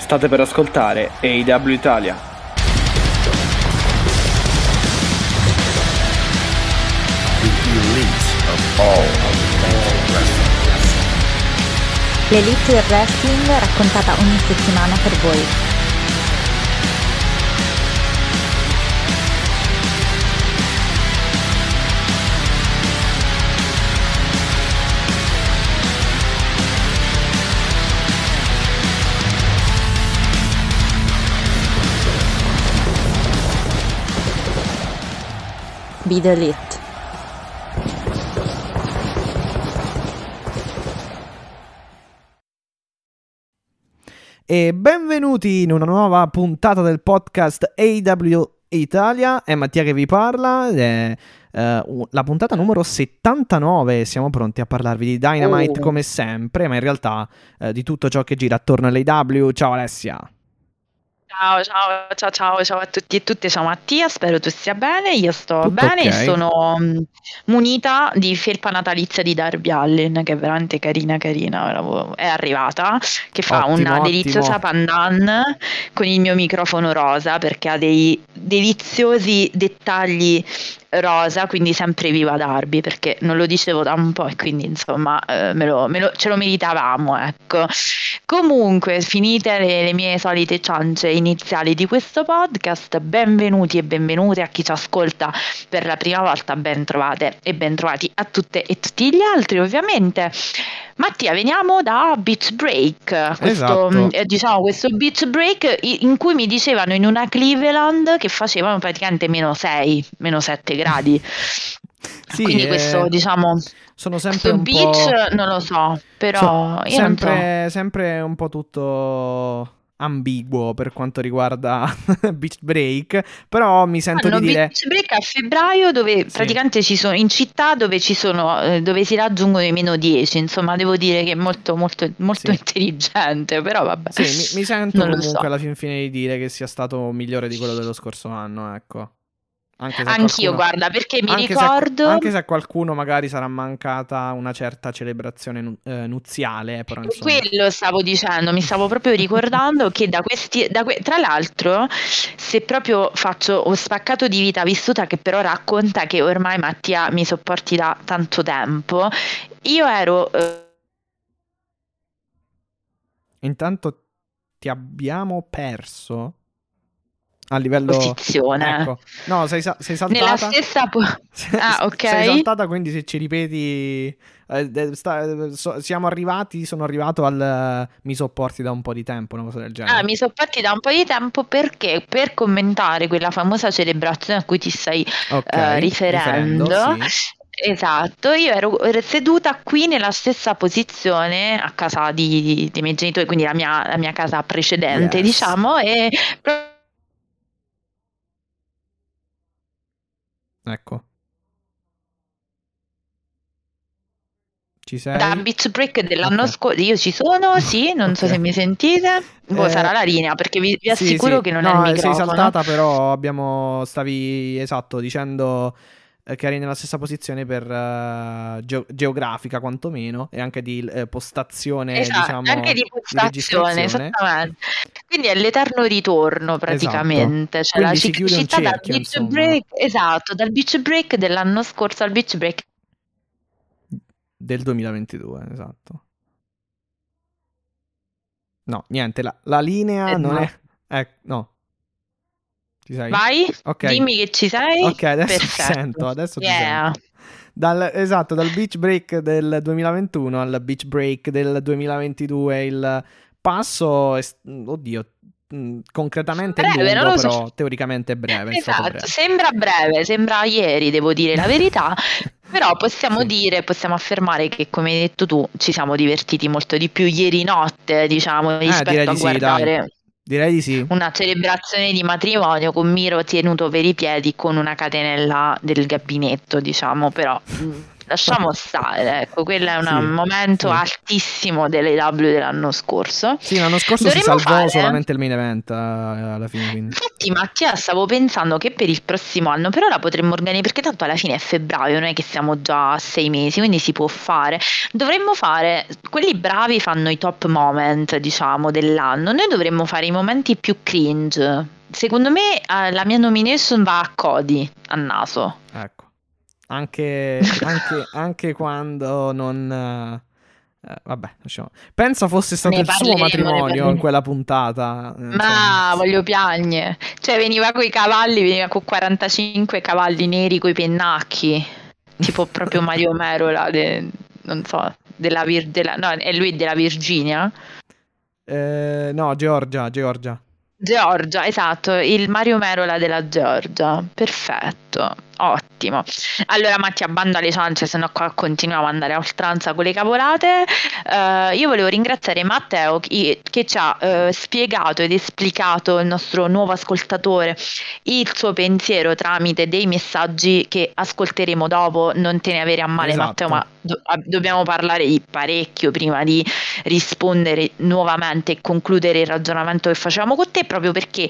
State per ascoltare AEW Italia. L'Elite del Wrestling raccontata ogni settimana per voi. Be the Elite. E benvenuti in una nuova puntata del podcast AEW Italia. È Mattia che vi parla. È la puntata numero 79. Siamo pronti a parlarvi di Dynamite come sempre, ma in realtà di tutto ciò che gira attorno all'AEW. Ciao Alessia. Ciao a tutti e tutte, ciao Mattia, spero tu stia bene, io sto Tutto bene ok. E sono munita di felpa natalizia di Darby Allin, che è veramente carina, è arrivata, che fa Ottimo, una deliziosa ottimo. pandan con il mio microfono rosa, perché ha dei deliziosi dettagli rosa, quindi sempre viva Darby, perché non lo dicevo da un po' e quindi insomma ce lo meritavamo, ecco. Comunque, finite le mie solite ciance iniziali di questo podcast, benvenuti e benvenute a chi ci ascolta per la prima volta, ben trovate e ben trovati a tutte e tutti gli altri, ovviamente. Mattia, veniamo da Beach Break, Esatto. questo Beach Break in cui mi dicevano in una Cleveland che facevano praticamente -6, -7 gradi. Sì, Quindi questo, diciamo, sono sempre questo un beach po'. non lo so, però io non so. Sempre un po' tutto ambiguo per quanto riguarda Beach Break, però mi sento Fanno di dire Beach Break a febbraio, dove sì. praticamente ci sono in città dove dove si raggiungono i -10. Insomma, devo dire che è molto Sì. intelligente, però vabbè. Sì, mi sento Non lo comunque so. alla fine di dire che sia stato migliore di quello dello scorso anno, ecco. Anche se Anch'io, guarda, perché mi anche ricordo. anche se a qualcuno magari sarà mancata una certa celebrazione nuziale, però insomma. Quello stavo dicendo, mi stavo proprio ricordando che tra l'altro, se proprio ho spaccato di vita vissuta, che però racconta che ormai Mattia mi sopporti da tanto tempo, io ero Intanto ti abbiamo perso a livello. posizione Ecco. No, sei saltata. nella stessa ok. Sei saltata, quindi se ci ripeti sono arrivato al mi sopporti da un po' di tempo, una cosa del genere. Mi sopporti da un po' di tempo perché per commentare quella famosa celebrazione a cui ti stai riferendo, sì. esatto, io ero seduta qui nella stessa posizione a casa dei miei genitori, quindi la mia casa precedente, Yes. diciamo, e Ecco. Ci sei? da Beach Break dell'anno Ok. scorso, io ci sono, sì, non so Ok. se mi sentite, sarà la linea, perché vi assicuro che non è il No, microfono. sei saltata, però stavi esatto dicendo che eri nella stessa posizione per geografica quantomeno, e anche di postazione, Esatto, diciamo, anche di di postazione, registrazione. esattamente. Quindi è l'eterno ritorno praticamente. Esatto. Cioè la Quindi si chiude un ciclicità dal cerchio, Beach insomma. Break, esatto, dal Beach Break dell'anno scorso al Beach Break Del 2022, esatto. No, niente, la linea non è. No. Ci sei? Vai, Ok. dimmi che ci sei. Ok, adesso ti Perfetto. sento, adesso ti Yeah. sento. Dal Beach Break del 2021 al Beach Break del 2022 il passo è, oddio, concretamente è Breve, non lungo, lo so. però teoricamente è breve, è stato Esatto, breve. sembra breve, sembra ieri, devo dire la verità, però possiamo Sì. possiamo affermare che, come hai detto tu, ci siamo divertiti molto di più ieri notte, diciamo, Direi rispetto a di sì, dai. guardare Direi di sì. una celebrazione di matrimonio con Miro tenuto per i piedi con una catenella del gabinetto, diciamo, però lasciamo stare, ecco, quello è un Sì, momento sì. altissimo dell'AEW dell'anno scorso. Sì, l'anno scorso si Dovremmo salvò fare... solamente il main event alla fine, quindi. Infatti, Mattia, stavo pensando che per il prossimo anno, però la potremmo organizzare perché tanto alla fine è febbraio, non è che siamo già a 6 mesi, quindi si può fare. Dovremmo fare, quelli bravi fanno i top moment, diciamo, dell'anno. Noi dovremmo fare i momenti più cringe. Secondo me, la mia nomination va a Cody, a naso. Ecco. Anche quando non. Vabbè, lasciamo. Pensa fosse stato Ne il suo parleremo, ne matrimonio in parleremo. quella puntata. Insomma. Ma voglio piagne. Cioè, veniva coi cavalli, veniva con 45 cavalli neri coi pennacchi. Tipo proprio Mario Merola, non so, no, è lui della Virginia. No, Georgia. Georgia, esatto, il Mario Merola della Georgia. Perfetto, ottimo. Allora, Mattia, banda alle ciance, se no qua continuiamo ad andare a oltranza con le cavolate. Io volevo ringraziare Matteo che ci ha spiegato ed esplicato, il nostro nuovo ascoltatore, il suo pensiero tramite dei messaggi che ascolteremo dopo. Non te ne avere a male, Esatto. Matteo, ma dobbiamo parlare di parecchio prima di rispondere nuovamente e concludere il ragionamento che facevamo con te, proprio perché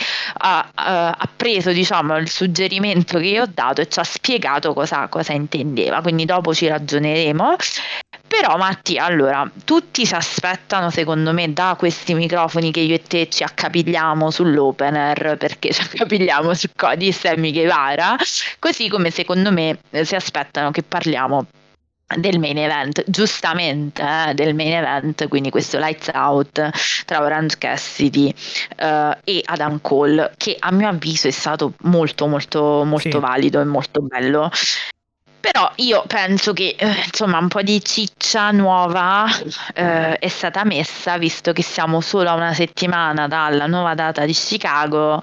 ha preso, diciamo, il suggerimento che io ho dato e ci ha spiegato cosa intendeva, quindi dopo ci ragioneremo. Però Mattia, allora, tutti si aspettano secondo me da questi microfoni che io e te ci accapigliamo sull'opener, perché ci accapigliamo su Cody e Sammy Guevara, così come secondo me si aspettano che parliamo del main event, giustamente del main event, quindi questo Lights Out tra Orange Cassidy e Adam Cole, che a mio avviso è stato molto molto molto Sì. valido e molto bello. Però io penso che insomma un po' di ciccia nuova è stata messa, visto che siamo solo a una settimana dalla nuova data di Chicago.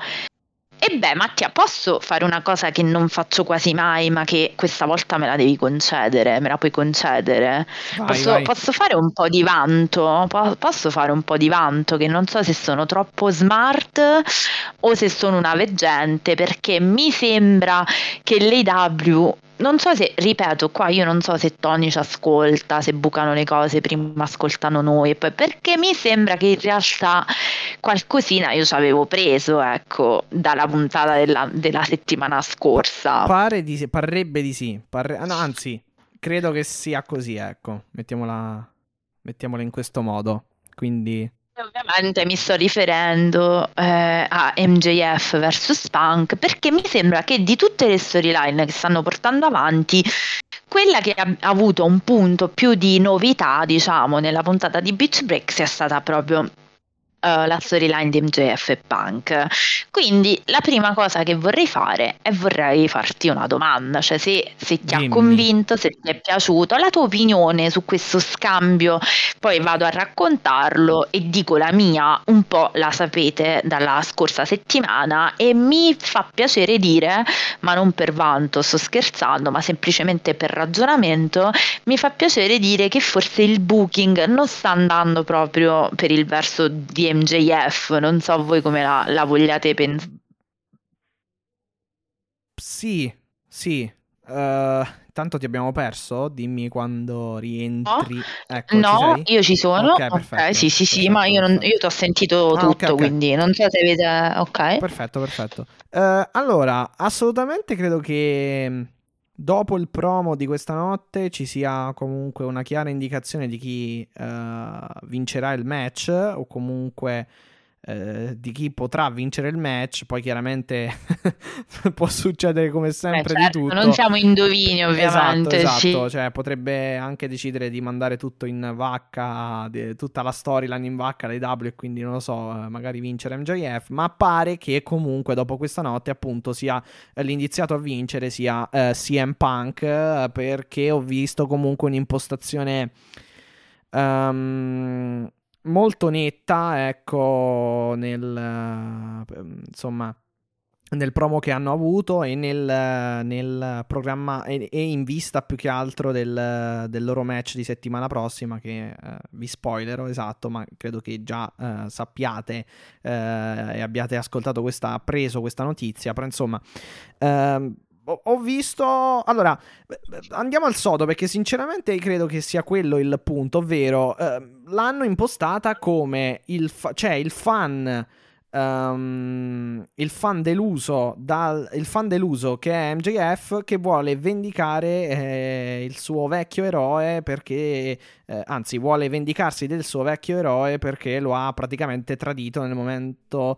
E beh, Mattia, posso fare una cosa che non faccio quasi mai, ma che questa volta me la devi concedere, me la puoi concedere? Vai. Posso fare un po' di vanto? Posso fare un po' di vanto, che non so se sono troppo smart o se sono una veggente, perché mi sembra che l'AEW, non so se, ripeto, qua io non so se Tony ci ascolta, se bucano le cose, prima ascoltano noi, perché mi sembra che in realtà qualcosina io ci avevo preso, ecco, dalla puntata della settimana scorsa. Parrebbe di sì. No, anzi, credo che sia così, ecco. Mettiamola in questo modo. Quindi. Ovviamente mi sto riferendo a MJF vs Punk, perché mi sembra che di tutte le storyline che stanno portando avanti, quella che ha avuto un punto più di novità, diciamo, nella puntata di Beach Break sia stata proprio la storyline di MJF e Punk. Quindi la prima cosa che vorrei fare è vorrei farti una domanda, cioè se ti ha Dimmi. convinto, se ti è piaciuto, la tua opinione su questo scambio. Poi vado a raccontarlo e dico la mia, un po' la sapete dalla scorsa settimana, e mi fa piacere dire, ma non per vanto, sto scherzando, ma semplicemente per ragionamento, mi fa piacere dire che forse il booking non sta andando proprio per il verso di MJF. Non so voi come la vogliate pensare. Sì. Tanto ti abbiamo perso? Dimmi quando rientri. Ecco, No, ci sei? io ci sono. Ok, Ok, perfetto. sì, ma io ti ho sentito tutto, Ok. quindi non so se avete... Ok. Perfetto. Allora, assolutamente credo che dopo il promo di questa notte ci sia comunque una chiara indicazione di chi vincerà il match, o comunque di chi potrà vincere il match. Poi chiaramente può succedere come sempre Certo, di tutto. non siamo indovini ovviamente. Esatto. Sì. Cioè, potrebbe anche decidere di mandare tutto in vacca, tutta la storyline in vacca alle W, e quindi non lo so, magari vincere MJF. Ma pare che comunque dopo questa notte, appunto, sia l'indiziato a vincere sia CM Punk, perché ho visto comunque un'impostazione molto netta, ecco, insomma, nel promo che hanno avuto e nel programma, e in vista più che altro del loro match di settimana prossima, che vi spoilerò, esatto, ma credo che già sappiate e abbiate ascoltato preso questa notizia. Però insomma, ho visto. Allora, andiamo al sodo, perché sinceramente credo che sia quello il punto, ovvero l'hanno impostata come il fan. Il fan deluso che è MJF, che vuole vendicare il suo vecchio eroe, perché anzi vuole vendicarsi del suo vecchio eroe perché lo ha praticamente tradito nel momento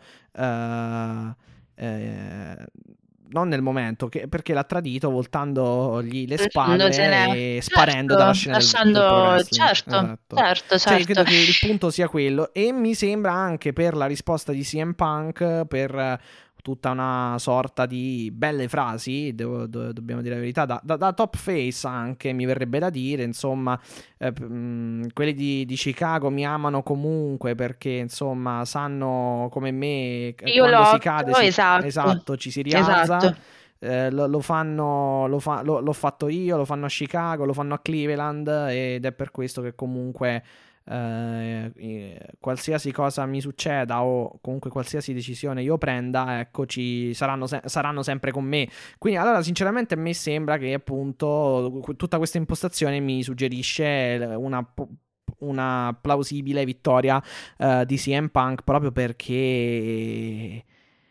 non nel momento perché l'ha tradito voltandogli le spalle e sparendo dalla scena del pro wrestling. Esatto. certo. Cioè, io credo che il punto sia quello, e mi sembra anche per la risposta di CM Punk, per tutta una sorta di belle frasi, dobbiamo dire la verità, da top face anche, mi verrebbe da dire, insomma, quelli di Chicago mi amano comunque, perché insomma sanno come me, Io quando si lotto, cade esatto. ci si rialza. Esatto. L'ho fatto io, lo fanno a Chicago, lo fanno a Cleveland, ed è per questo che comunque qualsiasi cosa mi succeda, o comunque qualsiasi decisione io prenda, ecco, saranno sempre con me. Quindi allora sinceramente a me sembra che appunto tutta questa impostazione mi suggerisce una plausibile vittoria di CM Punk, proprio perché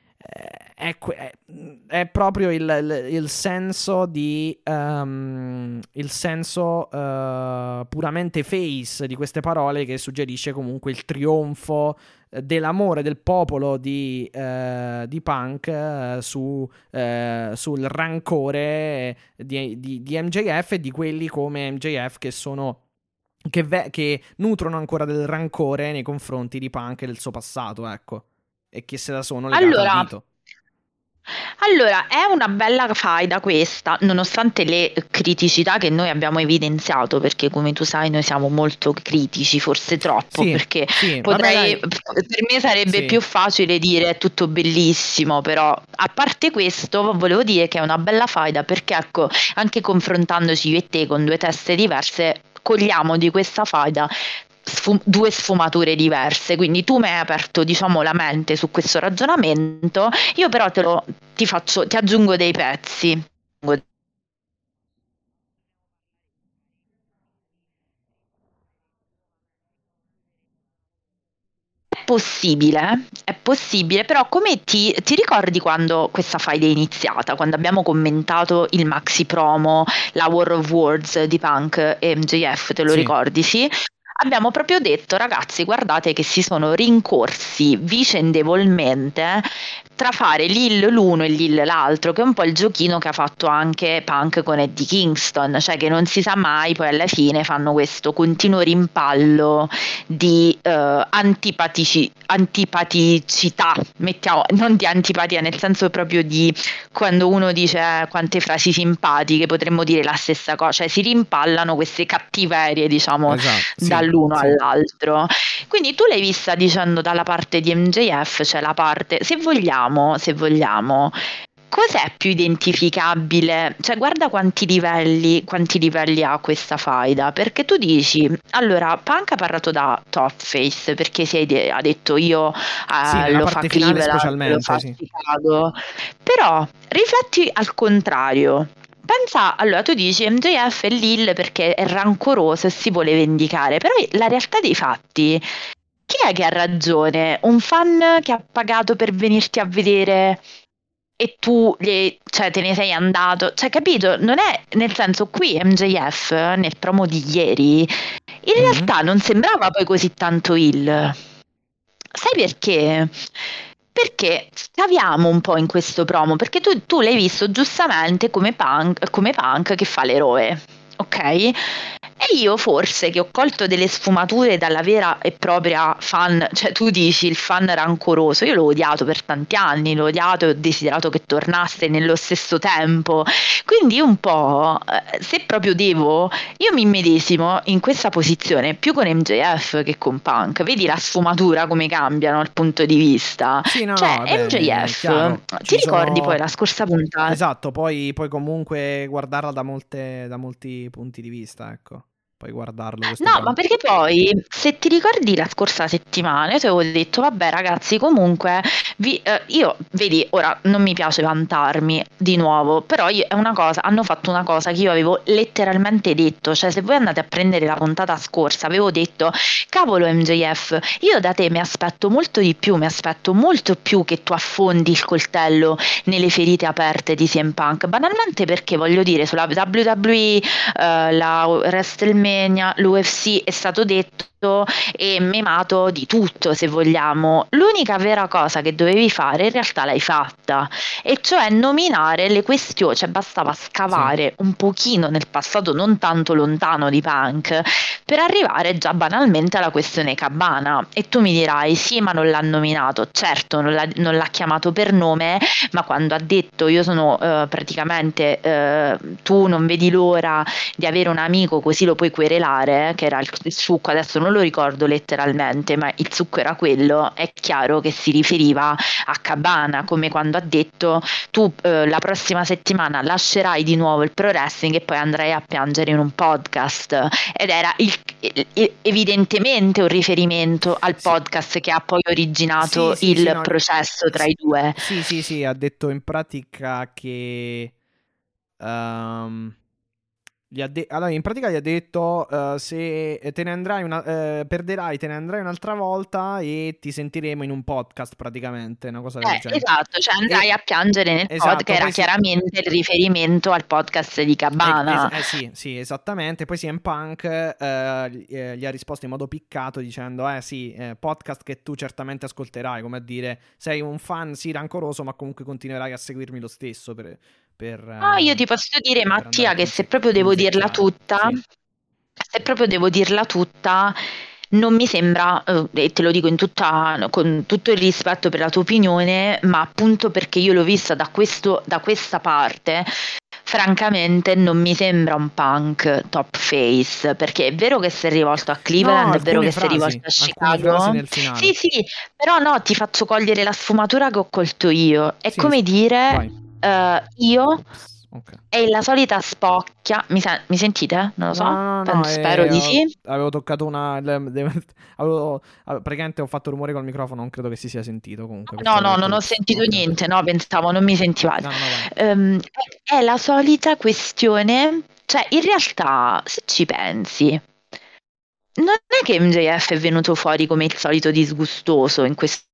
è proprio il senso di il senso puramente face di queste parole, che suggerisce comunque il trionfo dell'amore del popolo di Punk sul rancore di MJF, e di quelli come MJF che sono che nutrono ancora del rancore nei confronti di Punk e del suo passato, ecco, e che se la sono legata al dito. Allora, è una bella faida questa, nonostante le criticità che noi abbiamo evidenziato, perché come tu sai noi siamo molto critici, forse troppo, perché per me sarebbe più facile dire è tutto bellissimo, però a parte questo volevo dire che è una bella faida, perché ecco, anche confrontandoci io e te con due teste diverse, cogliamo di questa faida due sfumature diverse, quindi tu mi hai aperto, diciamo, la mente su questo ragionamento, io però ti aggiungo dei pezzi. È possibile, però come ti ricordi quando questa faida è iniziata, quando abbiamo commentato il maxi promo, la War of Words di Punk e MJF, te lo ricordi? Sì? Abbiamo proprio detto, ragazzi, guardate che si sono rincorsi vicendevolmente tra fare l'Hill l'uno e l'Hill l'altro, che è un po' il giochino che ha fatto anche Punk con Eddie Kingston, cioè che non si sa mai, poi alla fine fanno questo continuo rimpallo di antipaticità, mettiamo, non di antipatia nel senso proprio di quando uno dice quante frasi simpatiche, potremmo dire la stessa cosa, cioè si rimpallano queste cattiverie, diciamo, dall'uno all'altro. Quindi tu l'hai vista, dicendo, dalla parte di MJF, cioè la parte, se vogliamo, cos'è più identificabile? Cioè, guarda quanti livelli ha questa faida, perché tu dici, allora, Punk ha parlato da top face, perché ha detto io lo fa Cleveland, lo fa Chicago, però rifletti al contrario. Pensa, allora tu dici MJF è l'Hill perché è rancoroso e si vuole vendicare, però la realtà dei fatti, chi è che ha ragione? Un fan che ha pagato per venirti a vedere e tu cioè, te ne sei andato? Cioè, capito? Non è, nel senso, qui MJF nel promo di ieri in realtà non sembrava poi così tanto Hill. Sai perché? Perché scaviamo un po' in questo promo, perché tu l'hai visto giustamente come Punk che fa l'eroe, ok? E io forse che ho colto delle sfumature dalla vera e propria fan, cioè tu dici il fan rancoroso, io l'ho odiato per tanti anni, l'ho odiato e ho desiderato che tornasse nello stesso tempo, quindi un po', se proprio io mi immedesimo in questa posizione più con MJF che con Punk, vedi la sfumatura come cambiano il punto di vista, MJF, chiaro, ti ricordi poi la scorsa puntata? Esatto, poi comunque guardarla da molti punti di vista, ecco. puoi guardarlo questo No, ma pranzo. perché poi, se ti ricordi la scorsa settimana, io ti avevo detto, vabbè ragazzi, comunque, io, vedi, ora non mi piace vantarmi di nuovo, però è una cosa, hanno fatto una cosa che io avevo letteralmente detto, cioè se voi andate a prendere la puntata scorsa, avevo detto, cavolo MJF, io da te mi aspetto molto di più, mi aspetto molto più che tu affondi il coltello nelle ferite aperte di CM Punk, banalmente perché voglio dire, sulla WWE, la WrestleMania, l'UFC è stato detto e memato di tutto se vogliamo. L'unica vera cosa che dovevi fare in realtà l'hai fatta, e cioè nominare le questioni, cioè bastava scavare un pochino nel passato non tanto lontano di Punk per arrivare già banalmente alla questione Cabana. E tu mi dirai sì, ma non l'ha nominato, certo non l'ha chiamato per nome, ma quando ha detto io sono praticamente tu non vedi l'ora di avere un amico così lo puoi querelare, che era il succo, adesso non lo ricordo letteralmente, ma il succo era quello, è chiaro che si riferiva a Cabana, come quando ha detto tu la prossima settimana lascerai di nuovo il pro wrestling e poi andrai a piangere in un podcast, ed era evidentemente un riferimento al Sì. podcast che ha poi originato Sì, il no, processo tra i due. sì, ha detto in pratica che allora, in pratica gli ha detto se te ne andrai perderai, te ne andrai un'altra volta e ti sentiremo in un podcast, praticamente, una cosa del genere. Esatto, cioè andrai a piangere nel podcast, che Esatto, era poi chiaramente il riferimento al podcast di Cabana. sì, esattamente. Poi CM Punk gli ha risposto in modo piccato dicendo sì, podcast che tu certamente ascolterai, come a dire, sei un fan sì rancoroso, ma comunque continuerai a seguirmi lo stesso per Io ti posso dire, per andare Mattia, a che se proprio devo dirla punzecchiare. tutta, Sì. se proprio devo dirla tutta, non mi sembra, e te lo dico con tutto il rispetto per la tua opinione, ma appunto perché io l'ho vista da questa parte, francamente non mi sembra un Punk top face, perché è vero che si è rivolto a No, Cleveland, è vero che si è rivolto a alcune frasi Chicago. nel finale. Sì, sì, però no, ti faccio cogliere la sfumatura che ho colto io. È Sì, come dire, vai. io Ops, ok. è la solita spocchia. Mi sentite? Non lo so. No, Spero di sì. avevo toccato praticamente ho fatto rumore col microfono, non credo che si sia sentito comunque. No, perché avevo non detto ho ups. sentito Ok. niente. No, pensavo non mi sentivate. No, vai. È la solita questione. Cioè, in realtà, se ci pensi, non è che MJF è venuto fuori come il solito disgustoso in questo.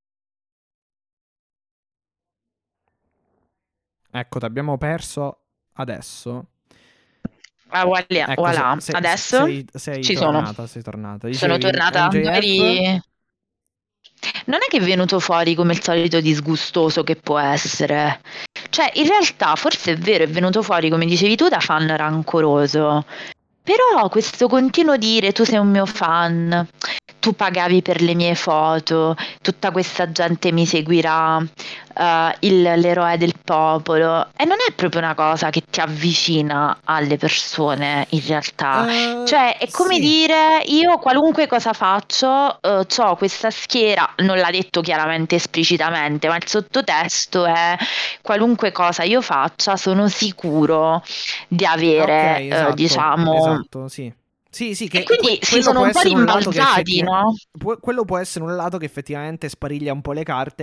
Ecco, ti abbiamo perso adesso. Ah, voilà, Ecco, voilà. Adesso sei ci sono. tornata, sei tornata. Sono Dicevi tornata. MJF? Non è che è venuto fuori come il solito disgustoso che può essere. Cioè, in realtà, forse è vero, è venuto fuori, come dicevi tu, da fan rancoroso. Però questo continuo dire tu sei un mio fan, tu pagavi per le mie foto, tutta questa gente mi seguirà, l'eroe del popolo, e non è proprio una cosa che ti avvicina alle persone in realtà. Cioè, è come Sì. dire, io qualunque cosa faccio, ho questa schiera, non l'ha detto chiaramente esplicitamente, ma il sottotesto è qualunque cosa io faccia, sono sicuro di avere, Ok, esatto, diciamo. esatto, sì. Sì, che E quindi si quello sono può un po' essere un lato che rimbalzati, no? quello può essere un lato che effettivamente spariglia un po' le carte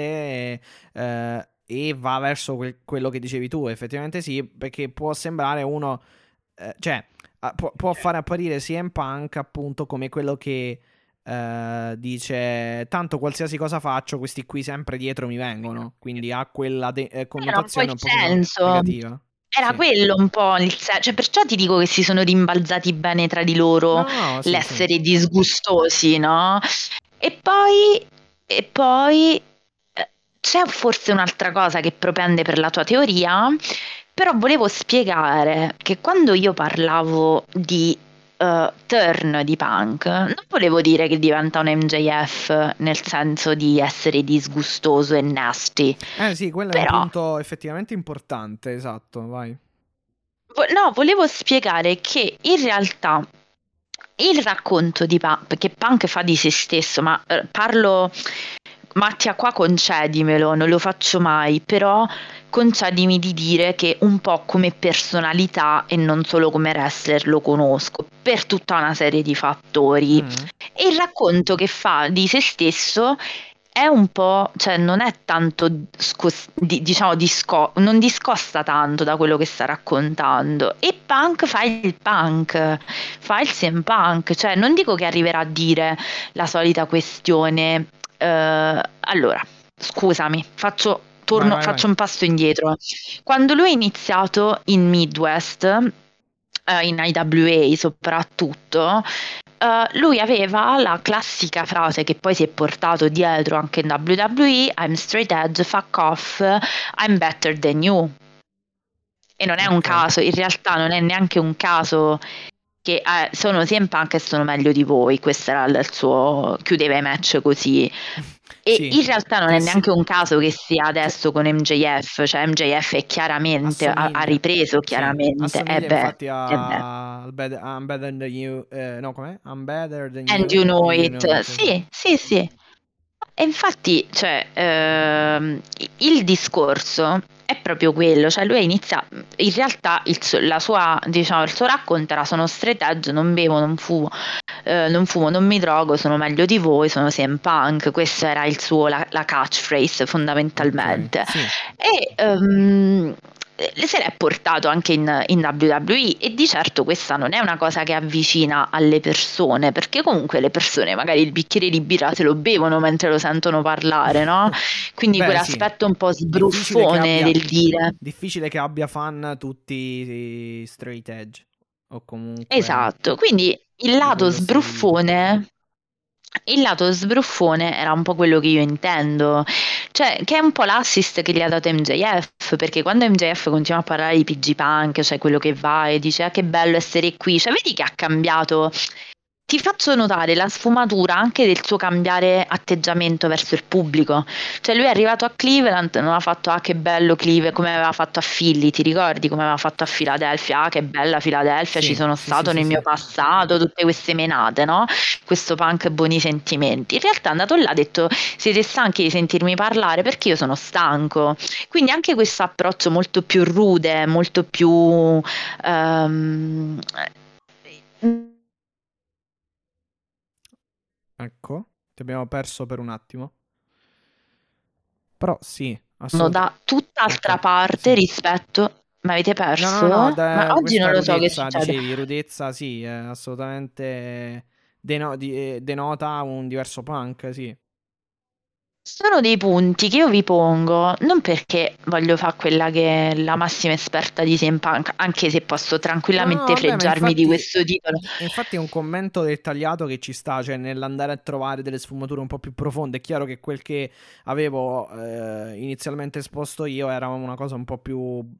e va verso quello che dicevi tu. Effettivamente sì, perché può sembrare uno, cioè, può fare apparire CM Punk appunto come quello che dice tanto qualsiasi cosa faccio, questi qui sempre dietro mi vengono. Quindi ha quella Era un po' connotazione il un pochino senso. negativa. Era Sì. quello un po' il senso. Cioè, perciò ti dico che si sono rimbalzati bene tra di loro No, sì. l'essere disgustosi, no? E poi c'è forse un'altra cosa che propende per la tua teoria, però volevo spiegare che quando io parlavo di turn di Punk, non volevo dire che diventa un MJF nel senso di essere disgustoso e nasty, Sì, quello è un però punto effettivamente importante, esatto, vai. no, volevo spiegare che in realtà il racconto di Punk, che Punk fa di se stesso, ma parlo Mattia, qua concedimelo, non lo faccio mai, però concedimi di dire che un po' come personalità e non solo come wrestler lo conosco per tutta una serie di fattori. E il racconto che fa di se stesso è un po', cioè non è tanto, diciamo, non discosta tanto da quello che sta raccontando. E Punk fa il punk, fa il CM Punk, cioè non dico che arriverà a dire la solita questione. Allora, scusami, faccio Vai. un passo indietro. Quando lui ha iniziato in Midwest, in IWA soprattutto, lui aveva la classica frase che poi si è portato dietro anche in WWE: I'm straight edge, fuck off, I'm better than you. E non è un Ok. caso, in realtà non è neanche un caso che sono CM Punk e sono meglio di voi. Questo era il suo, chiudeva i match così. E Sì. in realtà non è Che neanche un caso che sia adesso con MJF, cioè MJF è chiaramente, ha assomiglia. ripreso Sì, chiaramente, assomiglia infatti e beh. I'm better than you. No, com'è? I'm better than And you you know and you it. know it. Esatto. Sì. E infatti, cioè, il discorso è proprio quello, cioè lui inizia, in realtà diciamo, il suo racconto era: sono straight edge, non bevo, non fumo, non mi drogo, sono meglio di voi, sono CM Punk. Questo era il suo, la catchphrase fondamentalmente. Ok, sì. E se l'è portato anche in WWE, e di certo questa non è una cosa che avvicina alle persone, perché comunque le persone magari il bicchiere di birra se lo bevono mentre lo sentono parlare, no? Quindi Beh, sì. quell'aspetto un po' Difficile che sbruffone abbia- del dire. Difficile che abbia fan tutti straight edge. O comunque Esatto, quindi il di lato quello stile di vita. sbruffone. Il lato sbruffone era un po' quello che io intendo, cioè che è un po' l'assist che gli ha dato MJF, perché quando MJF continua a parlare di PG Punk, cioè quello che va e dice: ah, che bello essere qui, cioè vedi che ha cambiato. Ti faccio notare la sfumatura anche del suo cambiare atteggiamento verso il pubblico. Cioè lui è arrivato a Cleveland, non ha fatto: ah, che bello Cleveland, come aveva fatto a Philly, ti ricordi come aveva fatto a Philadelphia? Ah, che bella Philadelphia, Sì, ci sono sì, stato sì, nel sì, mio sì. passato, tutte queste menate, no? Questo punk buoni sentimenti. In realtà è andato là, ha detto: siete stanchi di sentirmi parlare? Perché io sono stanco. Quindi anche questo approccio molto più rude, molto più Ecco, ti abbiamo perso per un attimo. Però sì, da tutt'altra Ok, parte sì. rispetto. Mi avete perso? No, Ma oggi questa non lo so che rudezza, succede. dicevi, rudezza, sì, assolutamente denota un diverso punk, sì. Sono dei punti che io vi pongo, non perché voglio fare quella che è la massima esperta di CM Punk, anche se posso No, tranquillamente vabbè, ma fregiarmi di questo titolo. infatti è un commento dettagliato che ci sta, cioè nell'andare a trovare delle sfumature un po' più profonde. È chiaro che quel che avevo inizialmente esposto io era una cosa un po' più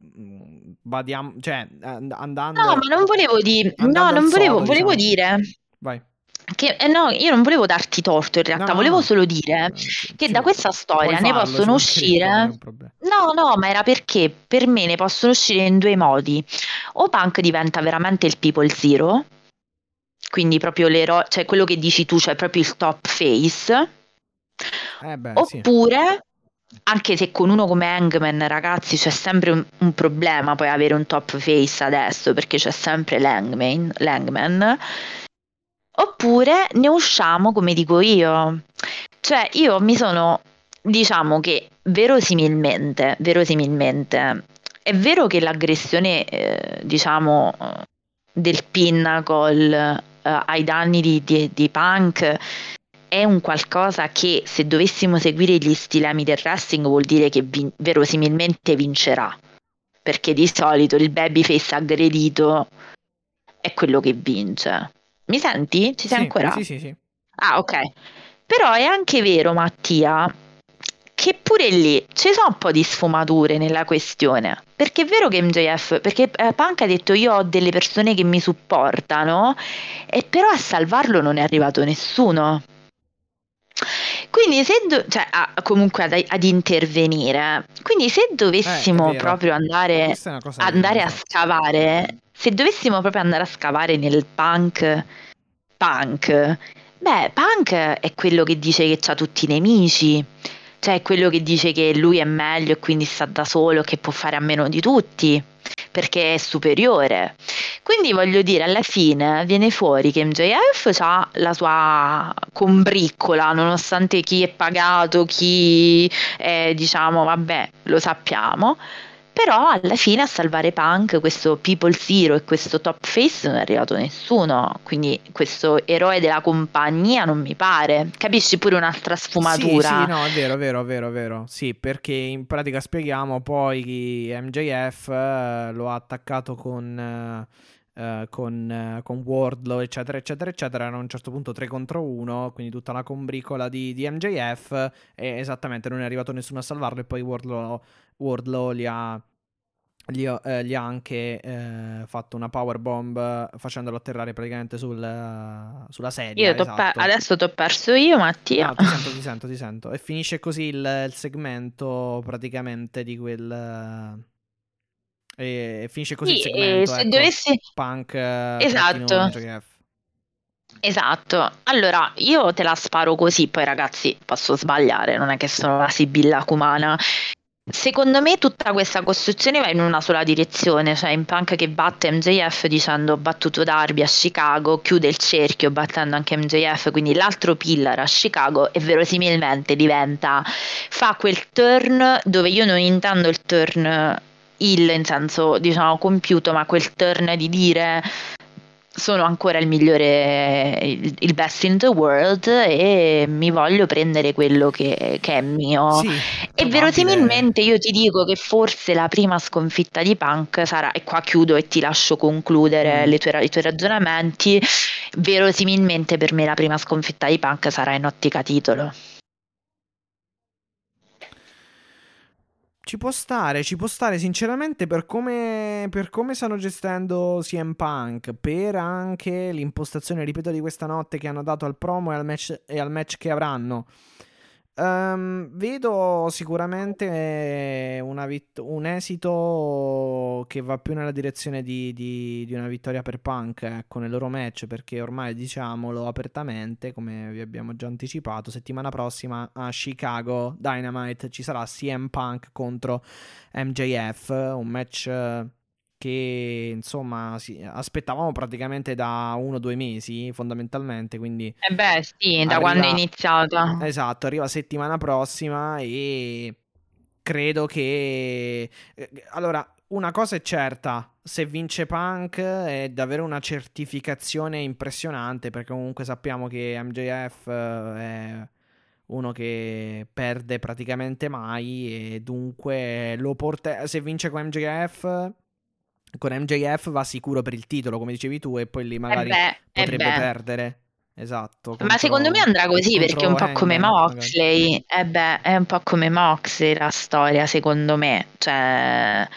cioè No, ma non volevo dire, no, andando al non volevo, sodo, volevo diciamo. dire Vai. che, no, io non volevo darti torto in realtà, volevo No. solo dire che da questa Puoi storia ne farlo, ci possono mancherebbe, non è un uscire. problema. No, ma era perché per me ne possono uscire in due modi. O Punk diventa veramente il People Zero, quindi proprio l'eroe, cioè quello che dici tu, cioè proprio il top face. Beh, sì. Oppure, anche se con uno come Hangman, ragazzi, c'è sempre un problema poi avere un top face adesso, perché c'è sempre l'Hangman. Oppure ne usciamo come dico io. Cioè io mi sono, diciamo che verosimilmente, è vero che l'aggressione, diciamo, del Pinnacle ai danni di Punk è un qualcosa che, se dovessimo seguire gli stilemi del wrestling, vuol dire che verosimilmente vincerà, perché di solito il babyface aggredito è quello che vince. Mi senti? Ci sei Sì, ancora? sì. Ah, ok. Però è anche vero, Mattia, che pure lì ci sono un po' di sfumature nella questione. Perché è vero che MJF, perché Punk ha detto: io ho delle persone che mi supportano, e però a salvarlo non è arrivato nessuno. Quindi cioè, comunque ad intervenire. Quindi se È dovessimo vero. proprio Questa è una cosa vera, andare a esatto. scavare, se dovessimo proprio andare a scavare nel punk, beh, Punk è quello che dice che c'ha tutti i nemici, cioè è quello che dice che lui è meglio e quindi sta da solo, che può fare a meno di tutti, perché è superiore. Quindi voglio dire, alla fine viene fuori che MJF ha la sua combriccola, nonostante chi è pagato, chi è, diciamo, vabbè, lo sappiamo. Però alla fine a salvare Punk, questo People Zero e questo top face non è arrivato nessuno, quindi questo eroe della compagnia non mi pare. Capisci pure un'altra Sì, sfumatura? no, è vero, è vero, è vero, è vero. Sì, perché in pratica spieghiamo poi MJF lo ha attaccato con Wardlow, eccetera, eccetera, eccetera. Erano a un certo punto 3 contro 1, quindi tutta la combricola di MJF. E esattamente, non è arrivato nessuno a salvarlo. E poi Wardlow gli ha anche fatto una powerbomb facendolo atterrare praticamente sulla sedia. Esatto. Adesso t'ho perso io, Mattia. No, ti sento. E finisce così il segmento praticamente di quel. E finisce così il Sì, e segmento, se ecco. dovessi... Punk trattino Esatto. MJF. Esatto, allora io te la sparo così, poi ragazzi posso sbagliare, non è che sono la Sibilla Cumana. Secondo me tutta questa costruzione va in una sola direzione, cioè in Punk che batte MJF dicendo ho battuto Darby a Chicago, chiude il cerchio battendo anche MJF, quindi l'altro pillar a Chicago e verosimilmente fa quel turn dove io non intendo il turn heel in senso diciamo compiuto, ma quel turn di dire sono ancora il migliore, il best in the world e mi voglio prendere quello che è mio. Sì, E verosimilmente io ti dico che forse la prima sconfitta di Punk sarà, e qua chiudo e ti lascio concludere i tuoi ragionamenti, verosimilmente per me la prima sconfitta di Punk sarà in ottica titolo. Ci può stare sinceramente per come stanno gestendo CM Punk, per anche l'impostazione, ripeto, di questa notte che hanno dato al promo e al match che avranno. Vedo sicuramente un esito che va più nella direzione di una vittoria per Punk, ecco, nel loro match, perché ormai diciamolo apertamente, come vi abbiamo già anticipato, settimana prossima a Chicago Dynamite ci sarà CM Punk contro MJF, un match che insomma aspettavamo praticamente da 1 o 2 mesi fondamentalmente, quindi Beh sì, da quando è iniziata. esatto, arriva settimana prossima e credo che allora una cosa è certa, se vince Punk è davvero una certificazione impressionante, perché comunque sappiamo che MJF è uno che perde praticamente mai e dunque se vince con MJF va sicuro per il titolo, come dicevi tu, e poi lì magari potrebbe perdere. Esatto. Ma secondo me andrà così perché è un po' come Moxley. Moxley. È un po' come Moxley la storia, secondo me. Cioè.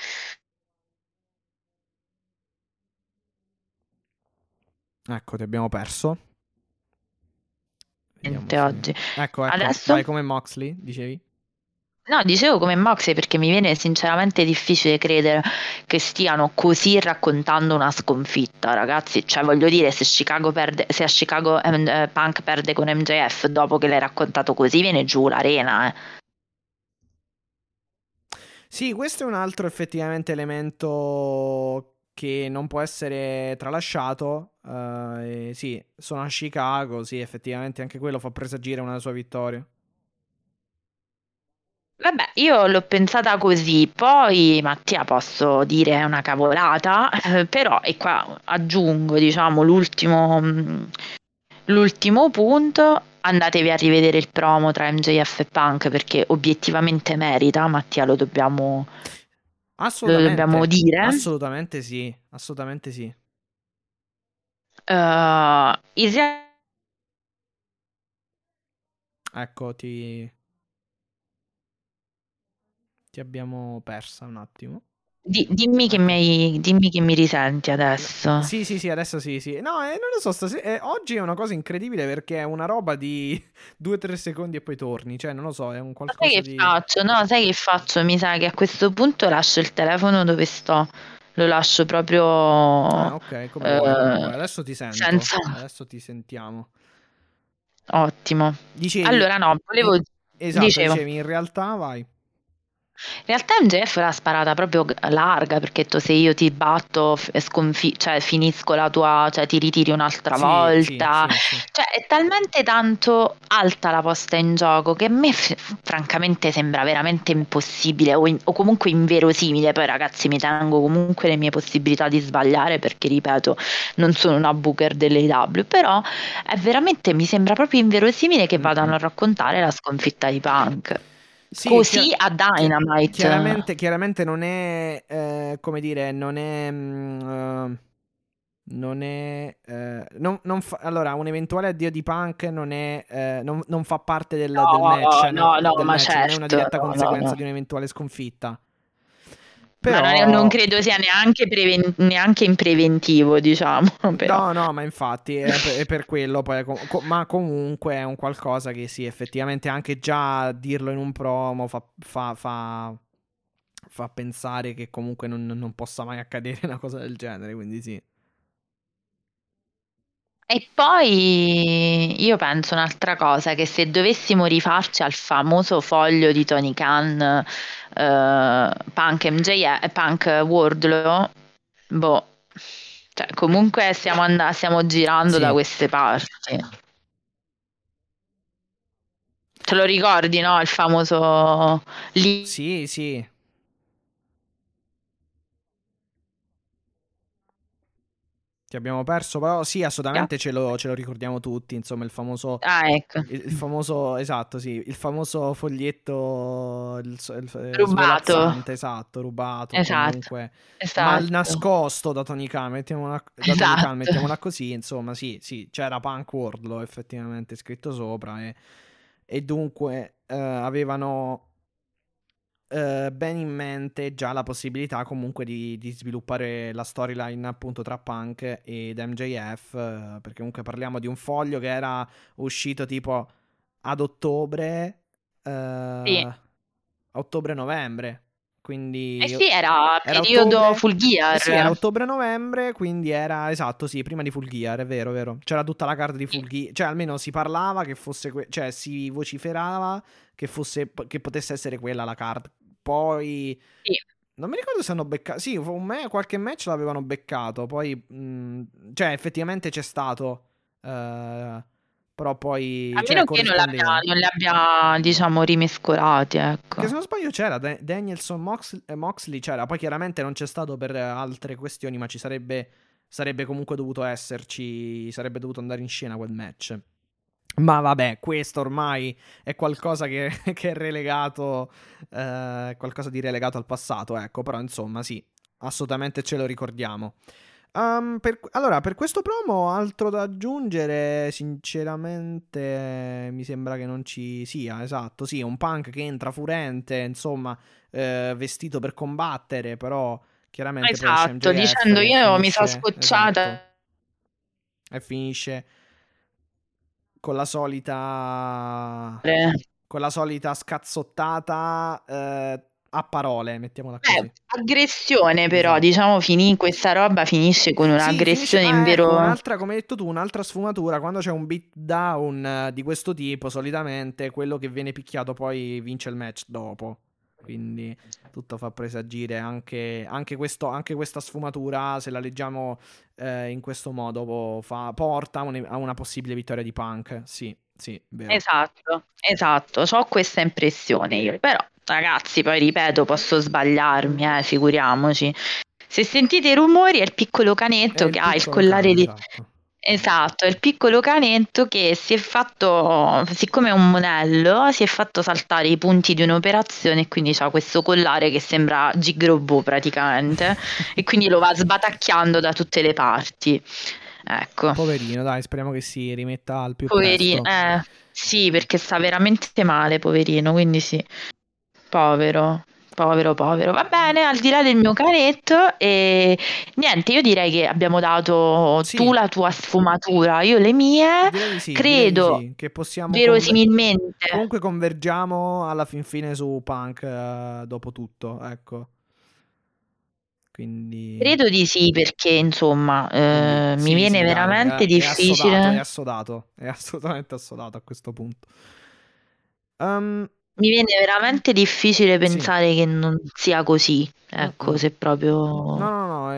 Ecco, ti abbiamo perso. Niente oggi. Ecco, Adesso? vai come Moxley, dicevi? No, dicevo come Moxley perché mi viene sinceramente difficile credere che stiano così raccontando una sconfitta, ragazzi. Cioè, voglio dire, se a Chicago Punk perde con MJF dopo che l'hai raccontato così, viene giù l'arena, Sì, questo è un altro effettivamente elemento che non può essere tralasciato. Sì, sono a Chicago, sì, effettivamente anche quello fa presagire una sua vittoria. Vabbè, io l'ho pensata così, poi Mattia posso dire una cavolata, però e qua aggiungo, diciamo, l'ultimo punto, andatevi a rivedere il promo tra MJF e Punk perché obiettivamente merita, Mattia, lo dobbiamo dire. Assolutamente sì, assolutamente sì. Ecco, ti abbiamo persa un attimo. Dimmi che mi risenti adesso. Sì, adesso sì. No, non lo so, oggi è una cosa incredibile perché è una roba di 2-3 secondi e poi torni. Cioè, non lo so, è un qualcosa Sai che faccio? No, sai che faccio? Mi sa che a questo punto lascio il telefono dove sto. Lo lascio proprio. Ok, come vuoi. Adesso ti sento. Adesso ti sentiamo. Ottimo. Dicevi. Allora, no, Esatto, Dicevo. dicevi, in realtà vai. In realtà MJF l'ha sparata proprio larga perché se io ti batto cioè finisco la tua, cioè ti ritiri un'altra volta. Sì. Cioè è talmente tanto alta la posta in gioco che a me francamente sembra veramente impossibile o comunque inverosimile. Poi ragazzi mi tengo comunque le mie possibilità di sbagliare perché ripeto non sono una booker dell'AEW, però è veramente mi sembra proprio inverosimile che vadano a raccontare la sconfitta di Punk. Sì, Così a Dynamite. chiaramente non è, come dire, allora, un eventuale addio di Punk non fa parte del match, No, del ma match, non è una certo, diretta no, conseguenza no. di un'eventuale sconfitta. Ma Però, non credo sia neanche in preventivo, diciamo, però. no, ma infatti è per quello, poi, ma comunque è un qualcosa che sì, effettivamente anche già dirlo in un promo fa pensare che comunque non possa mai accadere una cosa del genere, quindi sì. E poi io penso un'altra cosa, che se dovessimo rifarci al famoso foglio di Tony Khan, Punk MJ, Punk Wardlow, boh, cioè comunque stiamo girando da Sì, queste parti. Te lo ricordi, no? Il famoso lì. sì. Che abbiamo perso, però sì, assolutamente ce lo ricordiamo tutti, insomma, Ah, ecco, il famoso, esatto, sì, il famoso foglietto rubato. svolazzante, esatto, rubato, Esatto, comunque mal esatto, nascosto da Tony Khan, esatto. mettiamola così, insomma, sì, c'era Punk Wardlow effettivamente scritto sopra e dunque avevano ben in mente già la possibilità comunque di sviluppare la storyline appunto tra Punk ed MJF, perché comunque parliamo di un foglio che era uscito tipo ad ottobre, Sì. ottobre-novembre, Eh quindi sì, era era periodo ottobre. Full Eh sì, era Gear. ottobre-novembre, quindi era esatto, sì, prima di Full Gear, è vero, vero. C'era tutta la card di Full Gear, cioè almeno si parlava che fosse, cioè si vociferava che potesse essere quella la card. Poi Sì. non mi ricordo se hanno beccato, sì, qualche match l'avevano beccato, poi cioè effettivamente c'è stato, però A poi cioè meno che corrispondeva. non li abbia, diciamo, rimescolati, Perché se ecco. non sbaglio c'era Danielson Moxley c'era, poi chiaramente non c'è stato per altre questioni, ma sarebbe comunque dovuto esserci, sarebbe dovuto andare in scena quel match. Ma vabbè, questo ormai è qualcosa che è relegato, qualcosa di relegato al passato, ecco, però insomma sì, assolutamente ce lo ricordiamo. Allora, per questo promo, altro da aggiungere, sinceramente mi sembra che non ci sia, esatto, sì, un Punk che entra furente, insomma, vestito per combattere, però chiaramente poi esce Esatto, MJF dicendo e io mi sono finisce, esatto, scocciata. e finisce con la solita scazzottata a parole, mettiamola così. Aggressione però, Esatto. diciamo, questa roba finisce con Sì, finisce. un'aggressione in Ah, ecco, vero. come hai detto tu, un'altra sfumatura. Quando c'è un beatdown di questo tipo, solitamente quello che viene picchiato poi vince il match dopo. Quindi tutto fa presagire anche questa sfumatura, se la leggiamo in questo modo, porta a una possibile vittoria di Punk. Sì, vero. Esatto, ho questa impressione io, però ragazzi, poi ripeto, posso sbagliarmi, figuriamoci. Se sentite i rumori è il piccolo È canetto il che ha il piccolo collare cane, di. esatto. Esatto, è il piccolo canetto che si è fatto, siccome è un monello, si è fatto saltare i punti di un'operazione e quindi ha questo collare che sembra Gigrobo praticamente e quindi lo va sbatacchiando da tutte le parti. Ecco. Poverino, dai, speriamo che si rimetta al più Poverino, presto. sì, perché sta veramente male, poverino, quindi sì, povero, povero, povero. Va bene, al di là del mio canetto, e niente, io direi che abbiamo dato tu Sì, la tua sfumatura, io le mie, direi di credo, sì, che possiamo verosimilmente. comunque convergiamo alla fin fine su Punk, dopo tutto, ecco. Quindi, Credo di sì, perché insomma, mi sì, viene sì, dai, veramente è assodato, è difficile. assodato, è assolutamente assodato a questo punto. Mi viene veramente difficile Sì. pensare che non sia così, ecco, Mm-mm. se No, proprio... no, no,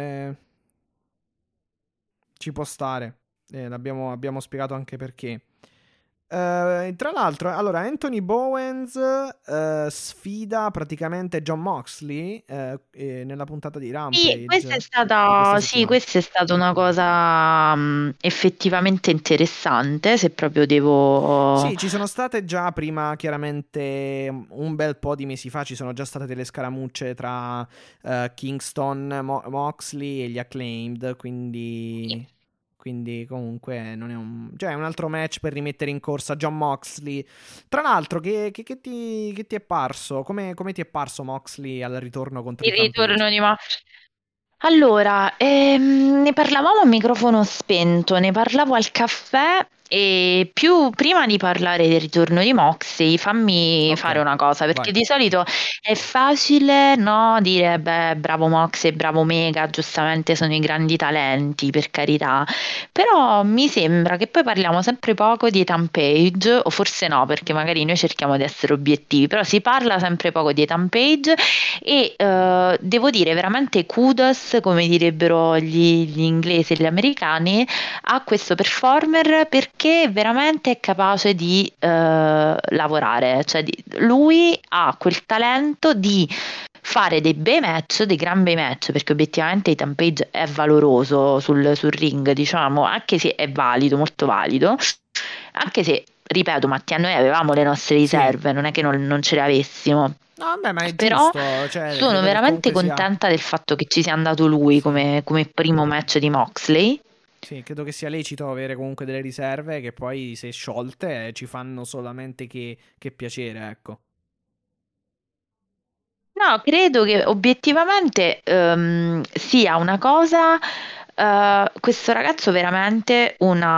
ci può stare. Abbiamo spiegato anche perché. Tra l'altro, allora, Anthony Bowens sfida praticamente John Moxley nella puntata di Sì, Rampage di questa sì, settimana. questa è stata una cosa effettivamente interessante, se proprio devo... Sì, ci sono state già prima, chiaramente, un bel po' di mesi fa, ci sono già state delle scaramucce tra Kingston, Moxley e gli Acclaimed, quindi comunque non è cioè è un altro match per rimettere in corsa John Moxley. Tra l'altro, che ti è parso? Come ti è parso Moxley al ritorno contro Il i Rampage? ritorno di Allora, ne parlavamo a microfono spento, ne parlavo al caffè e più prima di parlare del ritorno di Moxie, fammi Ok, fare una cosa, perché vai. di solito è facile, no, dire beh, bravo Moxie, bravo Mega, giustamente sono i grandi talenti, per carità, però mi sembra che poi parliamo sempre poco di Ethan Page, o forse no, perché magari noi cerchiamo di essere obiettivi, però si parla sempre poco di Ethan Page e devo dire veramente kudos, come direbbero gli inglesi e gli americani, a questo performer perché veramente è capace di lavorare, cioè lui ha quel talento di fare dei bei match, dei gran bei match, perché obiettivamente Ethan Page è valoroso sul ring, diciamo, anche se è valido, molto valido, anche se, ripeto, Mattia, noi avevamo le nostre Sì. riserve, non è che non ce le avessimo. No, vabbè, ma è Però giusto, cioè sono credo che veramente comunque sia. contenta del fatto che ci sia andato lui Sì. come primo match di Moxley. Sì, credo che sia lecito avere comunque delle riserve che poi, se sciolte, ci fanno solamente che piacere, ecco. No, credo che obiettivamente sia una cosa, questo ragazzo veramente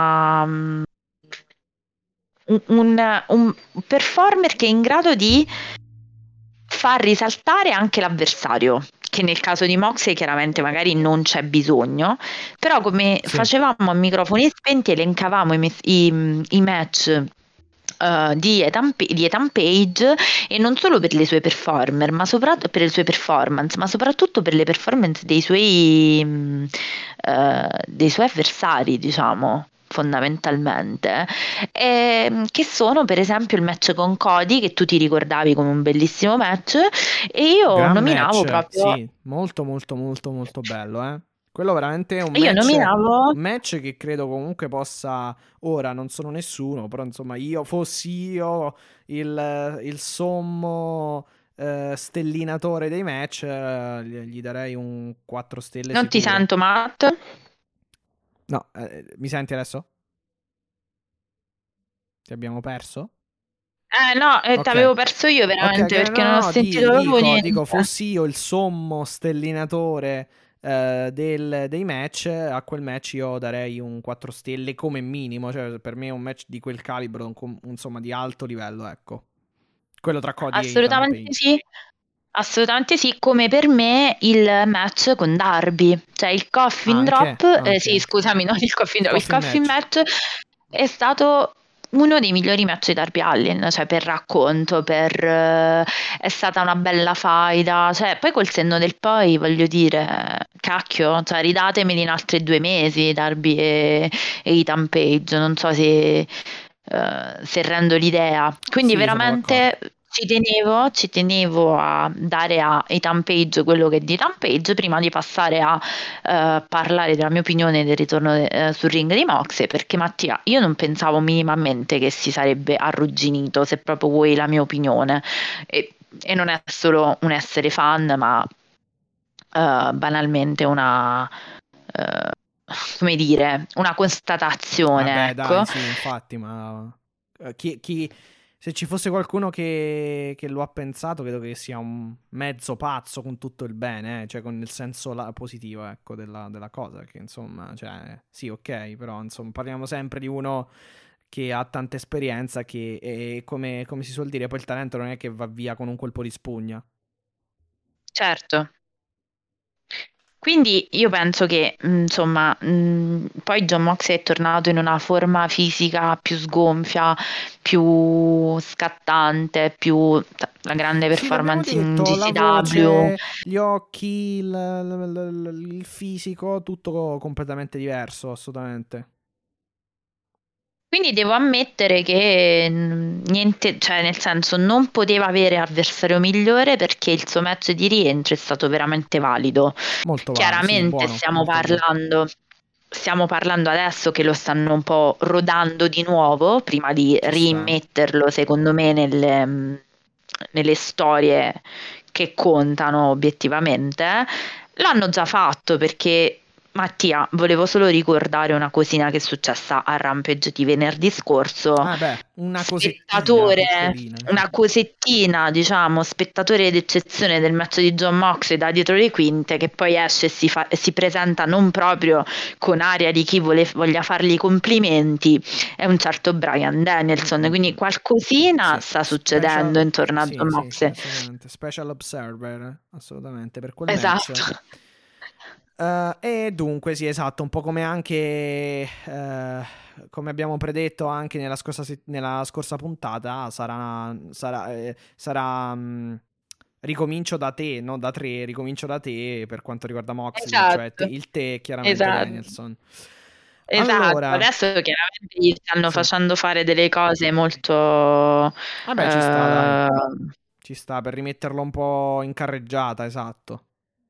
un performer che è in grado di far risaltare anche l'avversario, che nel caso di Moxley chiaramente magari non c'è bisogno, però come Sì. facevamo a microfoni spenti elencavamo i match di Ethan Page e non solo per le sue performer, ma soprattutto per le sue performance, ma soprattutto per le performance dei suoi avversari, diciamo. Fondamentalmente, che sono per esempio il match con Cody, che tu ti ricordavi come un bellissimo match, e io Gran nominavo match, proprio, sì, molto molto molto molto bello, eh. Quello veramente è io nominavo un match che credo comunque possa, ora non sono nessuno, però insomma fossi io il sommo stellinatore dei match, gli darei un 4 stelle non ti sicuro. sento, Matt. No, mi senti adesso? Ti abbiamo perso? No, Ok. t'avevo perso io Ok, veramente no, perché non no, ho no, sentito proprio dico, niente. fossi io il sommo stellinatore dei match, a quel match io darei un 4 stelle come minimo, cioè per me è un match di quel calibro, insomma di alto livello, ecco. Quello tra Cody e Ethan Assolutamente Page. sì, assolutamente sì, come per me il match con Darby, cioè il coffin Anche, drop, anche, sì, anche. scusami, non il coffin Il drop, il coffin coffin match. match è stato uno dei migliori match di Darby Allin, cioè per racconto, è stata una bella faida, cioè poi col senno del poi voglio dire, cacchio, cioè ridatemeli in altri 2 mesi Darby e Ethan Page, non so se rendo l'idea. Quindi Sì, sono d'accordo. veramente ci tenevo a dare a Ethan Page quello che è di Ethan Page prima di passare a parlare della mia opinione del ritorno sul ring di Moxley, perché Mattia, io non pensavo minimamente che si sarebbe arrugginito, se proprio vuoi la mia opinione. E non è solo un essere fan, ma banalmente eh, come dire, una constatazione, Vabbè, dai, ecco. sì, infatti, ma se ci fosse qualcuno che lo ha pensato, credo che sia un mezzo pazzo con tutto il bene, cioè con il senso positivo, ecco, della cosa, che insomma, cioè, sì, ok, però insomma, parliamo sempre di uno che ha tanta esperienza che, come si suol dire, poi il talento non è che va via con un colpo di spugna. Certo. Quindi io penso che, insomma, poi John Moxley è tornato in una forma fisica più sgonfia, più scattante, più la grande Sì, l'abbiamo performance in detto, la GCW. voce, gli occhi, il fisico, tutto completamente diverso, assolutamente. Quindi devo ammettere che niente, cioè nel senso non poteva avere avversario migliore perché il suo match di rientro è stato veramente valido. Molto valido, sì, Chiaramente buono, molto buono. stiamo parlando adesso che lo stanno un po' rodando di nuovo prima di Ci sta. rimetterlo, secondo me, nelle storie che contano obiettivamente. L'hanno già fatto perché, Mattia, volevo solo ricordare una cosina che è successa a Rampage di venerdì scorso. Ah beh, una cosettina Spettatore, piccolina, una diciamo. cosettina, diciamo, spettatore d'eccezione del match di John Moxley da dietro le quinte, che poi esce e si presenta non proprio con aria di chi voglia fargli i complimenti, è un certo Bryan Danielson. Quindi qualcosina Sì, sta succedendo special, intorno a sì, John sì, sì, Moxley. assolutamente. Special observer, assolutamente, per quel match. Esatto. E dunque, sì, esatto, un po' come anche, come abbiamo predetto anche nella scorsa puntata, sarà ricomincio da te, non da tre, ricomincio da te per quanto riguarda Moxley, cioè Esatto, il te, chiaramente esatto. Danielson. Esatto, Allora, adesso chiaramente gli stanno sì, facendo fare delle cose molto, vabbè, ci sta, dai, eh, ci sta per rimetterlo un po' in carreggiata, esatto.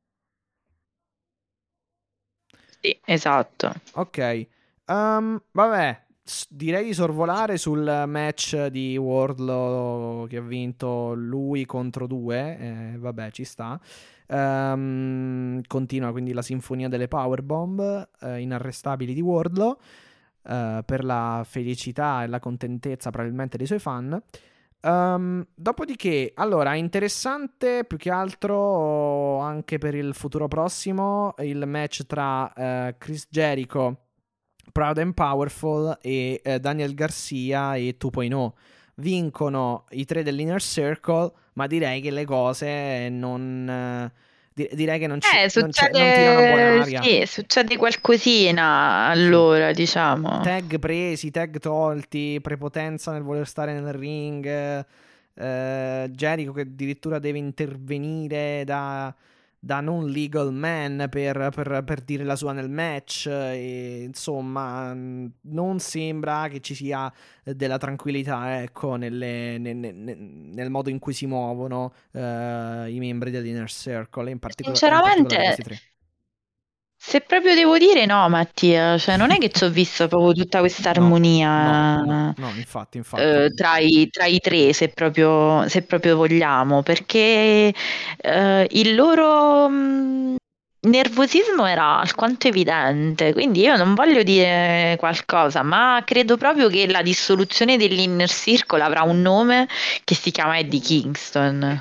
sì, esatto. Ok, vabbè, direi di sorvolare sul match di Wardlow che ha vinto lui contro due. Vabbè, ci sta. Continua quindi la sinfonia delle powerbomb inarrestabili di Wardlow per la felicità e la contentezza probabilmente dei suoi fan. Dopodiché, allora, interessante più che altro anche per il futuro prossimo il match tra Chris Jericho, Proud and Powerful e Daniel Garcia e 2.0. Vincono i tre dell'Inner Circle, ma direi che le cose non... direi che non tirano buona Succede, aria. sì, succede qualcosina Sì. allora, diciamo. Tag presi, tag tolti, prepotenza nel voler stare nel ring. Jericho che addirittura deve intervenire da non legal man per dire la sua nel match. E, insomma, non sembra che ci sia della tranquillità, ecco, nel modo in cui si muovono i membri dell'Inner Circle, e in particolare Sinceramente, questi tre. se proprio devo dire no, Mattia, cioè non è che ci ho visto proprio tutta questa No, no, no, armonia no, infatti. tra i tre, se proprio vogliamo, perché il loro nervosismo era alquanto evidente, quindi io non voglio dire qualcosa, ma credo proprio che la dissoluzione dell'Inner Circle avrà un nome che si chiama Eddie Kingston.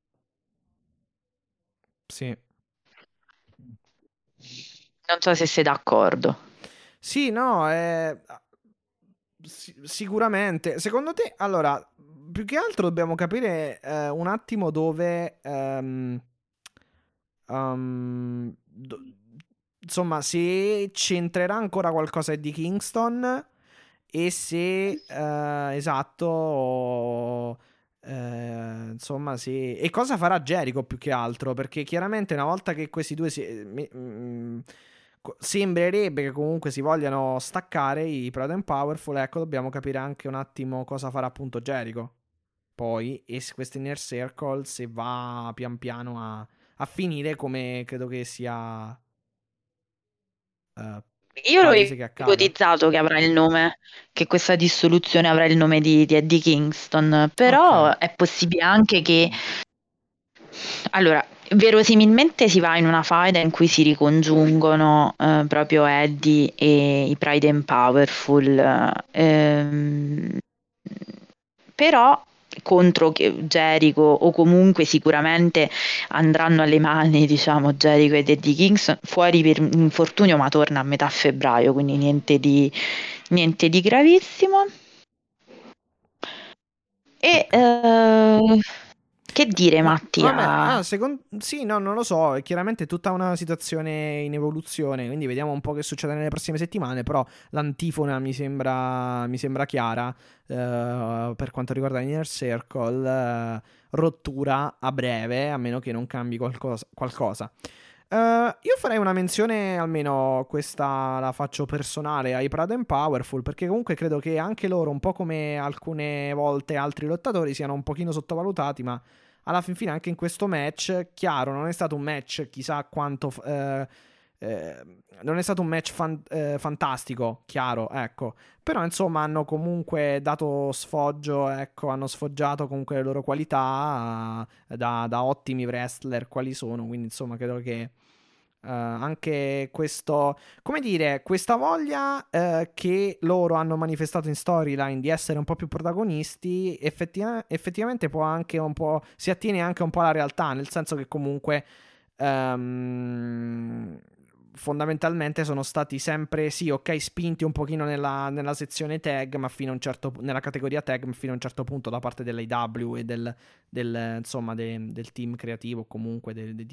Sì. Non so se sei d'accordo. Sì, no, sicuramente. Secondo te, allora, più che altro dobbiamo capire un attimo dove, do- insomma, se c'entrerà ancora qualcosa di Kingston e se, esatto, insomma, se... E cosa farà Jericho più che altro? Perché chiaramente una volta che questi due sembrerebbe che comunque si vogliano staccare i Proud and Powerful, ecco, dobbiamo capire anche un attimo cosa farà appunto Jericho. Poi, e se questo Inner Circle se va pian piano a finire come credo che sia eh, Io l'ho palese che accada. ipotizzato che avrà il nome, che questa dissoluzione avrà il nome di Eddie Kingston, Ok, però è possibile anche che, allora, verosimilmente si va in una faida in cui si ricongiungono proprio Eddie e i Pride and Powerful, però contro Jericho o comunque sicuramente andranno alle mani, diciamo, Jericho ed Eddie Kingston fuori per infortunio, ma torna a metà febbraio, quindi niente di gravissimo. E ok. Che dire, Ma vabbè, Mattia? sì, no, non lo so, è chiaramente tutta una situazione in evoluzione, quindi vediamo un po' che succede nelle prossime settimane, però l'antifona mi sembra chiara per quanto riguarda l'Inner Circle, rottura a breve, a meno che non cambi qualcosa. Io farei una menzione, almeno questa la faccio personale, ai Proud and Powerful, perché comunque credo che anche loro, un po' come alcune volte altri lottatori, siano un pochino sottovalutati, ma alla fin fine anche in questo match, chiaro, non è stato un match chissà quanto... eh, non è stato un match fantastico, chiaro, ecco. Però insomma hanno comunque dato sfoggio, ecco, hanno sfoggiato comunque le loro qualità da ottimi wrestler quali sono, quindi insomma credo che anche questo, come dire, questa voglia che loro hanno manifestato in storyline di essere un po' più protagonisti, effettivamente può anche un po', si attiene anche un po' alla realtà, nel senso che comunque ehm, fondamentalmente sono stati sempre, sì, ok, spinti un pochino nella sezione tag, ma fino a un certo nella categoria tag, ma fino a un certo punto da parte dell'AEW e insomma, del team creativo, comunque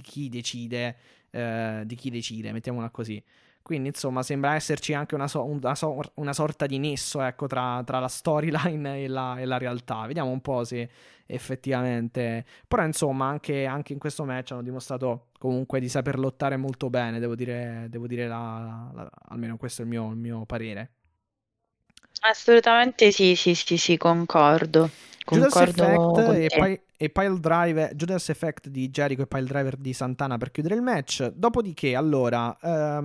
di chi decide, mettiamola così. Quindi, insomma, sembra esserci anche una sorta di nesso, ecco, tra la storyline e la realtà. Vediamo un po' se effettivamente. Però, insomma, anche in questo match hanno dimostrato comunque di saper lottare molto bene. Devo dire almeno questo è il mio parere. Assolutamente sì, sì, sì, sì, concordo. Judas Effect Concordo con te. e Pile Driver, Judas Effect di Jericho e Pile Driver di Santana per chiudere il match. Dopodiché, allora,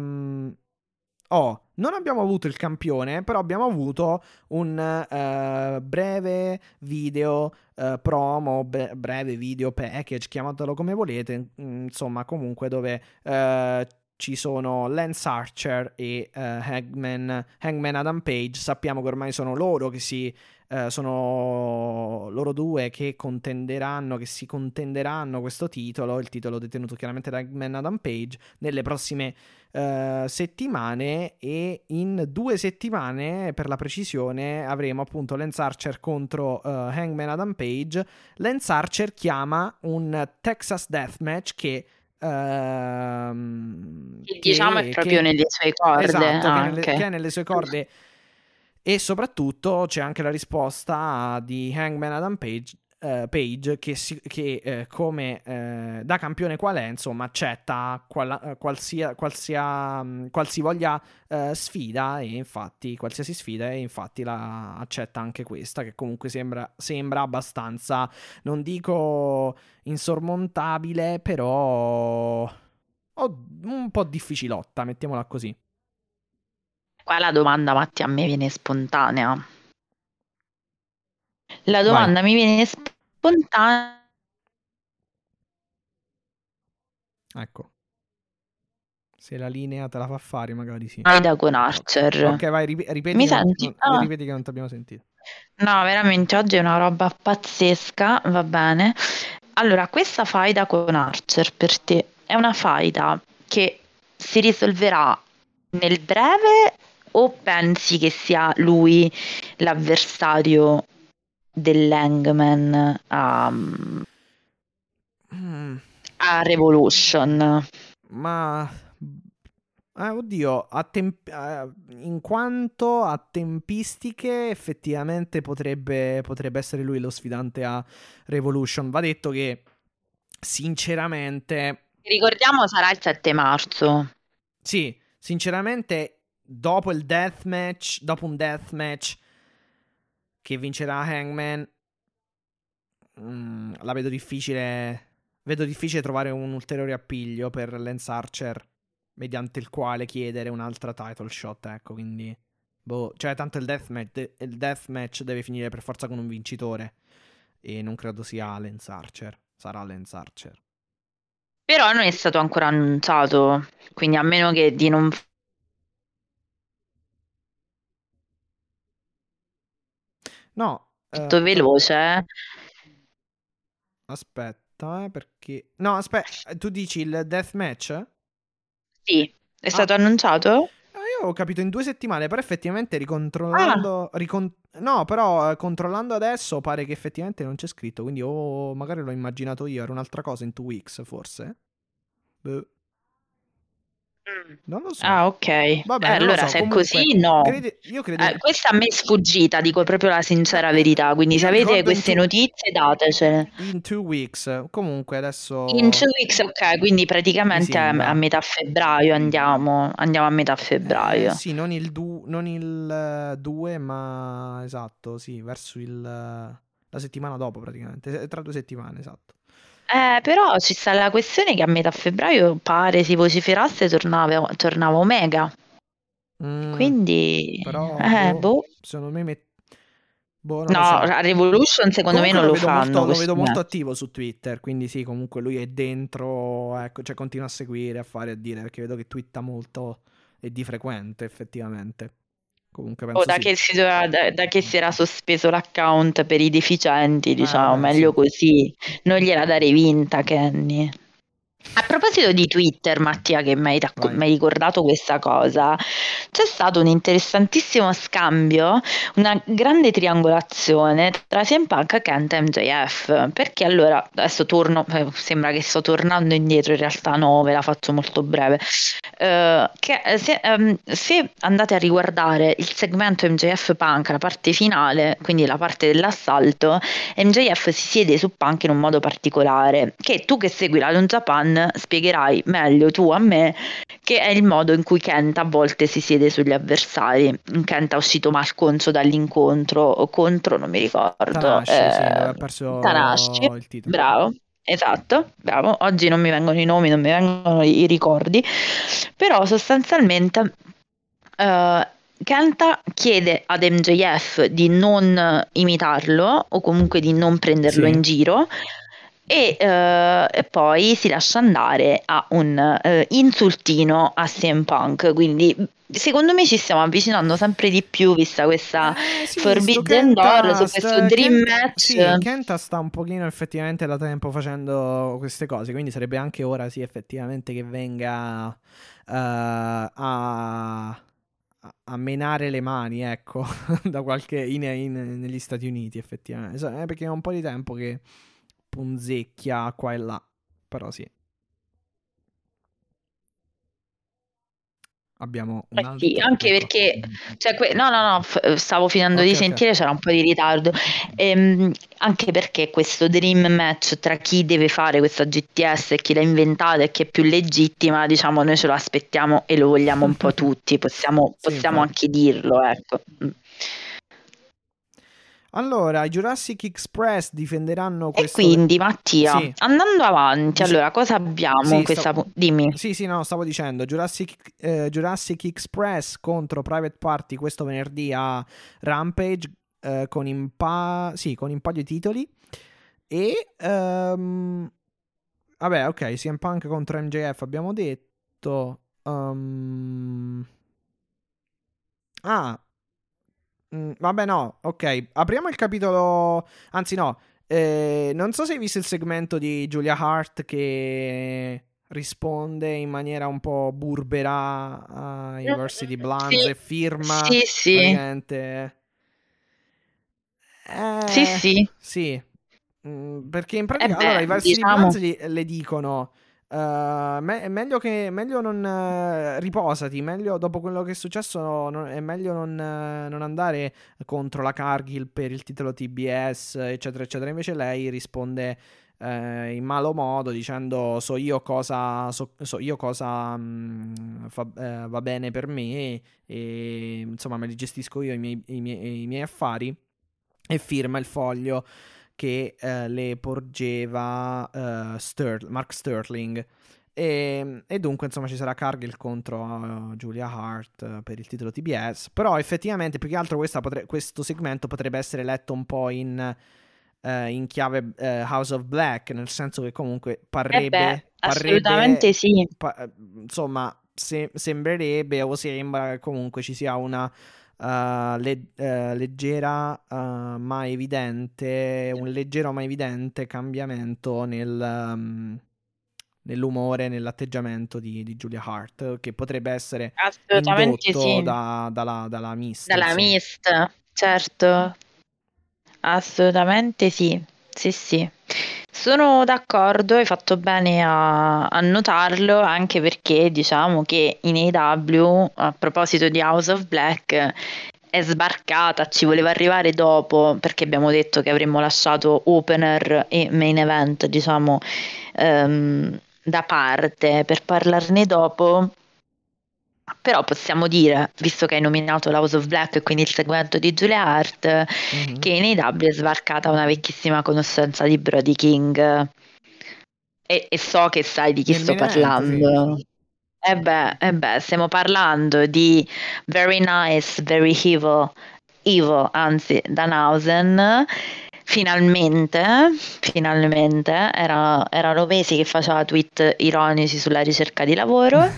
non abbiamo avuto il campione, però abbiamo avuto un breve video promo, breve video package, chiamatelo come volete, insomma, comunque dove ci sono Lance Archer e Hangman Adam Page. Sappiamo che ormai sono loro che sono loro due che si contenderanno questo titolo, il titolo detenuto chiaramente da Hangman Adam Page, nelle prossime settimane, e in 2 settimane per la precisione avremo appunto Lance Archer contro Hangman Adam Page. Lance Archer chiama un Texas Deathmatch Che diciamo è proprio nelle sue corde esatto, che anche. è nelle sue corde, e soprattutto c'è anche la risposta di Hangman Adam Page che come da campione qual è, insomma, accetta qualsivoglia sfida, e infatti qualsiasi sfida, e infatti la accetta anche questa, che comunque sembra abbastanza, non dico insormontabile, però un po' difficilotta, mettiamola così. Qua la domanda, Matti, a me viene spontanea. La Vai. domanda mi viene spontanea. Ecco, se la linea te la fa fare, magari sì. Con Archer. Ok, vai, ripeti Mi senti? ripeti che non ti abbiamo sentito. No, veramente oggi è una roba pazzesca, va bene. Allora, questa faida con Archer per te è una faida che si risolverà nel breve, o pensi che sia lui l'avversario dell'Hangman Mm, a Revolution? ma oddio, in quanto a tempistiche, effettivamente potrebbe essere lui lo sfidante a Revolution. Va detto che, sinceramente, Ricordiamo sarà il 7 marzo. sì, sinceramente, dopo un deathmatch che vincerà Hangman, la vedo difficile. Vedo difficile trovare un ulteriore appiglio per Lance Archer mediante il quale chiedere un'altra title shot. Ecco, quindi. Boh, cioè, tanto il deathmatch deve finire per forza con un vincitore. E non credo sia Lance Archer. Sarà Lance Archer. Però non è stato ancora annunciato, quindi a meno che di non No, fatto veloce, aspetta, perché. No, aspetta, tu dici il deathmatch? sì, è Ah, stato annunciato? io ho capito in 2 settimane, però effettivamente Ah, no, però controllando adesso pare che effettivamente non c'è scritto, quindi magari l'ho immaginato io, era un'altra cosa in 2 weeks forse? Boh, mm. non lo so. Ah, ok. Vabbè, non lo Allora, so, se è comunque, così, no. io credo... Questa a me è sfuggita, dico proprio la sincera verità. Quindi, se Io avete ricordo queste notizie, datecele. in 2 weeks, comunque In adesso 2 weeks, ok, quindi mi praticamente a sembra. metà febbraio andiamo a metà febbraio. Sì, non il 2, ma esatto, sì, verso la settimana dopo praticamente, tra 2 settimane, esatto. Però ci sta la questione che a metà febbraio pare si vociferasse tornava Omega. Mm, Quindi, però, boh, boh. secondo me, boh, non No, lo so. a Revolution secondo me Comunque non lo fanno lo vedo questo molto match. attivo su Twitter, quindi sì, comunque lui è dentro, ecco, cioè continua a seguire, a fare, a dire, perché vedo che twitta molto e di frequente, effettivamente. Comunque O penso sì. da che si era sospeso l'account per i deficienti, diciamo, Vabbè, sì. meglio così. Non gliela dare vinta, Kenny. A proposito di Twitter, Mattia, che Vai. mi hai ricordato questa cosa, c'è stato un interessantissimo scambio, una grande triangolazione tra CM Punk, Kenta e MJF. Perché allora, adesso sembra che sto tornando indietro, in realtà no, ve la faccio molto breve. Se andate a riguardare il segmento MJF Punk, la parte finale, quindi la parte dell'assalto, MJF si siede su Punk in un modo particolare, che tu che segui la Long Japan spiegherai meglio tu a me, che è il modo in cui Kenta a volte si siede sugli avversari. Kenta è uscito malconcio dall'incontro, o contro, non mi ricordo, Tanahashi, sì, dove ha Tanahashi, perso il titolo. bravo. Esatto, bravo. Oggi non mi vengono i nomi, non mi vengono i ricordi, però sostanzialmente Kenta chiede ad MJF di non imitarlo o comunque di non prenderlo Sì. in giro e poi si lascia andare a un insultino a CM Punk. Quindi secondo me ci stiamo avvicinando sempre di più, vista questa Sì, Forbidden Door su questo Dream Sì, Match. Kenta sta un pochino effettivamente da tempo facendo queste cose, quindi sarebbe anche ora, sì, effettivamente che venga a menare le mani, ecco, da qualche negli Stati Uniti, effettivamente. Perché è un po' di tempo che punzecchia qua e là, però sì. Abbiamo un Sì, altro, anche ecco. perché cioè, no, stavo finendo di Ok, ok. sentire, c'era un po' di ritardo. Anche perché questo Dream Match tra chi deve fare questa GTS e chi l'ha inventata e chi è più legittima, diciamo, noi ce lo aspettiamo e lo vogliamo un po' tutti, Sì, possiamo infatti. anche dirlo, ecco. Allora, i Jurassic Express difenderanno E questo. quindi, Mattia, Sì, andando avanti, dice... allora, cosa abbiamo in sì, questa... Dimmi. sì, sì, no, stavo dicendo Jurassic Express contro Private Party questo venerdì a Rampage con un paio di titoli. E vabbè, ok, CM Punk contro MJF abbiamo detto. Ah, vabbè, no, ok. Apriamo il capitolo. Anzi, no. Non so se hai visto il segmento di Julia Hart che risponde in maniera un po' burbera ai versi di Blondes Sì, e firma sì, sì, praticamente. sì, Eh, sì. sì. Perché in E pratica, allora, beh, i versi di diciamo... Blondes le dicono. Meglio non riposati, meglio dopo quello che è successo, è meglio non andare contro la Cargill per il titolo TBS, eccetera, eccetera. Invece lei risponde in malo modo dicendo so io cosa va bene per me e insomma me li gestisco io i miei affari e firma il foglio che le porgeva Mark Sterling. E dunque, insomma, ci sarà Cargill contro Julia Hart per il titolo TBS. Però, effettivamente, più che altro, questo segmento potrebbe essere letto un po' in chiave House of Black, nel senso che comunque Eh beh, assolutamente sì. insomma, sembrerebbe o sembra che comunque ci sia una leggera ma evidente, un leggero ma evidente cambiamento nell'umore, nell'atteggiamento di Julia Hart, che potrebbe essere Assolutamente indotto sì. dalla Mist, Dalla insomma. Mist, certo, assolutamente sì, sì, sì. Sono d'accordo, hai fatto bene a notarlo, anche perché diciamo che in AEW, a proposito di House of Black, è sbarcata, ci voleva arrivare dopo, perché abbiamo detto che avremmo lasciato opener e main event, diciamo, da parte per parlarne dopo. Però possiamo dire, visto che hai nominato l'House of Black e quindi il segmento di Julia Hart, Mhm. che in AEW è sbarcata una vecchissima conoscenza di Brody King. E so che sai di chi Nel sto main event, sì. parlando. E beh, stiamo parlando di Very Nice, Very Evil, Evil, anzi, Danhausen. Finalmente, erano mesi che faceva tweet ironici sulla ricerca di lavoro.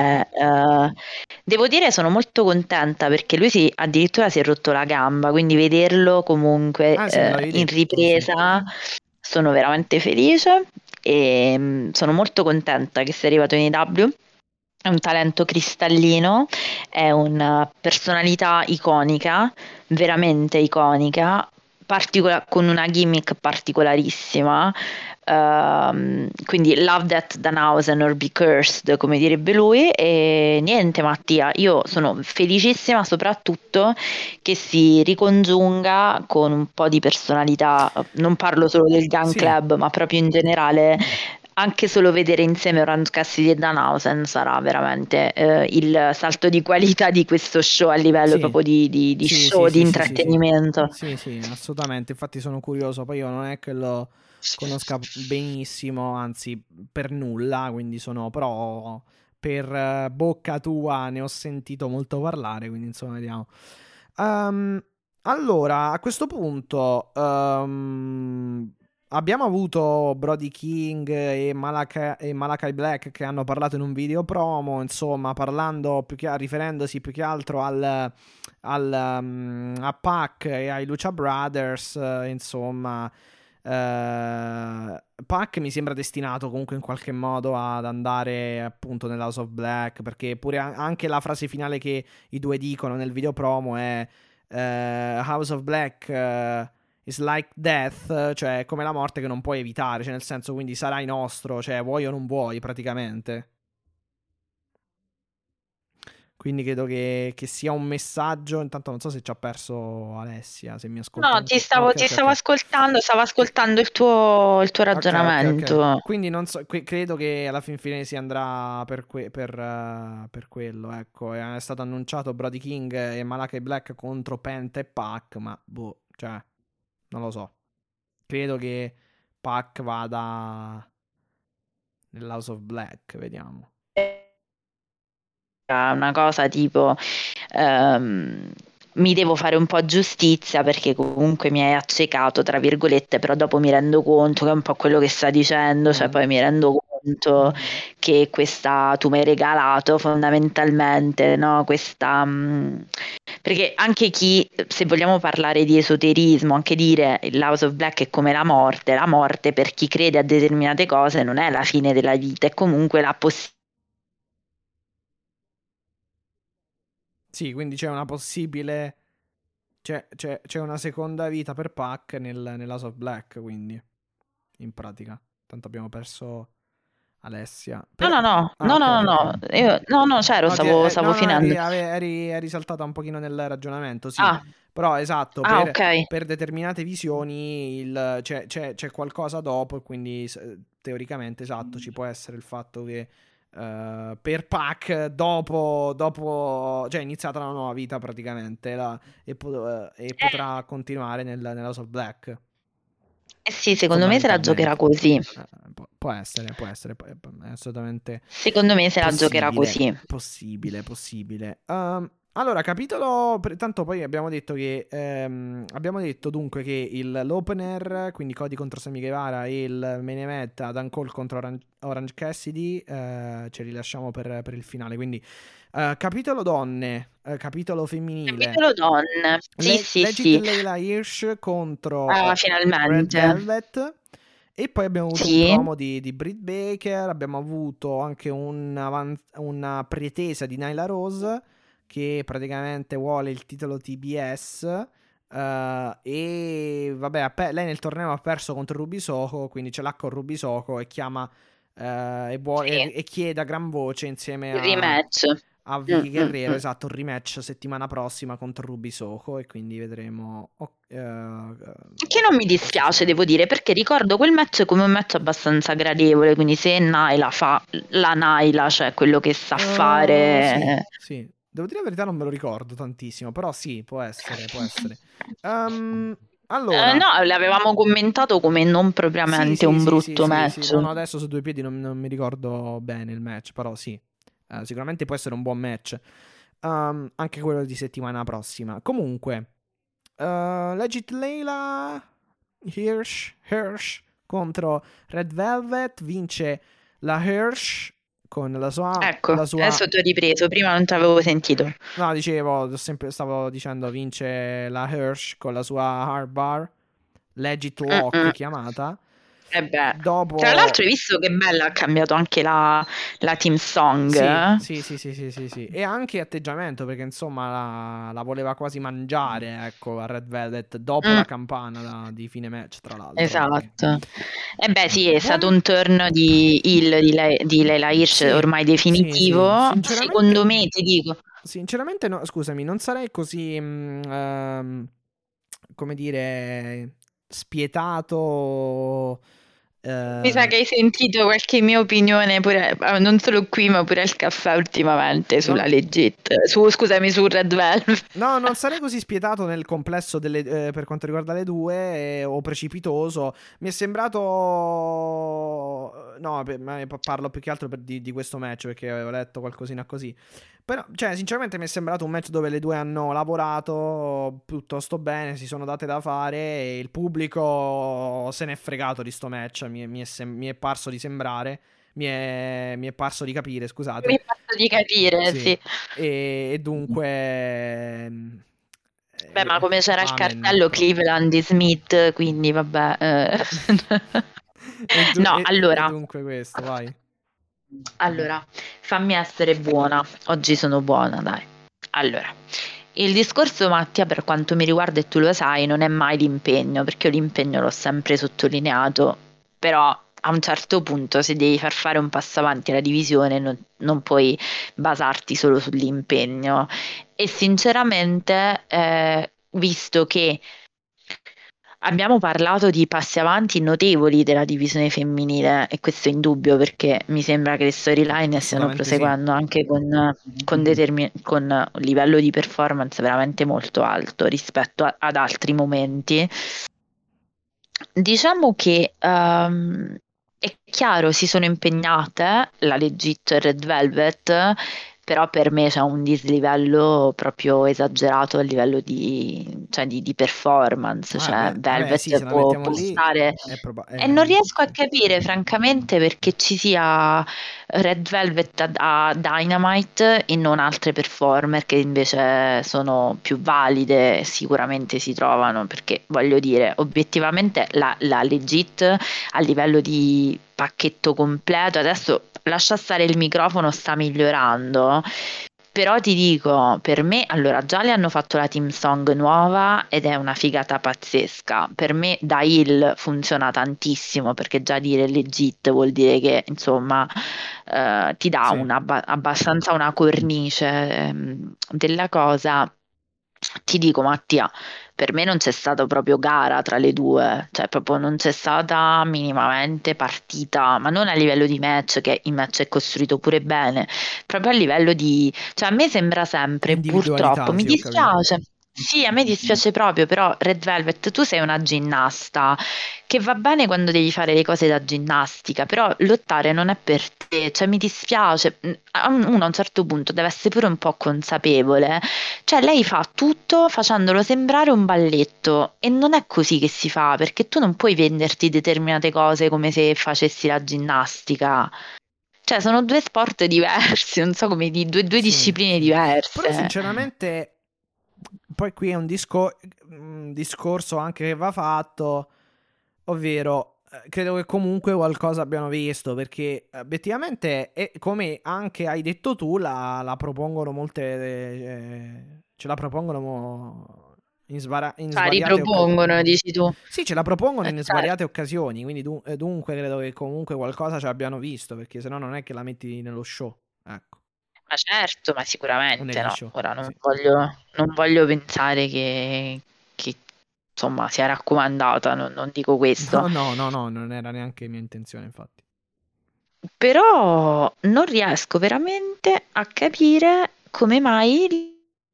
Devo dire, sono molto contenta perché addirittura si è rotto la gamba, quindi vederlo comunque Ah sì, me l'avevi in detto, sì. ripresa sono veramente felice e sono molto contenta che sia arrivato in AEW. È un talento cristallino, è una personalità iconica, veramente iconica, con una gimmick particolarissima. Quindi Love That Danhausen or Be Cursed, come direbbe lui. E niente, Mattia, io sono felicissima soprattutto che si ricongiunga con un po' di personalità. Non parlo solo del Gun Sì, Club, ma proprio in generale. Anche solo vedere insieme Orange Cassidy e Danhausen sarà veramente il salto di qualità di questo show a livello sì. proprio di Sì, show, sì, di sì, sì, sì, sì. intrattenimento. Sì, sì, assolutamente. Infatti sono curioso. Poi io non è che lo conosca benissimo, anzi per nulla, quindi però per bocca tua ne ho sentito molto parlare, quindi insomma vediamo. Ehm, allora, a questo punto abbiamo avuto Brody King e Malakai Black che hanno parlato in un video promo, insomma, riferendosi più che altro a Pac e ai Lucha Brothers, insomma. Pac mi sembra destinato comunque in qualche modo ad andare appunto nell'House of Black, perché pure anche la frase finale che i due dicono nel video promo è House of Black is like death, cioè come la morte che non puoi evitare, cioè nel senso, quindi sarai nostro, cioè vuoi o non vuoi praticamente. Quindi credo che sia un messaggio. Intanto non so se ci ha perso Alessia, se mi ascolta No, ti ancora. stavo, Ok, ti ok, stavo ok. ascoltando, stavo Qui- ascoltando il tuo Ok, ok, ok. ragionamento. Quindi non so, credo che alla fin fine si andrà per quello, ecco. È stato annunciato Brody King e Malakai Black contro Penta e Pac, ma boh, cioè, non lo so. Credo che Pac vada nell'House of Black, vediamo. Una cosa tipo mi devo fare un po' giustizia perché comunque mi hai accecato, tra virgolette, però dopo mi rendo conto che è un po' quello che sta dicendo, cioè Mm. poi mi rendo conto che questa tu mi hai regalato fondamentalmente, no? Perché anche se vogliamo parlare di esoterismo, anche dire il House of Black è come la morte per chi crede a determinate cose non è la fine della vita, è comunque la possibilità. Sì, quindi c'è una possibile. C'è una seconda vita per Pac nell'House of Black, quindi in pratica. Tanto abbiamo perso Alessia. No, no, no, Ah, no, ok, no, ok, no, ok. no, no, c'ero, No, stavo no, no, finendo. eri saltata un pochino nel ragionamento, sì. Ah, Però esatto, ok. per determinate visioni c'è qualcosa dopo e quindi teoricamente esatto, ci può essere il fatto che per Pac cioè è iniziata una nuova vita praticamente e potrà continuare nell'House of Black. Eh sì, secondo me se la giocherà Fondamentalmente. così. Può essere, è assolutamente Secondo me se la giocherà possibile, così. possibile. Allora, capitolo, tanto poi abbiamo detto che, abbiamo detto dunque che l'opener, quindi Cody contro Sammy Guevara e il main event Adam Cole contro Orange Cassidy, ce li lasciamo per il finale, quindi capitolo donne, capitolo femminile. Capitolo donne. Sì, sì, Legit sì. Layla Hirsch contro Ah, Red finalmente. Velvet E poi abbiamo avuto un Sì. promo di Britt Baker, abbiamo avuto anche una pretesa di Nyla Rose che praticamente vuole il titolo TBS. E vabbè, lei nel torneo ha perso contro Ruby Soho, quindi ce l'ha con Ruby Soho e chiama Sì. e chiede a gran voce insieme Il rematch. a Vicky Guerrero, mm. esatto, il rematch settimana prossima contro Ruby Soho, e quindi vedremo. Che non mi dispiace, devo dire, perché ricordo quel match come un match abbastanza gradevole, quindi se Nyla fa la Nyla, cioè quello che sa fare. Sì. Devo dire la verità, non me lo ricordo tantissimo, però sì, può essere. Allora, No, l'avevamo commentato come non propriamente un brutto sì. match. No, adesso su due piedi non mi ricordo bene il match, però sì. Sicuramente può essere un buon match. Anche quello di settimana prossima. Comunque, Legit Layla Hirsch contro Red Velvet. Vince la Hirsch con la sua. Ecco, La sua... adesso ti ho ripreso, prima non ti avevo sentito. No, dicevo, stavo dicendo, vince la Hirsch con la sua hard bar. Legit Lock Mm-mm. chiamata. E beh, Dopo... tra l'altro hai visto che bella ha cambiato anche la team song? Sì. E anche atteggiamento, perché insomma la voleva quasi mangiare, ecco, a Red Velvet dopo la campana di fine match, tra l'altro. Esatto. E beh sì, è stato Buon- un turn di heel di Layla Hirsch Sì, ormai definitivo. sì. Sinceramente, Secondo me, ti dico, sinceramente no, scusami, non sarei così, come dire, spietato. mi sa che hai sentito qualche mia opinione pure, non solo qui, ma pure al caffè ultimamente sulla Non- Legit. Scusami, su Red Velvet. No, non sarei così spietato nel complesso per quanto riguarda le due, o precipitoso. Mi è sembrato. No, ma parlo più che altro di questo match, perché avevo letto qualcosina così. Però, cioè, sinceramente mi è sembrato un match dove le due hanno lavorato piuttosto bene, si sono date da fare, e il pubblico se n'è fregato di sto match. Mi è parso di sembrare. Mi è parso di capire, scusate. Mi hai fatto di capire, sì. E dunque, Beh, ma come c'era il amen. cartello Cleveland di Smith, quindi vabbè. No, E allora, dunque questo, vai. fammi essere buona. Oggi sono buona, dai. Allora, il discorso, Mattia, per quanto mi riguarda, e tu lo sai, non è mai l'impegno, perché io l'impegno l'ho sempre sottolineato, però a un certo punto, se devi far fare un passo avanti alla divisione, non puoi basarti solo sull'impegno. E sinceramente, visto che abbiamo parlato di passi avanti notevoli della divisione femminile, e questo è indubbio, perché mi sembra che le storyline stiano Assolutamente sì. proseguendo anche con un livello di performance veramente molto alto rispetto ad altri momenti. Diciamo che è chiaro, si sono impegnate la Legit e Red Velvet, però per me c'è un dislivello proprio esagerato a livello cioè di performance, cioè Vabbè, sì, se Velvet la può mettiamo lì stare. E non riesco a capire francamente perché ci sia Red Velvet a Dynamite e non altre performer che invece sono più valide e sicuramente si trovano, perché voglio dire, obiettivamente la Legit a livello di pacchetto completo, adesso lascia stare il microfono, sta migliorando. Però ti dico, per me, allora già le hanno fatto la team song nuova ed è una figata pazzesca. Per me da heel funziona tantissimo, perché già dire legit vuol dire che insomma ti dà Sì. abbastanza una cornice della cosa. Ti dico, Mattia, per me non c'è stata proprio gara tra le due, cioè proprio non c'è stata minimamente partita, ma non a livello di match, che il match è costruito pure bene, proprio a livello di. Cioè a me sembra sempre, Individualità, purtroppo, mi sì, ho capito. dispiace. Sì, a me dispiace proprio, però Red Velvet, tu sei una ginnasta, che va bene quando devi fare le cose da ginnastica, però lottare non è per te, cioè mi dispiace. Uno a un certo punto deve essere pure un po' consapevole, cioè lei fa tutto facendolo sembrare un balletto, e non è così che si fa, perché tu non puoi venderti determinate cose come se facessi la ginnastica. Cioè, sono due sport diversi, non so come di due Sì, discipline sì. Però diverse. sinceramente, poi qui è un discorso anche che va fatto, ovvero credo che comunque qualcosa abbiano visto, perché obiettivamente, come anche hai detto tu, la propongono ce la propongono in svariate occasioni. Ripropongono, dici tu. Sì, ce la propongono in Certo. svariate occasioni, quindi dunque credo che comunque qualcosa ci abbiano visto, perché sennò non è che la metti nello show, ecco. Ma certo, ma O sicuramente negli no. show, Ora non sì. voglio pensare che insomma sia raccomandata, non dico questo. No, non era neanche mia intenzione, infatti. Però non riesco veramente a capire come mai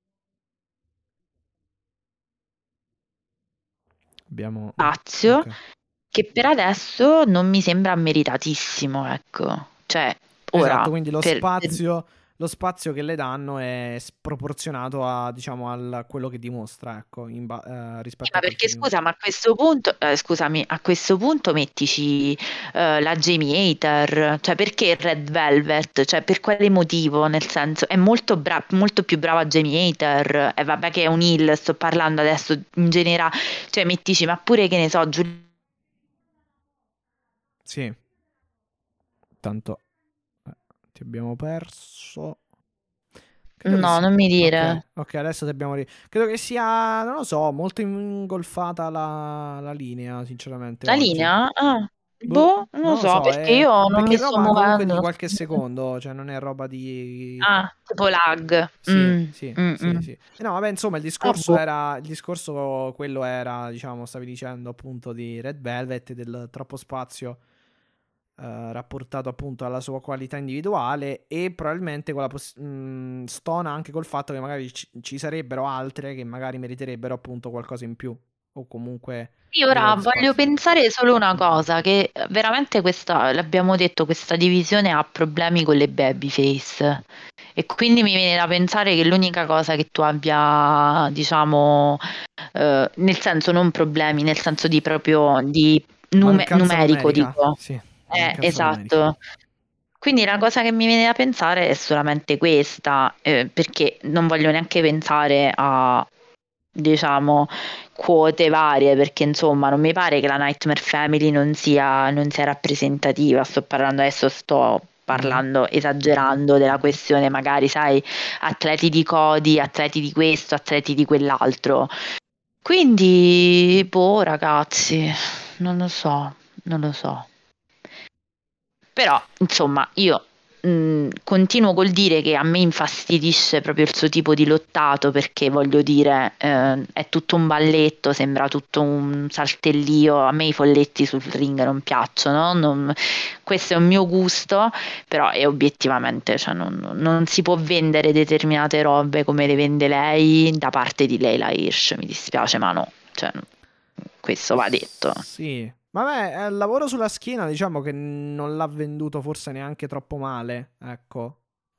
Abbiamo... spazio, ok. che per adesso non mi sembra meritatissimo, ecco. Cioè, Esatto, ora, quindi lo spazio che le danno è sproporzionato a, diciamo, quello che dimostra, ecco, rispetto ma a quel perché che dimostra. scusa, ma a questo punto, scusami, a questo punto mettici la Jamie Hater, cioè perché il Red Velvet? Cioè per quale motivo? Nel senso, è molto più brava Jamie Hater, e vabbè che è un heel, sto parlando adesso in generale, cioè mettici, ma pure che ne so, Sì, tanto ti abbiamo perso. Credo che no, sia... non mi dire. Ok, adesso ti abbiamo... Credo che sia, non lo so, molto ingolfata la linea, sinceramente, La oggi. linea? Ah, Boh, boh, non lo non lo so, so, perché io non perché mi è sto roba comunque di muovendo. qualche secondo, cioè non è roba di... Ah, tipo lag. Sì, Mm. sì. No, vabbè, insomma, Ah, boh. il discorso quello era, diciamo, stavi dicendo appunto di Red Velvet, del troppo spazio rapportato appunto alla sua qualità individuale, e probabilmente stona anche col fatto che magari ci sarebbero altre che magari meriterebbero appunto qualcosa in più, o comunque Io a livello ora di voglio spazio. pensare solo una cosa, che veramente questa, l'abbiamo detto, questa divisione ha problemi con le babyface. E quindi mi viene da pensare che l'unica cosa che tu abbia, diciamo, nel senso non problemi, nel senso di proprio di Mancanza numerico, numerica, dico. sì, mancanza numerica. Esatto. Quindi la cosa che mi viene da pensare è solamente questa, perché non voglio neanche pensare a, diciamo, quote varie, perché insomma non mi pare che la Nightmare Family non sia rappresentativa. Sto parlando adesso, sto Mhm. parlando, esagerando della questione, magari, sai, atleti di Cody, atleti di questo, atleti di quell'altro. Quindi, boh, ragazzi, non lo so, non lo so. Però, insomma, io continuo col dire che a me infastidisce proprio il suo tipo di lottato, perché voglio dire, è tutto un balletto, sembra tutto un saltellio. A me i folletti sul ring non piacciono, questo è un mio gusto, però è obiettivamente, cioè, non si può vendere determinate robe come le vende lei da parte di Leila Hirsch, mi dispiace, ma no, cioè, questo va detto. Sì, vabbè, il lavoro sulla schiena diciamo che non l'ha venduto forse neanche troppo male, ecco.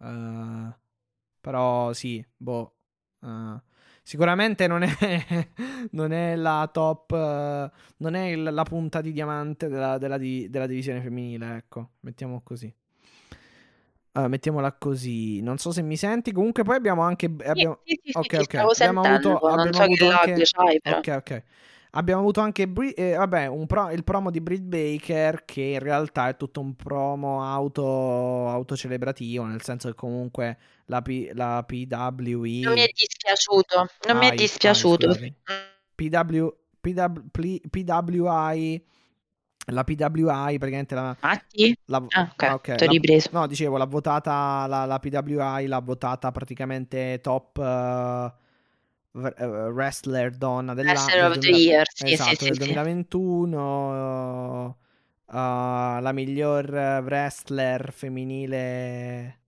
Però sì, boh. eh, Sicuramente non è, non è la top, non è la punta di diamante della divisione femminile, ecco, mettiamo così. Mettiamola così. Non so se mi senti. Comunque poi abbiamo anche... Sì, Ok, ti ok. stavo sentendo, non Abbiamo so che avuto lag anche... c'hai, però. Ok. Abbiamo avuto anche vabbè, il promo di Britt Baker, che in realtà è tutto un promo autocelebrativo, nel senso che comunque la Non mi è PWE... dispiaciuto, non mi è dispiaciuto. Scusate. PWI, la PWI praticamente Matti? la- Ah, ok, ok, ti ho ripreso. no, dicevo, l'ha votata la PWI, l'ha votata praticamente top wrestler donna Wrestler del of the 2000, Year, esatto, del sì. 2021, la miglior wrestler femminile,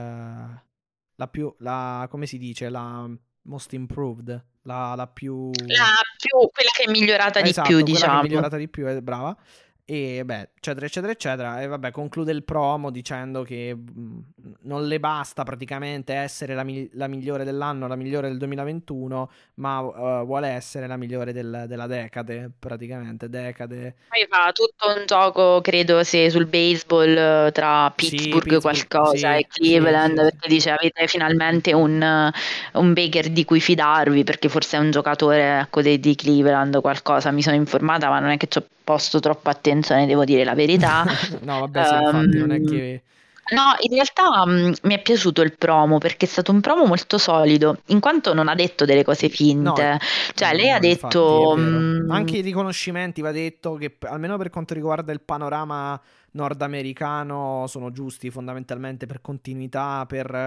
come si dice, la most improved, la più... Quella che è migliorata di più, Esatto, quella che è diciamo. migliorata di più, è brava. E beh, eccetera, eccetera, eccetera. E vabbè, conclude il promo dicendo che non le basta praticamente essere la migliore dell'anno, la migliore del 2021, ma vuole essere la migliore della decade, praticamente. Decade. Poi fa tutto un gioco, credo, se sul baseball, tra Sì, Pittsburgh Pittsburgh, qualcosa sì, e Cleveland, perché dice avete finalmente un Baker di cui fidarvi, perché forse è un giocatore, ecco, di Cleveland o qualcosa. Mi sono informata, ma non è che ho posto troppa attenzione, devo dire la verità. No, vabbè, sì, infatti, non è che... No, in realtà mi è piaciuto il promo perché è stato un promo molto solido, in quanto non ha detto delle cose No, finte. Cioè, lei ha no, infatti, è detto, vero. Anche i riconoscimenti, va detto, che almeno per quanto riguarda il panorama nordamericano sono giusti fondamentalmente per continuità,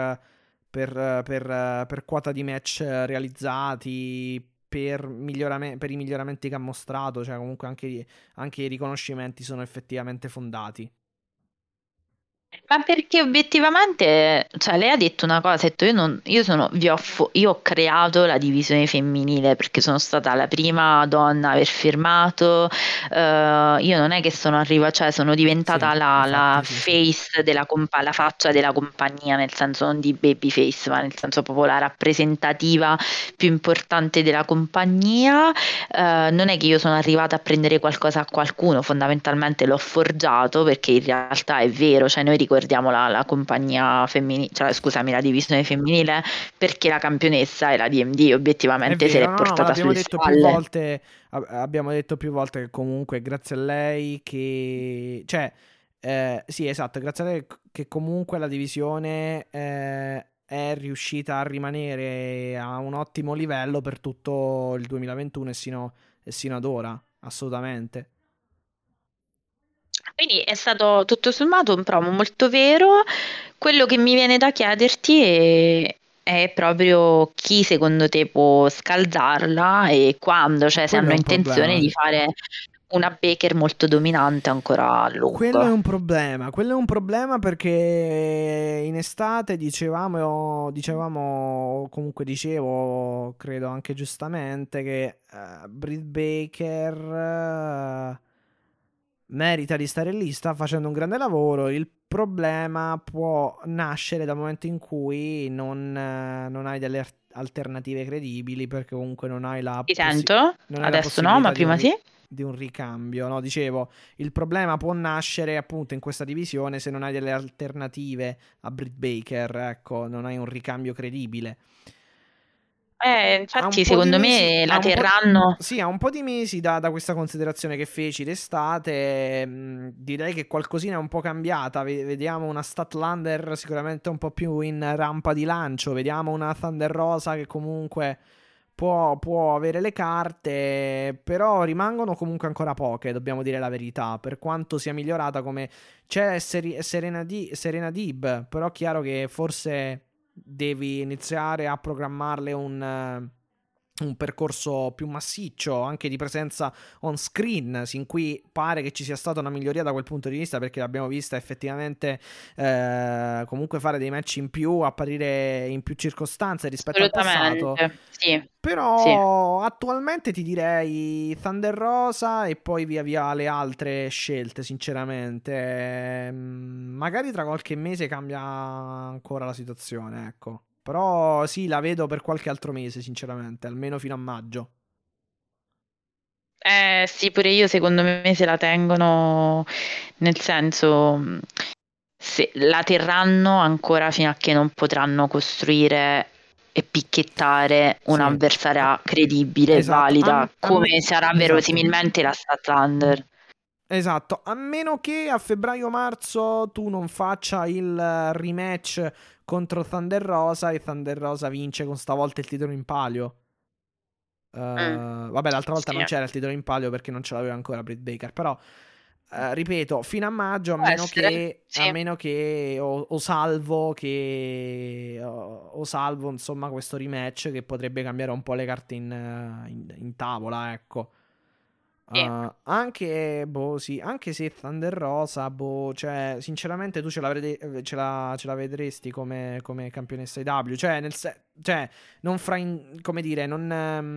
per quota di match realizzati, per i miglioramenti che ha mostrato, cioè comunque anche i riconoscimenti sono effettivamente fondati. ma perché obiettivamente, cioè lei ha detto una cosa, ha detto io ho creato la divisione femminile perché sono stata la prima donna a aver firmato, io non è che sono arrivata, cioè sono Sì, diventata la infatti, sì, sì. face la faccia della compagnia, nel senso non di babyface, ma nel senso proprio la rappresentativa più importante della compagnia. Non è che io sono arrivata a prendere qualcosa a qualcuno, fondamentalmente l'ho forgiato perché in realtà è vero, cioè noi ricordiamo la compagnia femminile, cioè scusami, la divisione femminile perché la campionessa è la DMD, È obiettivamente se vero, l'è no, no, ma portata l'abbiamo sulle detto più spalle. volte, abbiamo detto più volte che comunque è grazie a lei che, cioè, sì, esatto, è grazie a lei che comunque la divisione è riuscita a rimanere a un ottimo livello per tutto il 2021 e sino ad ora, assolutamente. Quindi è stato tutto sommato un promo molto vero. Quello che mi viene da chiederti è proprio chi secondo te può scaldarla e quando, E cioè se quello è hanno un intenzione problema. di fare una Baker molto dominante ancora a Quello è lungo. un problema, perché in estate dicevamo, comunque dicevo, credo anche giustamente, che Britt Baker merita di stare lì, sta facendo un grande lavoro. Il problema può nascere dal momento in cui non hai delle alternative credibili, perché comunque Ti sento? non hai la Adesso no, ma possibilità di prima sì. di un ricambio. No, dicevo, il problema può nascere appunto in questa divisione se non hai delle alternative a Britt Baker, ecco, non hai un ricambio credibile. Ha un Infatti po' di secondo mesi, me ha la un po', terranno. sì, ha un po' di mesi da questa considerazione che feci d'estate. Direi che qualcosina è un po' cambiata. Vediamo una Statlander sicuramente un po' più in rampa di lancio. Vediamo una Thunder Rosa che comunque può avere le carte, però rimangono comunque ancora poche, dobbiamo dire la verità. Per quanto sia migliorata come c'è Serena Dib, però è chiaro che forse devi iniziare a programmarle un percorso più massiccio, anche di presenza on screen, sin qui pare che ci sia stata una miglioria da quel punto di vista, perché l'abbiamo vista effettivamente comunque fare dei match in più, apparire in più circostanze rispetto al passato. Assolutamente, sì, sì. Però attualmente ti direi Thunder Rosa e poi via via le altre scelte, sinceramente. Magari tra qualche mese cambia ancora la situazione, ecco. Però sì, la vedo per qualche altro mese, sinceramente, almeno fino a maggio. Sì, pure io secondo me se la tengono, nel senso, se la terranno ancora fino a che non potranno costruire e picchettare Sì, un'avversaria credibile e esatto. valida, come sarà Esatto. verosimilmente la Statlander. Esatto, a meno che a febbraio-marzo tu non faccia il rematch contro Thunder Rosa e Thunder Rosa vince con stavolta il titolo in palio. Mm, Vabbè, l'altra volta sì. non c'era il titolo in palio perché non ce l'aveva ancora Britt Baker. Però, ripeto, fino a maggio, Può essere, a sì. meno che o salvo o salvo, insomma, questo rematch che potrebbe cambiare un po' le carte in tavola, ecco. Sì. Anche, boh, sì, anche se Thunder Rosa, boh, cioè, sinceramente tu ce la vedresti come campionessa IW, cioè, cioè, non come dire, non,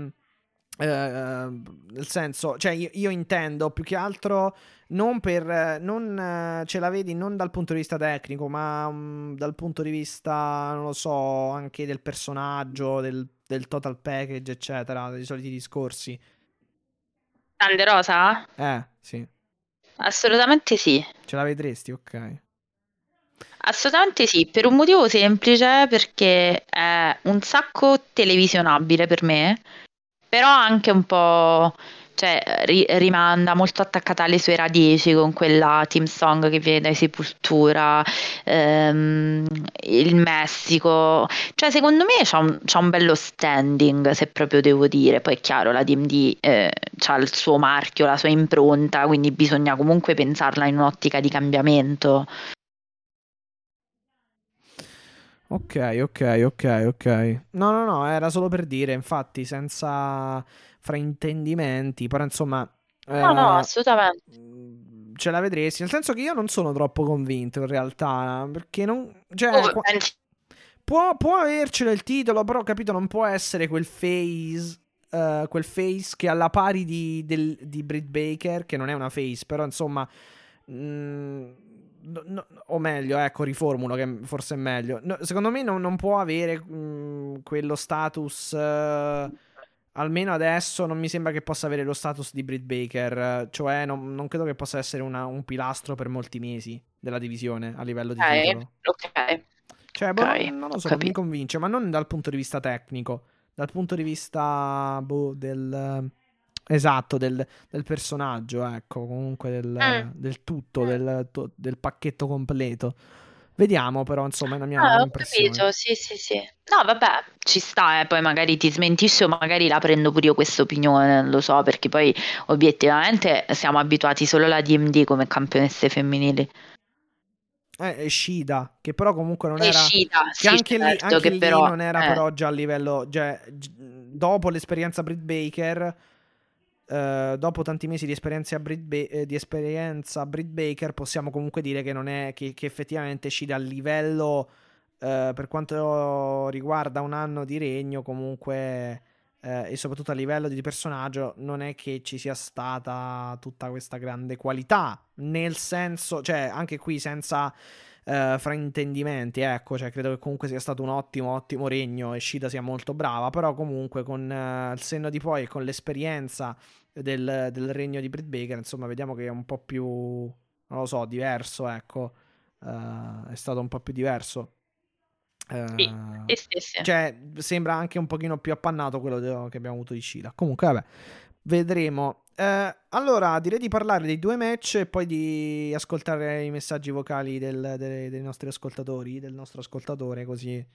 nel senso, cioè, io intendo più che altro non non ce la vedi non dal punto di vista tecnico, ma dal punto di vista, non lo so, anche del personaggio, del total package, eccetera, dei soliti discorsi. Tanderosa? Sì. Assolutamente sì. Ce la vedresti, ok. Assolutamente sì, per un motivo semplice, perché è un sacco televisionabile per me, però anche un po' cioè rimanda molto attaccata alle sue radici con quella team song che viene dai Sepultura, ehm, il Messico, cioè secondo me c'ha un bello standing, se proprio devo dire. Poi è chiaro, la DMD c'ha il suo marchio, la sua impronta, quindi bisogna comunque pensarla in un'ottica di cambiamento. Ok. No, era solo per dire, infatti, senza fraintendimenti, però insomma, No, no, eh, assolutamente. ce la vedresti, nel senso che io non sono troppo convinto in realtà, perché non, Tu cioè, pensi- può avercelo il titolo, però capito, non può essere quel face che alla pari di Britt Baker, che non è una face, però insomma, o meglio, ecco, riformulo che forse è meglio. Secondo me non può avere quello status, almeno adesso non mi sembra che possa avere lo status di Britt Baker, cioè non credo che possa essere un pilastro per molti mesi della divisione a livello di titolo. ok, Cioè, boh, ok, non lo ho so, non mi capito. convince, ma non dal punto di vista tecnico, dal punto di vista, boh, esatto, del personaggio, ecco, comunque Mm. del tutto, del pacchetto completo. Vediamo, però, insomma, è una mia Ah, ho impressione. capito, sì, sì, sì. No, vabbè, ci sta, poi magari ti smentisci o magari la prendo pure io questa opinione, non lo so, perché poi obiettivamente siamo abituati solo alla DMD come campionesse femminili. E Shida, che però comunque non E era. Shida, Che sì, certo, anche che lì però... non era però già a livello. Cioè, dopo l'esperienza Britt Baker. Dopo tanti mesi di esperienza a Britt Baker, possiamo comunque dire che non è che effettivamente Shida a livello, per quanto riguarda un anno di regno, comunque, e soprattutto a livello di personaggio, non è che ci sia stata tutta questa grande qualità. Nel senso, cioè, anche qui senza fraintendimenti, ecco, cioè, credo che comunque sia stato un ottimo regno e Shida sia molto brava, però comunque con il senno di poi e con l'esperienza del regno di Britt Baker, insomma, vediamo che è un po' più, non lo so, diverso, ecco. È stato un po' più diverso. Sì, Eh, sì, sì, sì. cioè, sembra anche un pochino più appannato quello che abbiamo avuto di Shida. Comunque, vabbè, vedremo. Allora, direi di parlare dei due match e poi di ascoltare i messaggi vocali dei nostri ascoltatori, del nostro ascoltatore, così.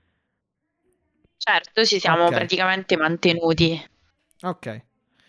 Certo, ci siamo Ok, praticamente mantenuti. ok.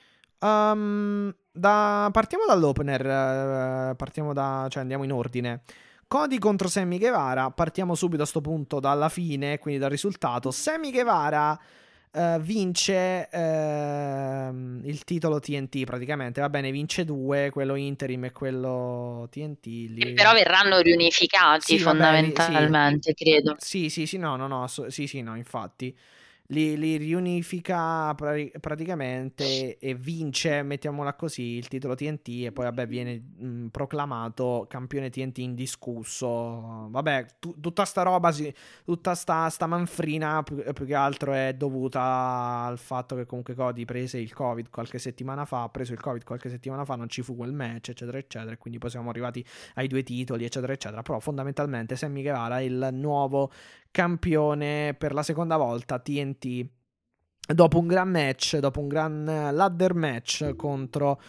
Partiamo dall'opener, cioè andiamo in ordine. Cody contro Sammy Guevara, partiamo subito a sto punto dalla fine, quindi dal risultato. Sammy Guevara vince il titolo TNT praticamente, va bene, vince due, quello interim e quello TNT. Che però verranno riunificati Sì, vabbè, sì. fondamentalmente, credo. Sì, no, sì, no, infatti. Li riunifica praticamente e vince, mettiamola così, il titolo TNT e poi vabbè viene proclamato campione TNT indiscusso. Vabbè, tutta sta roba, tutta sta manfrina più che altro è dovuta al fatto che comunque Cody prese il Covid qualche settimana fa, ha preso il Covid qualche settimana fa, non ci fu quel match, eccetera, eccetera, e quindi poi siamo arrivati ai due titoli, eccetera, eccetera. Però fondamentalmente Sammy Guevara è il nuovo campione per la seconda volta TNT dopo un gran match, dopo un gran ladder match contro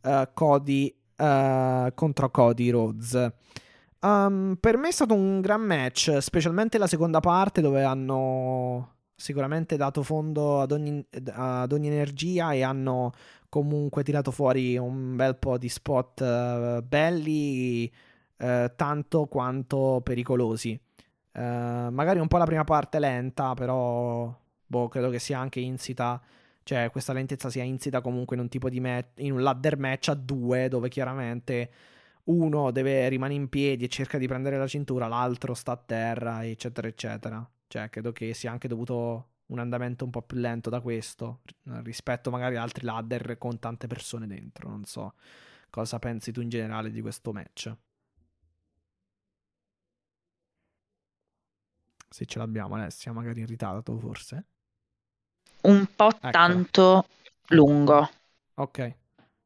Cody Rhodes. Per me è stato un gran match, specialmente la seconda parte dove hanno sicuramente dato fondo ad ogni energia e hanno comunque tirato fuori un bel po' di spot belli, tanto quanto pericolosi. Magari un po' la prima parte lenta, però boh, credo che sia anche insita. Cioè, questa lentezza sia insita comunque in un tipo di in un ladder match a due, dove chiaramente uno rimane in piedi e cerca di prendere la cintura, l'altro sta a terra, eccetera, eccetera. Cioè, credo che sia anche dovuto un andamento un po' più lento da questo, rispetto magari ad altri ladder con tante persone dentro. Non so cosa pensi tu in generale di questo match. Se ce l'abbiamo, Alessia, magari in ritardo forse. Un po' Eccola, tanto ecco. lungo. Ok.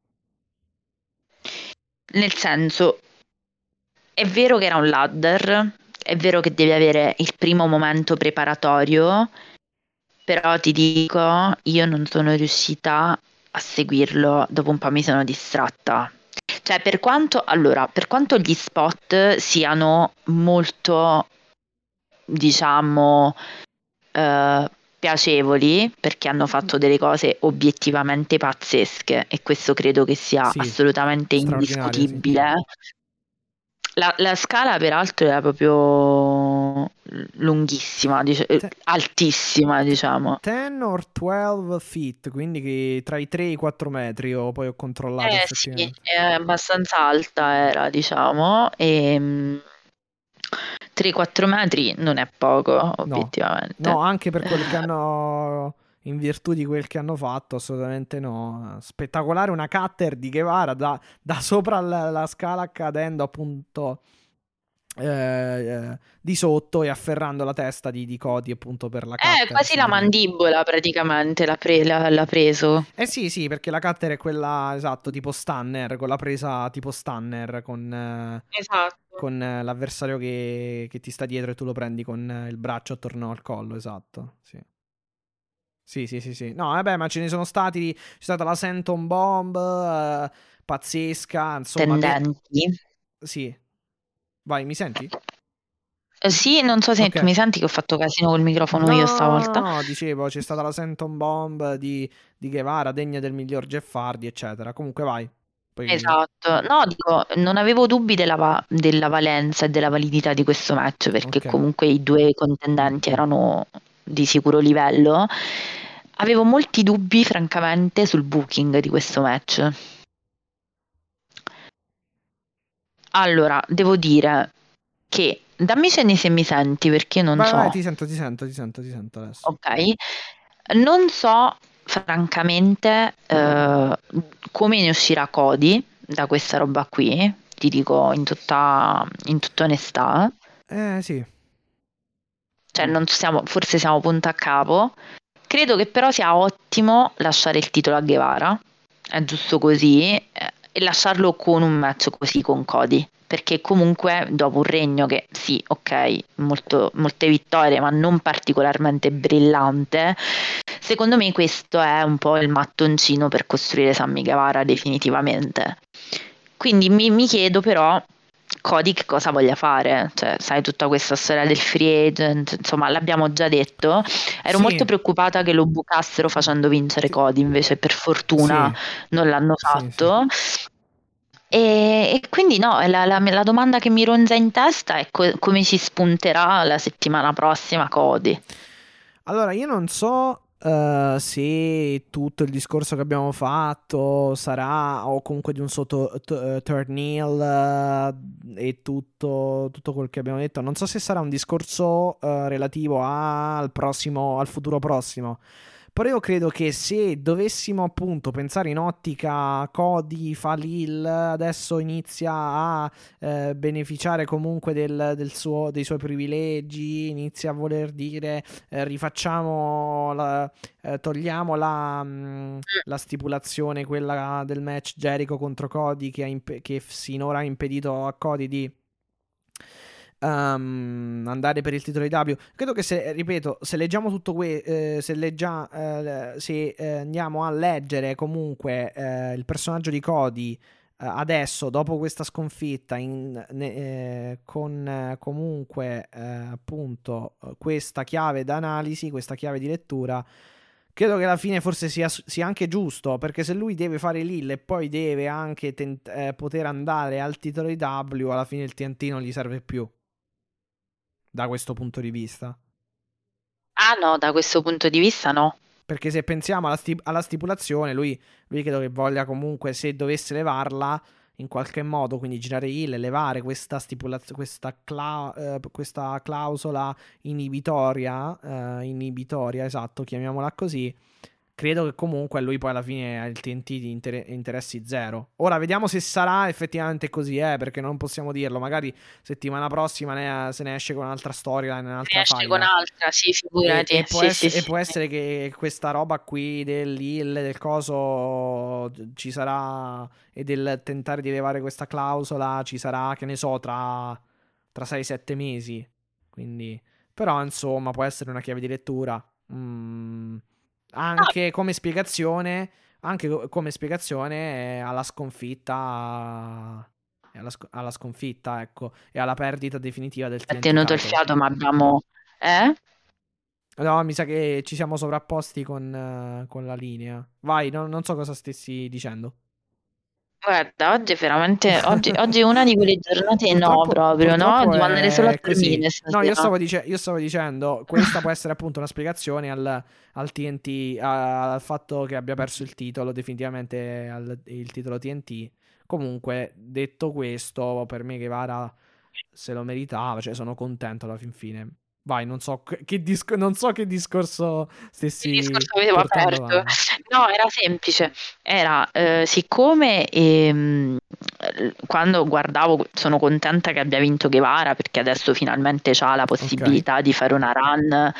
Nel senso, è vero che era un ladder, è vero che devi avere il primo momento preparatorio, però ti dico, io non sono riuscita a seguirlo, dopo un po' mi sono distratta. Cioè, per quanto gli spot siano molto, diciamo, piacevoli, perché hanno fatto delle cose obiettivamente pazzesche, e questo credo che sia Sì, assolutamente straordinario, sì. indiscutibile. La scala, peraltro, era proprio lunghissima, Te- altissima, diciamo. 10 or 12 feet, quindi tra i 3 e i 4 metri, poi ho controllato Eh sì, effettivamente. è abbastanza alta era, diciamo, e 3-4 metri non è poco, No, no, obiettivamente. anche per quel che hanno, in virtù di quel che hanno fatto, assolutamente no. Spettacolare una cutter di Guevara da sopra la scala cadendo appunto di sotto e afferrando la testa di Cody appunto per la cutter. Quasi la Sì. mandibola praticamente l'ha preso. Eh sì, sì, perché la cutter è quella, esatto, tipo stunner, con la presa tipo stunner, Esatto. con l'avversario che ti sta dietro e tu lo prendi con il braccio attorno al collo, esatto, sì. Sì, sì, sì, sì. No, vabbè, ma ce ne sono stati, c'è stata la Senton Bomb, pazzesca, insomma, Tendenti. sì. Vai, mi senti? Sì, non so se Ok. tu mi senti che ho fatto casino col microfono io stavolta. No, dicevo, c'è stata la Senton Bomb di Guevara, degna del miglior Jeff Hardy, eccetera. Comunque vai. Poi... Esatto, no, dico, non avevo dubbi della valenza e della validità di questo match, perché Ok. comunque i due contendenti erano di sicuro livello. Avevo molti dubbi, francamente, sul booking di questo match. Allora, devo dire che dammi cenni se mi senti, perché io non Vai, vai, so. ti sento, ti sento, ti sento, ti sento adesso. Ok, non so francamente come ne uscirà Cody da questa roba qui, ti dico in tutta onestà, Sì. cioè non siamo, forse siamo punto a capo. Credo che però sia ottimo lasciare il titolo a Guevara, è giusto così, e lasciarlo con un match così con Cody, perché comunque dopo un regno che sì, ok, molte vittorie, ma non particolarmente brillante, secondo me questo è un po' il mattoncino per costruire Sammy Guevara definitivamente. Quindi mi chiedo però Cody che cosa voglia fare, cioè sai tutta questa storia del free agent, insomma l'abbiamo già detto, ero molto Sì, preoccupata che lo bucassero facendo vincere sì, Cody, invece per fortuna sì, non l'hanno sì, sì. fatto. E quindi no, la domanda che mi ronza in testa è come ci spunterà la settimana prossima Cody. Allora, io non so se tutto il discorso che abbiamo fatto sarà o comunque di un sotto turn heel e tutto quel che abbiamo detto. Non so se sarà un discorso relativo al futuro prossimo. Però io credo che se dovessimo appunto pensare in ottica Cody fa Lil, adesso inizia a beneficiare comunque dei suoi privilegi, inizia a voler dire rifacciamo togliamo la stipulazione, quella del match Jericho contro Cody che sinora ha impedito a Cody di andare per il titolo di W. Credo che se, ripeto, se leggiamo tutto se andiamo a leggere comunque il personaggio di Cody adesso, dopo questa sconfitta, con comunque appunto questa chiave d'analisi, questa chiave di lettura, credo che alla fine forse sia anche giusto, perché se lui deve fare l'Hill e poi deve anche poter andare al titolo di W, alla fine il TNT non gli serve più, da questo punto di vista. Ah no, da questo punto di vista no. Perché se pensiamo alla stipulazione, lui credo che voglia comunque, se dovesse levarla in qualche modo, quindi girare il, levare questa stipulazione, questa clausola inibitoria, esatto, chiamiamola così. Credo che comunque a lui poi alla fine il TNT di interessi zero. Ora vediamo se sarà effettivamente così, perché non possiamo dirlo. Magari settimana prossima se ne esce con un'altra storia, un'altra Riesce con faida. altra, sì, figurati. Sì, sì, E sì. può essere che questa roba qui dell'IL, del coso ci sarà, e del tentare di levare questa clausola ci sarà, che ne so, tra 6-7 mesi. Quindi, però, insomma, può essere una chiave di lettura. No, Anche come spiegazione, anche come spiegazione alla sconfitta, alla sconfitta, ecco, e alla perdita definitiva del Ha TNT tenuto il title. fiato, ma abbiamo... No, mi sa che ci siamo sovrapposti con la linea. Vai, non so cosa stessi dicendo. Guarda, oggi è veramente... Oggi è una di quelle giornate no, proprio, no? Purtroppo Devo andare solo a è così. dormire No, io stasera. stavo dicendo, questa può essere appunto una spiegazione al TNT, al fatto che abbia perso il titolo, definitivamente il titolo TNT. Comunque, detto questo, per me Guevara se lo meritava, cioè sono contento alla fin fine. Vai, non so non so che discorso Il stessi discorso che avevo portando aperto. avanti. No, era semplice. Era siccome quando guardavo, sono contenta che abbia vinto Guevara perché adesso finalmente ha la possibilità di fare una run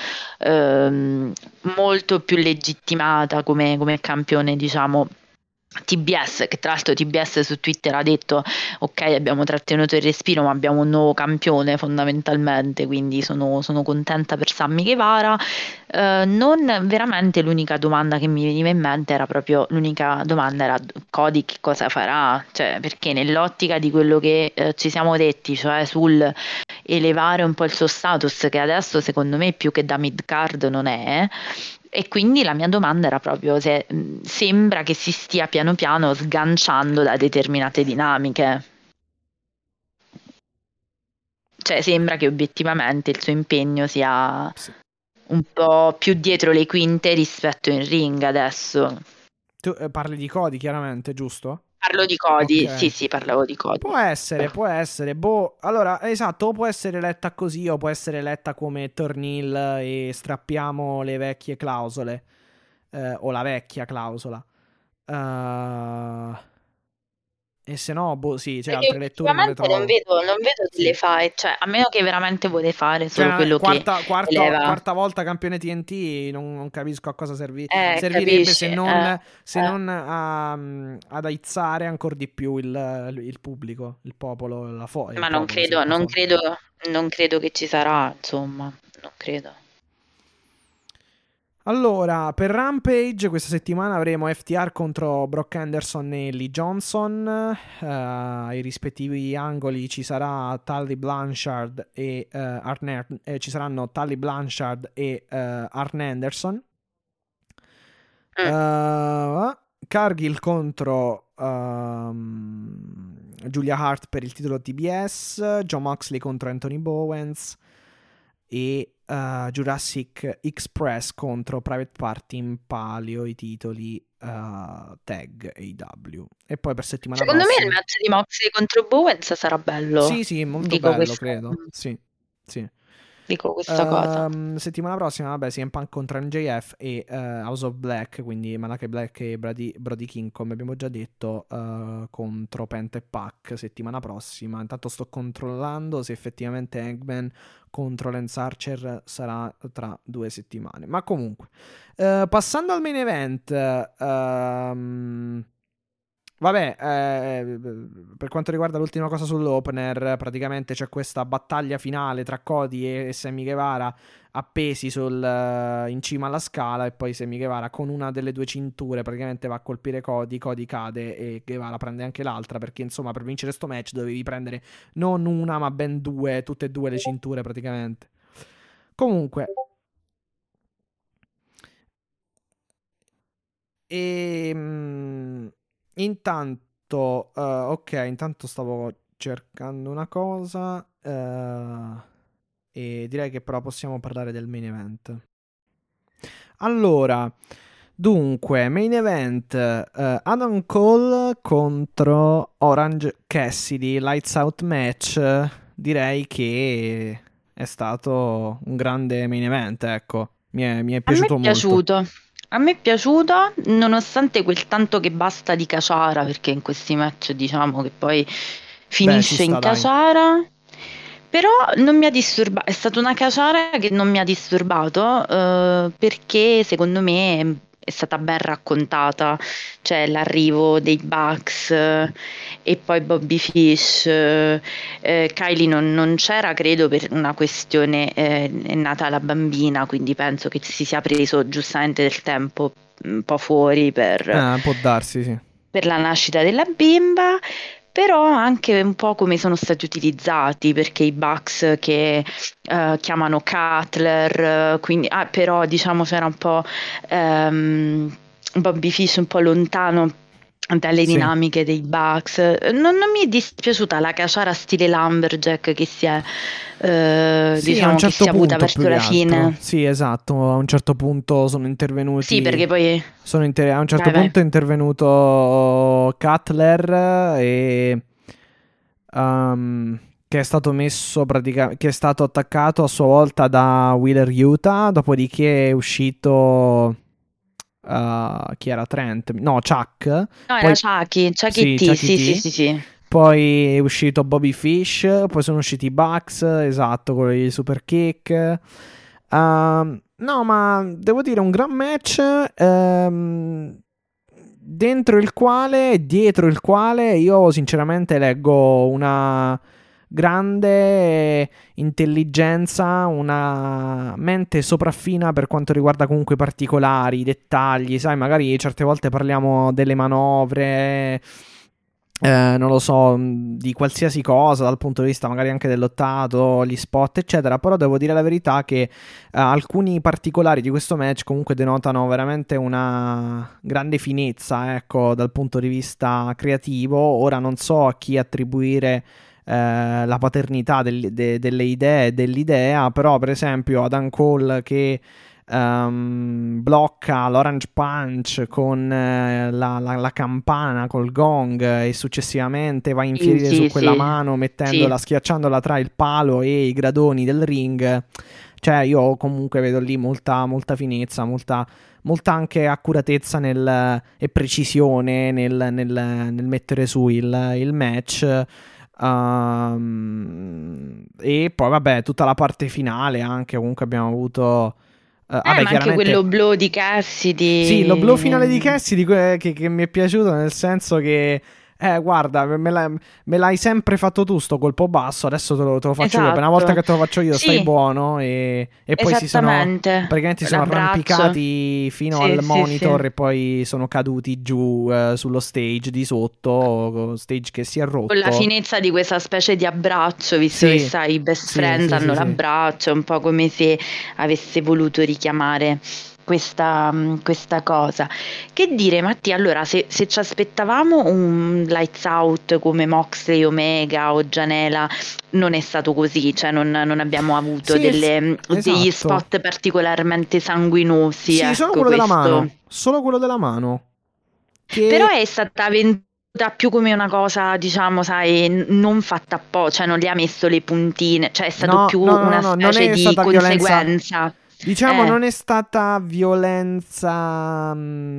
molto più legittimata come campione, diciamo. TBS, che tra l'altro TBS su Twitter ha detto ok, abbiamo trattenuto il respiro ma abbiamo un nuovo campione fondamentalmente, quindi sono contenta per Sammy Guevara. Non veramente l'unica domanda che mi veniva in mente era proprio l'unica domanda era Cody che cosa farà, cioè perché nell'ottica di quello che ci siamo detti, cioè sul elevare un po' il suo status che adesso secondo me più che da mid card non è. E quindi la mia domanda era proprio se sembra che si stia piano piano sganciando da determinate dinamiche. Cioè sembra che obiettivamente il suo impegno sia Sì. un po' più dietro le quinte rispetto in ring adesso. Tu parli di Cody, chiaramente, giusto? Parlo di Cody, Ok. sì, parlavo di Cody. Può essere. Boh, allora, esatto, o può essere letta così, o può essere letta come Tornil e strappiamo le vecchie clausole. O la vecchia clausola. E se no, boh, sì, c'è Perché altre letture, non le obiettivamente non trovo. vedo delle Sì. fight, cioè a meno che veramente vuole fare Cioè, solo quello che eleva. quarta volta campione TNT, non capisco a cosa servirebbe Capisci? se non ad aizzare ancora di più il pubblico, il popolo, il Ma non popolo, sì, credo, la folla. non credo che ci sarà, insomma, non credo. Allora, per Rampage questa settimana avremo FTR contro Brock Anderson e Lee Johnson. Ai rispettivi angoli ci sarà Tully Blanchard e ci saranno Tully Blanchard e Arn Anderson. Cargill contro Julia Hart per il titolo TBS. John Moxley contro Anthony Bowens. E Jurassic Express contro Private Party in palio i titoli tag AEW. E poi per settimana Secondo me il prossima match di Moxley contro Bowens sarà bello. sì, molto Dico bello, questa, credo. Sì. dico questa cosa. Settimana prossima, vabbè, CM Punk contro MJF e House of Black, quindi Malachi Black e Brody King, come abbiamo già detto, contro Penta e Pac settimana prossima. Intanto sto controllando se effettivamente Eggman contro Lance Archer sarà tra 2 settimane. Ma comunque, passando al main event, vabbè, per quanto riguarda l'ultima cosa sull'opener, praticamente c'è questa battaglia finale tra Cody e Sammy Guevara appesi in cima alla scala, e poi Sammy Guevara con una delle due cinture praticamente va a colpire Cody cade e Guevara prende anche l'altra, perché insomma per vincere sto match dovevi prendere non una ma ben due, tutte e due le cinture praticamente. Comunque, intanto, intanto stavo cercando una cosa, e direi che però possiamo parlare del main event. Allora, dunque, main event, Adam Cole contro Orange Cassidy, Lights Out match. Direi che è stato un grande main event, ecco. Mi è piaciuto molto. A me è piaciuto, nonostante quel tanto che basta di caciara, perché in questi match diciamo che poi Beh, ci finisce sta, in dai. caciara. Però non mi ha disturbato, è stata una caciara che non mi ha disturbato perché secondo me è stata ben raccontata, cioè l'arrivo dei Bucks e poi Bobby Fish. Kylie non c'era, credo, per una questione, è nata la bambina, quindi penso che si sia preso giustamente del tempo un po' fuori Può darsi, sì. per la nascita della bimba, però anche un po' come sono stati utilizzati, perché i Bucks che chiamano Cutler, quindi però diciamo c'era un po' Bobby Fish un po' lontano dalle Sì. dinamiche dei Bucks. Non mi è dispiaciuta la caciara stile Lumberjack che si è Sì, a diciamo un che certo si è avuta punto verso più che la altro. fine. Sì, esatto, a un certo punto sono intervenuti. Sì, perché poi A un certo vai, vai. punto è intervenuto Cutler e che è stato messo che è stato attaccato a sua volta da Wheeler Utah, dopodiché è uscito chi era Trent? No, Chuck. No, Poi era Chucky sì, T, Chucky sì, sì, T. sì, sì. Poi è uscito Bobby Fish, poi sono usciti i Bucks, esatto, con i super kick. No, ma devo dire un gran match dietro il quale io sinceramente leggo una grande intelligenza, una mente sopraffina per quanto riguarda comunque i particolari, i dettagli, sai, magari certe volte parliamo delle manovre, non lo so, di qualsiasi cosa dal punto di vista magari anche del lottato, gli spot eccetera, però devo dire la verità che alcuni particolari di questo match comunque denotano veramente una grande finezza, ecco, dal punto di vista creativo. Ora non so a chi attribuire la paternità delle idee e dell'idea, però per esempio Adam Cole che blocca l'Orange Punch con la campana col gong e successivamente va a infierire Sì, su sì, quella sì. mano mettendola, Sì. schiacciandola tra il palo e i gradoni del ring. Cioè io comunque vedo lì molta finezza, molta anche accuratezza e precisione nel mettere su il match. E poi vabbè, tutta la parte finale anche comunque abbiamo avuto vabbè, Ma anche chiaramente quello blu di sì, l'oblò finale di Cassidy. Cassidy che mi è piaciuto nel senso che guarda, me l'hai sempre fatto tu sto colpo basso, adesso te lo faccio io. Per una volta Esatto. che te lo faccio io stai Sì, buono e poi esattamente. praticamente si sono L'abbraccio. arrampicati fino Sì, al sì, monitor sì. e poi sono caduti giù sullo stage di sotto, stage che si è Con la rotto. finezza di questa specie di abbraccio, visto che Sì, sai, i best sì, friends sì, sì, hanno sì. l'abbraccio, è un po' come se avesse voluto richiamare questa cosa. Che dire, Mattia, allora, se ci aspettavamo un lights out come Moxley, Omega o Gianela, non è stato così, cioè non abbiamo avuto Sì, degli esatto. spot particolarmente sanguinosi, Sì, solo ecco quello della questo. mano. Solo quello della mano. Però Che è stata venduta più come una cosa, diciamo, sai, non fatta apposta, cioè non le ha messo le puntine, cioè è stato no, più no, no, no, una no, non specie è di stata violenza. conseguenza. Diciamo, Eh, non è stata violenza.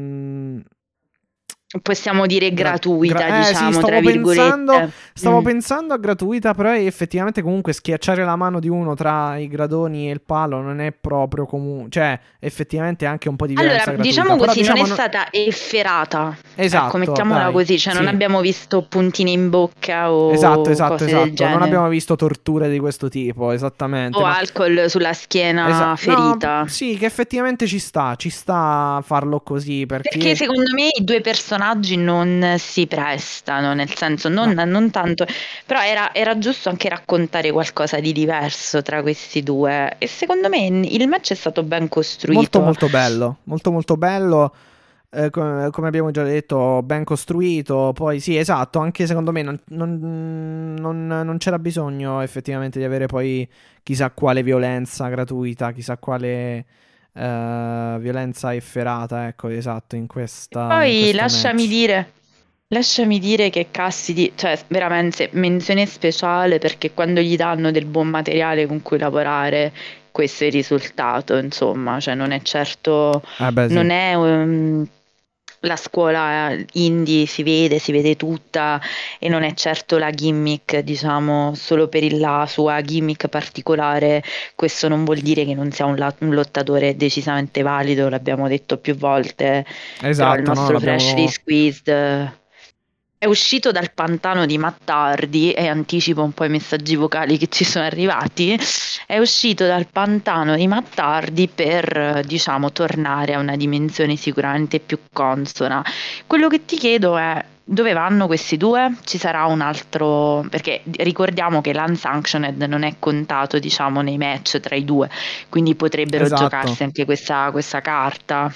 Possiamo dire gratuita, Sì, diciamo, tra virgolette. stavo pensando a gratuita, però effettivamente comunque schiacciare la mano di uno tra i gradoni e il palo non è proprio comune, cioè effettivamente è anche un po' di Allora, violenza gratuita, diciamo però così, non è diciamo stata efferata. Ecco, esatto, mettiamola dai, così, cioè non sì. abbiamo visto puntini in bocca Esatto, o esatto, cose del esatto. Non abbiamo genere. visto torture di questo tipo, esattamente, O ma alcol sulla schiena no, ferita. sì, che effettivamente ci sta a farlo così Perché perché secondo me i due personaggi non si prestano, nel senso no. non tanto, però era giusto anche raccontare qualcosa di diverso tra questi due e secondo me il match è stato ben Molto costruito. molto bello, molto molto bello, come abbiamo già detto, ben costruito. Poi sì, esatto, anche secondo me non c'era bisogno effettivamente di avere poi chissà quale violenza gratuita, chissà quale violenza efferata, ecco, esatto, in Poi questo match. lasciami dire che Cassidy, cioè veramente menzione speciale perché quando gli danno del buon materiale con cui lavorare, questo è il risultato, insomma, cioè non è certo, Beh sì, non è, la scuola indie si vede tutta e non è certo la gimmick, diciamo, solo per la sua gimmick particolare. Questo non vuol dire che non sia un lottatore decisamente valido, l'abbiamo detto più volte, però il Esatto, no, nostro Freshly l'abbiamo... Squeezed è uscito dal pantano di Matt Hardy, e anticipo un po' i messaggi vocali che ci sono arrivati, è uscito dal pantano di Matt Hardy per, diciamo, tornare a una dimensione sicuramente più consona. Quello che ti chiedo è: dove vanno questi due? Ci sarà un altro, perché ricordiamo che l'unsanctioned non è contato, diciamo, nei match tra i due, quindi potrebbero Esatto. giocarsi anche questa carta.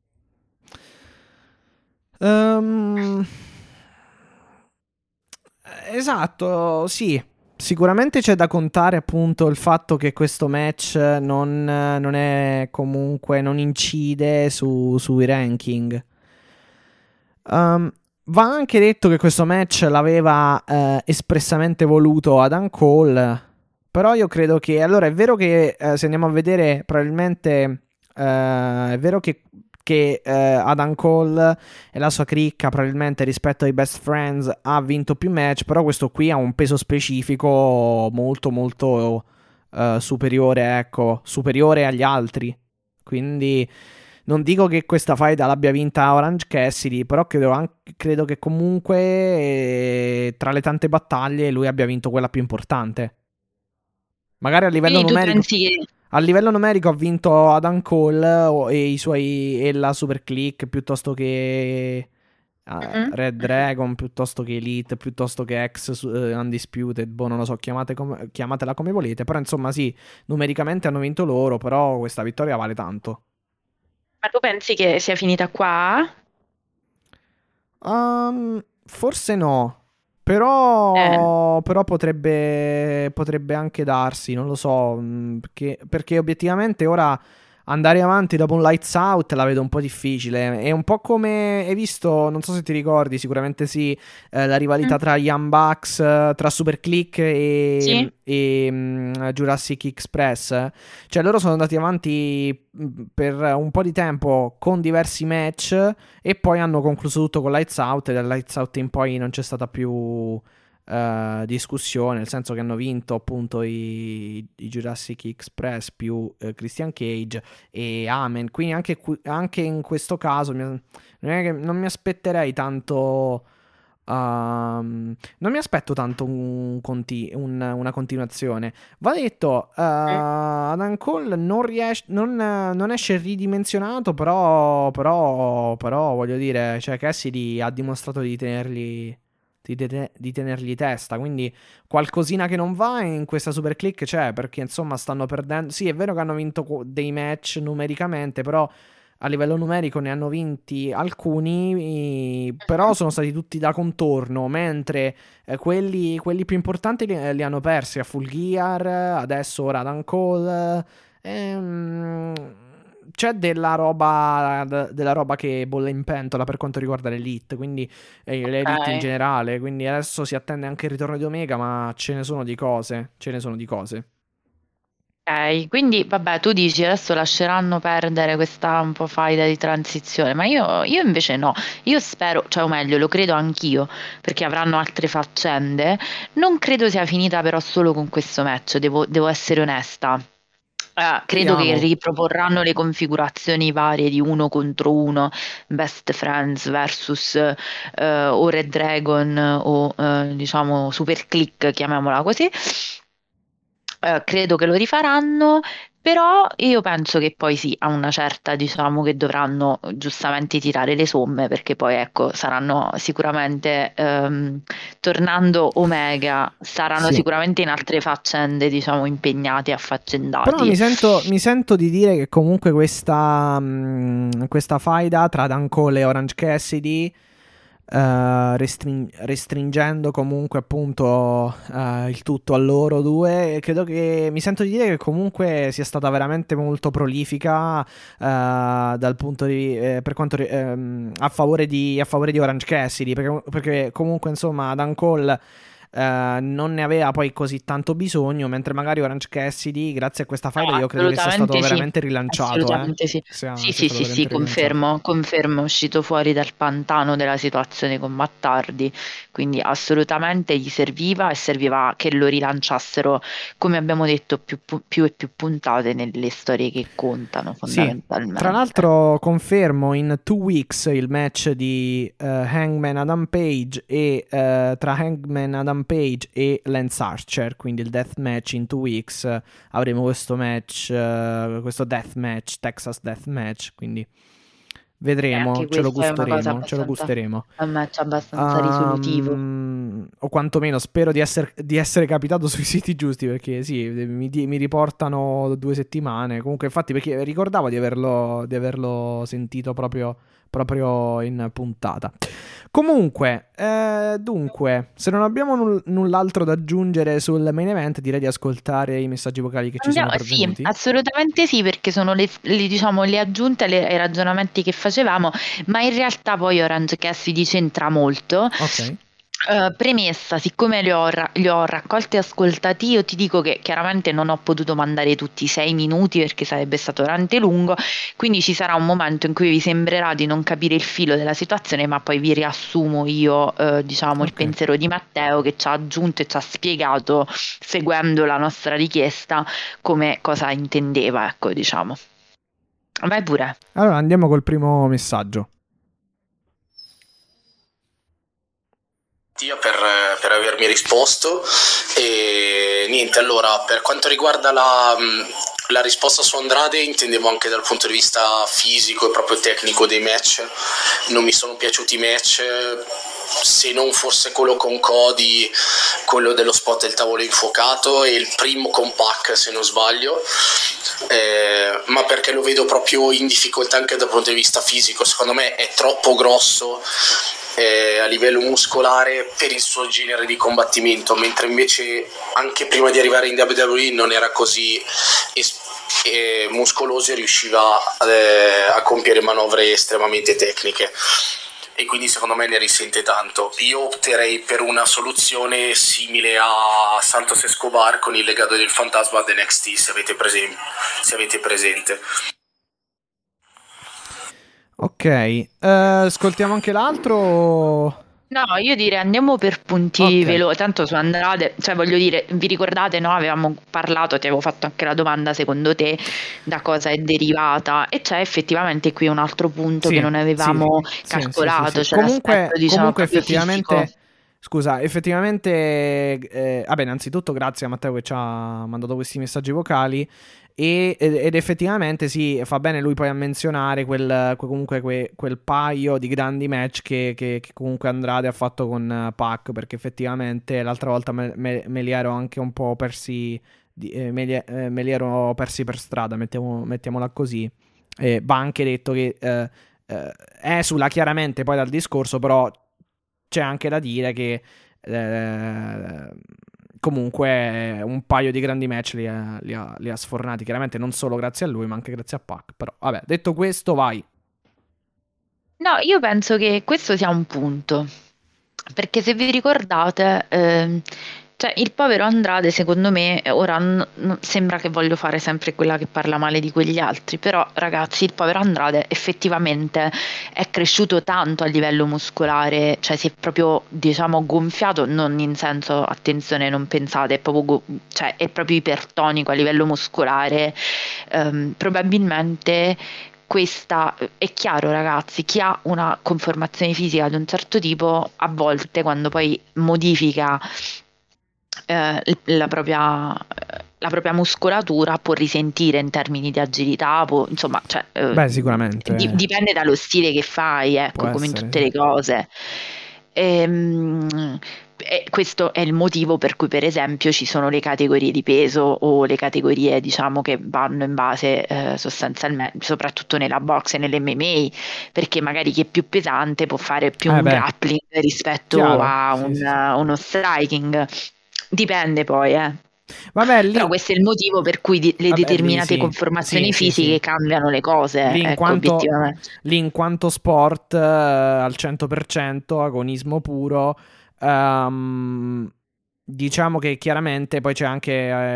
Ehm, esatto, sì. Sicuramente c'è da contare appunto il fatto che questo match non è comunque, non incide sui ranking. Va anche detto che questo match l'aveva espressamente voluto Adam Cole, però io credo che, allora è vero che se andiamo a vedere probabilmente è vero che Adam Cole e la sua cricca probabilmente rispetto ai Best Friends ha vinto più match, però questo qui ha un peso specifico molto molto superiore, ecco, superiore agli altri. Quindi non dico che questa faida l'abbia vinta Orange Cassidy, però credo che comunque tra le tante battaglie lui abbia vinto quella più importante. Magari Quindi tu pensi che... a livello numerico ha vinto Adam Cole e la Super Click piuttosto che Mhm. Red Dragon, piuttosto che Elite, piuttosto che Undisputed, boh, non lo so, chiamatela come volete, però insomma sì, numericamente hanno vinto loro, però questa vittoria vale tanto. Ma tu pensi che sia finita qua? Forse no. Eh. Però potrebbe anche darsi, non lo so. Perché obiettivamente ora andare avanti dopo un lights out la vedo un po' difficile. È un po' come hai visto, non so se ti ricordi, sicuramente sì, la rivalità Mm. tra Young Bucks, tra Super Click Sì? e Jurassic Express. Cioè loro sono andati avanti per un po' di tempo con diversi match e poi hanno concluso tutto con Lights Out, e dal Lights Out in poi non c'è stata più discussione, nel senso che hanno vinto appunto i Jurassic Express più Christian Cage e Amen. Quindi anche in questo caso non mi aspetterei tanto. Non mi aspetto tanto una continuazione. Va detto, Mm. Adam Cole non esce ridimensionato, però voglio dire, cioè Cassidy ha dimostrato di tenergli testa, quindi qualcosina che non va in questa Super Click c'è, perché insomma stanno perdendo. Sì, è vero che hanno vinto dei match numericamente, però a livello numerico ne hanno vinti alcuni, però sono stati tutti da contorno, mentre quelli più importanti li hanno persi a Full Gear, adesso ora ad Cole. ehm, C'è della roba che bolle in pentola per quanto riguarda l'Elite, quindi l'Elite in Ok. generale, quindi adesso si attende anche il ritorno di Omega, ma ce ne sono di cose, ce ne sono di cose. Ok, quindi vabbè, tu dici adesso lasceranno perdere questa un po' faida di transizione, ma io invece no, io spero, cioè o meglio, lo credo anch'io, perché avranno altre faccende. Non credo sia finita però solo con questo match, devo essere onesta. Credo che Vediamo. riproporranno le configurazioni varie di uno contro uno, Best Friends versus o Red Dragon o diciamo Super Click, chiamiamola così. Credo che lo rifaranno, però io penso che poi sì, a una certa diciamo che dovranno giustamente tirare le somme, perché poi ecco saranno sicuramente, tornando Omega, saranno Sì. sicuramente in altre faccende, diciamo, impegnati, Però affaccendati. mi sento di dire che comunque questa faida tra Dan Cole e Orange Cassidy, restringendo comunque appunto il tutto a loro due, credo che mi sento di dire che comunque sia stata veramente molto prolifica dal punto di per quanto a favore di Orange Cassidy, perché comunque insomma Dan Cole non ne aveva poi così tanto bisogno, mentre magari Orange Cassidy, grazie a questa faida, io credo che sia stato assolutamente sì, veramente rilanciato. assolutamente sì. Sia Sì, stato sì, veramente rilanciato. confermo, è uscito fuori dal pantano della situazione con Mattardi, quindi assolutamente gli serviva e serviva che lo rilanciassero, come abbiamo detto, più e più puntate nelle storie che contano Sì, tra fondamentalmente. l'altro confermo in 2 weeks il match di Hangman Adam Page e tra Hangman Adam Page e Lance Archer, quindi il death match in 2 weeks. Avremo questo match, questo death match, Texas death match, quindi vedremo, Anche ce lo questa è una cosa gusteremo, ce lo abbastanza, gusteremo. un match abbastanza risolutivo. O quantomeno spero di essere capitato sui siti giusti, perché sì, mi riportano 2 settimane. Comunque, infatti, perché ricordavo di averlo sentito proprio in puntata. Comunque, dunque, se non abbiamo null'altro da aggiungere sul main event, direi di ascoltare i messaggi vocali che ci sono Sì, pervenuti. assolutamente sì, perché sono diciamo, le aggiunte ai ragionamenti che facevamo, ma in realtà poi Orange Cassidy c'entra molto. Ok. Premessa, siccome li ho raccolti e ascoltati, io ti dico che chiaramente non ho potuto mandare tutti i 6 minuti perché sarebbe stato veramente lungo, quindi ci sarà un momento in cui vi sembrerà di non capire il filo della situazione, ma poi vi riassumo io, diciamo, il Ok. pensiero di Matteo che ci ha aggiunto e ci ha spiegato, seguendo la nostra richiesta, come cosa intendeva, ecco, diciamo. Vai pure. Allora andiamo col primo messaggio. Per avermi risposto e niente, allora per quanto riguarda la risposta su Andrade, intendevo anche dal punto di vista fisico e proprio tecnico dei match. Non mi sono piaciuti i match, se non forse quello con Cody, quello dello spot del tavolo infuocato, e il primo con Pac se non sbaglio, ma perché lo vedo proprio in difficoltà anche dal punto di vista fisico. Secondo me è troppo grosso a livello muscolare per il suo genere di combattimento, mentre invece anche prima di arrivare in WWE non era così muscoloso e riusciva a compiere manovre estremamente tecniche, e quindi secondo me ne risente tanto. Io opterei per una soluzione simile a Santos Escobar con il legado del fantasma ad NXT, se avete presente. Ok, ascoltiamo anche l'altro. No, io direi andiamo per punti Ok. veloci, tanto su Andrade, cioè voglio dire, vi ricordate, no? Avevamo parlato, ti avevo fatto anche la domanda, secondo te da cosa è derivata, e c'è effettivamente qui un altro punto che non avevamo calcolato, cioè l'aspetto, diciamo, Comunque proprio effettivamente, fisico. scusa, effettivamente, vabbè, innanzitutto grazie a Matteo che ci ha mandato questi messaggi vocali. Ed effettivamente sì, fa bene lui poi a menzionare quel paio di grandi match che comunque Andrade ha fatto con Pac, perché effettivamente l'altra volta me li ero anche un po' persi, me li ero persi per strada, mettiamola così. Va anche detto che esula chiaramente poi dal discorso, però c'è anche da dire che comunque un paio di grandi match li ha sfornati, chiaramente non solo grazie a lui ma anche grazie a Pac. Però vabbè, detto questo, vai. No, io penso che questo sia un punto, perché se vi ricordate, cioè il povero Andrade, secondo me, ora sembra che voglio fare sempre quella che parla male di quegli altri, però ragazzi, il povero Andrade effettivamente è cresciuto tanto a livello muscolare, cioè si è proprio, diciamo, gonfiato, non in senso, attenzione, non pensate, è proprio, cioè, è proprio ipertonico a livello muscolare, probabilmente. Questa è chiaro, ragazzi, chi ha una conformazione fisica di un certo tipo, a volte quando poi modifica la propria muscolatura può risentire in termini di agilità, insomma, cioè, Beh, sicuramente dipende dallo stile che fai, può ecco, come in essere, tutte sì. le cose. E questo è il motivo per cui, per esempio, ci sono le categorie di peso o le categorie, diciamo, che vanno in base sostanzialmente, soprattutto nella box e nell'MMA, perché magari chi è più pesante può fare più un Beh, grappling rispetto chiaro, a sì. uno striking. Dipende poi, Vabbè, lì Però questo è il motivo per cui le vabbè, lì determinate sì. conformazioni Sì. fisiche cambiano le cose, Lì ecco, obiettivamente. in quanto sport al 100%, agonismo puro, diciamo che chiaramente poi c'è anche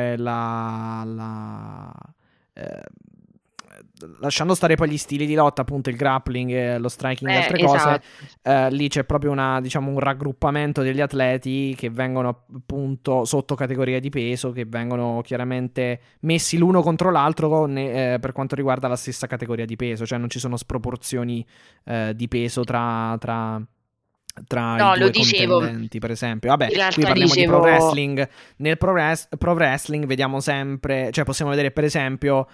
lasciando stare poi gli stili di lotta, appunto il grappling, lo striking e altre cose, lì c'è proprio diciamo, un raggruppamento degli atleti che vengono appunto sotto categoria di peso, che vengono chiaramente messi l'uno contro l'altro per quanto riguarda la stessa categoria di peso, cioè non ci sono sproporzioni di peso tra No, i lo due dicevo. contendenti, per esempio. Vabbè, In realtà qui parliamo di pro dicevo, wrestling. Nel pro wrestling vediamo sempre, cioè possiamo vedere per esempio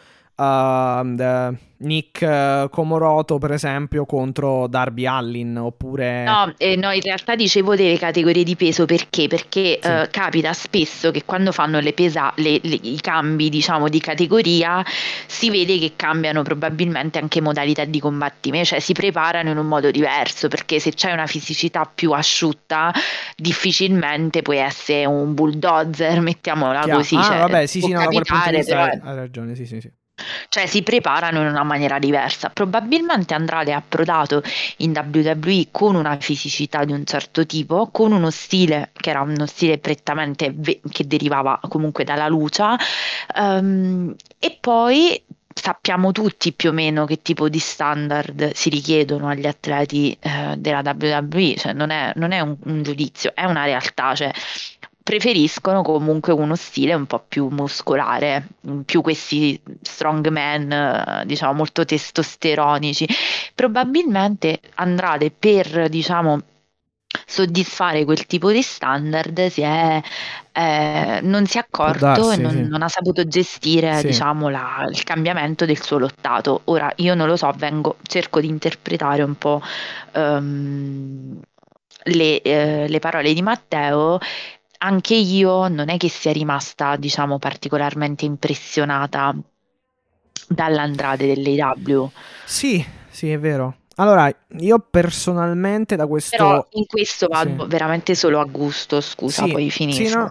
Nick Komoroto, per esempio, contro Darby Allin, oppure no, no, in realtà dicevo delle categorie di peso perché sì, capita spesso che quando fanno i cambi, diciamo, di categoria, si vede che cambiano probabilmente anche modalità di combattimento, cioè si preparano in un modo diverso, perché se c'hai una fisicità più asciutta, difficilmente puoi essere un bulldozer, mettiamola così, cioè, vabbè, sì, può sì, no, da quel punto di capitare, vista però hai ragione, sì, sì, sì. cioè si preparano in una maniera diversa. Probabilmente Andrade è approdato in WWE con una fisicità di un certo tipo, con uno stile che era uno stile prettamente che derivava comunque dalla lucha, e poi sappiamo tutti più o meno che tipo di standard si richiedono agli atleti della WWE, cioè non è un giudizio, è una realtà, cioè preferiscono comunque uno stile un po' più muscolare, più questi strongman, diciamo, molto testosteronici. Probabilmente Andrade per, diciamo, soddisfare quel tipo di standard non si è Può accorto e darsi, sì. non ha saputo gestire, Sì. diciamo, il cambiamento del suo lottato. Ora, io non lo so, cerco di interpretare un po' ehm, le parole di Matteo. Anche io non è che sia rimasta, diciamo, particolarmente impressionata dall'Andrade dell'AEW, Sì, sì, è vero. Allora, io personalmente da però questo in questo sì. vado veramente solo a gusto, scusa, Sì, poi sì, finisco. no.